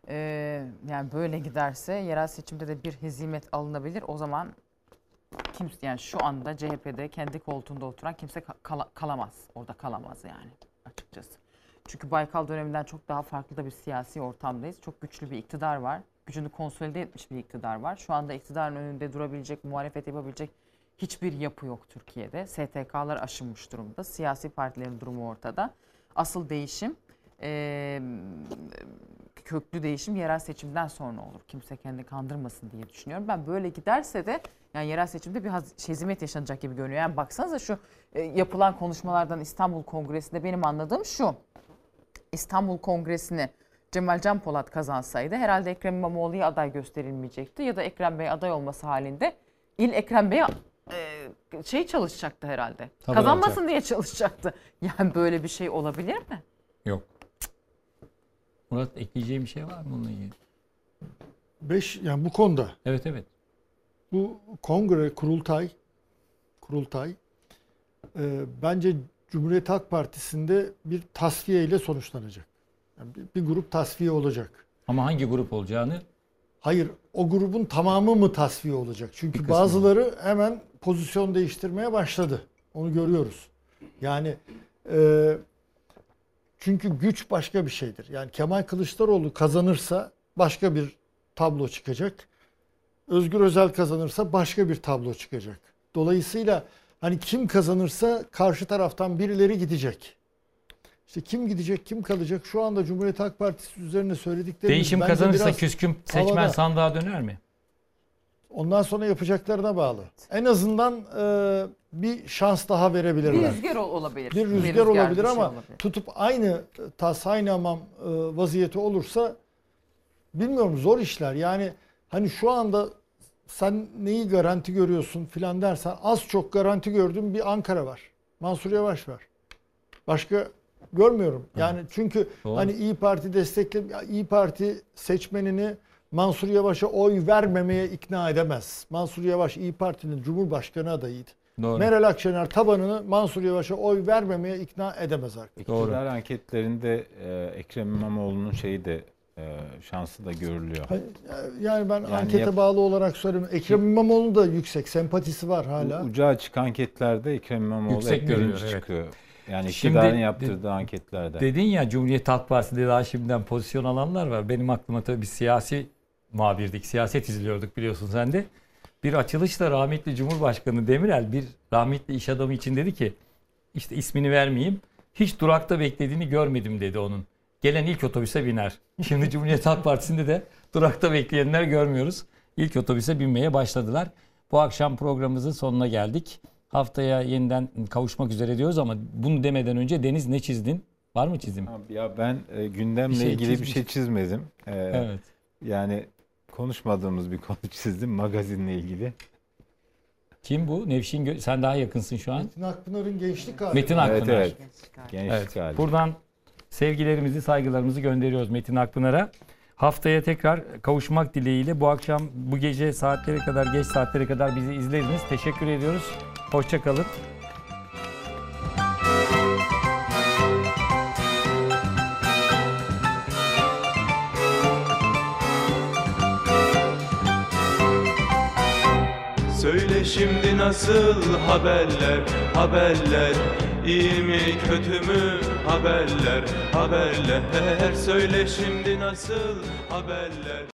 yani böyle giderse yerel seçimde de bir hezimet alınabilir. O zaman kimse, yani şu anda CHP'de kendi koltuğunda oturan kimse kalamaz. Orada kalamaz yani açıkçası. Çünkü Baykal döneminden çok daha farklı da bir siyasi ortamdayız. Çok güçlü bir iktidar var. Gücünü konsolide etmiş bir iktidar var. Şu anda iktidarın önünde durabilecek, muhalefet yapabilecek hiçbir yapı yok Türkiye'de. STK'lar aşınmış durumda. Siyasi partilerin durumu ortada. Asıl değişim, köklü değişim yerel seçimden sonra olur. Kimse kendini kandırmasın diye düşünüyorum. Ben böyle giderse de yani yerel seçimde bir hezimet yaşanacak gibi görünüyor. Yani baksanıza şu yapılan konuşmalardan İstanbul Kongresi'nde benim anladığım şu. İstanbul Kongresi'ni Cemal Can Polat kazansaydı herhalde Ekrem İmamoğlu'ya aday gösterilmeyecekti. Ya da Ekrem Bey aday olması halinde Ekrem Bey çalışacaktı herhalde. Tabii kazanmasın olacak diye çalışacaktı. Yani böyle bir şey olabilir mi? Yok. Murat, ekleyeceğim bir şey var mı bununla ilgili? Yani bu konuda. Evet. Bu kongre, kurultay bence Cumhuriyet Halk Partisi'nde bir tasfiye ile sonuçlanacak. Yani bir grup tasfiye olacak. Ama hangi grup olacağını? Hayır, o grubun tamamı mı tasfiye olacak? Çünkü bazıları hemen pozisyon değiştirmeye başladı. Onu görüyoruz. Yani çünkü güç başka bir şeydir. Yani Kemal Kılıçdaroğlu kazanırsa başka bir tablo çıkacak. Özgür Özel kazanırsa başka bir tablo çıkacak. Dolayısıyla hani kim kazanırsa karşı taraftan birileri gidecek. İşte kim gidecek, kim kalacak? Şu anda Cumhuriyet Halk Partisi üzerine söylediklerimiz değişim bence kazanırsa biraz küskün seçmen havada. sandığa döner mi? Ondan sonra yapacaklarına bağlı. En azından bir şans daha verebilirler. Bir rüzgar olabilir. Bir rüzgar olabilir ama olabilir. tutup aynı tas aynı hamam vaziyeti olursa bilmiyorum, zor işler. Yani hani şu anda sen neyi garanti görüyorsun filan dersen, az çok garanti gördüğüm bir Ankara var. Mansur Yavaş var. Başka görmüyorum. Yani çünkü hani İyi Parti İyi Parti seçmenini Mansur Yavaş'a oy vermemeye ikna edemez. Mansur Yavaş İyi Parti'nin Cumhurbaşkanı adayıydı. Doğru. Meral Akşener tabanını Mansur Yavaş'a oy vermemeye ikna edemez artık. İktidar anketlerinde Ekrem İmamoğlu'nun şeyi de şansı da görülüyor. Yani ben ankete bağlı olarak söyleyeyim. Ekrem İmamoğlu'nun da yüksek sempatisi var hala. Ucu açık anketlerde Ekrem İmamoğlu Yüksek birinci görülüyor, evet. çıkıyor. Yani Şimdi iktidarın yaptırdığı anketlerde. Dedin ya, Cumhuriyet Halk Partisi'nde daha şimdiden pozisyon alanlar var. Benim aklıma tabii bir siyasi muhabirdik. Siyaset izliyorduk biliyorsun sen de. Bir açılışta rahmetli Cumhurbaşkanı Demirel bir rahmetli iş adamı için dedi ki, işte ismini vermeyeyim, hiç durakta beklediğini görmedim dedi onun. Gelen ilk otobüse biner. Şimdi Cumhuriyet Halk Partisi'nde de durakta bekleyenler görmüyoruz. İlk otobüse binmeye başladılar. Bu akşam programımızın sonuna geldik. Haftaya yeniden kavuşmak üzere diyoruz ama bunu demeden önce Deniz, ne çizdin? Var mı çizim? Ya ben gündemle ilgili bir şey çizmedim. Evet. Yani konuşmadığımız bir konu çizdim magazinle ilgili. Kim bu? Nevşin sen daha yakınsın şu an. Metin Akpınar'ın gençlik hali. Metin Akpınar. Evet. Gençlik hali. Buradan sevgilerimizi, saygılarımızı gönderiyoruz Metin Akpınar'a. Haftaya tekrar kavuşmak dileğiyle. Bu akşam, bu gece saatlere kadar, geç saatlere kadar bizi izlediniz. Teşekkür ediyoruz. Hoşça kalın. Söyle şimdi nasıl haberler, haberler, iyi mi kötü mü haberler, haberler. Söyle şimdi nasıl haberler.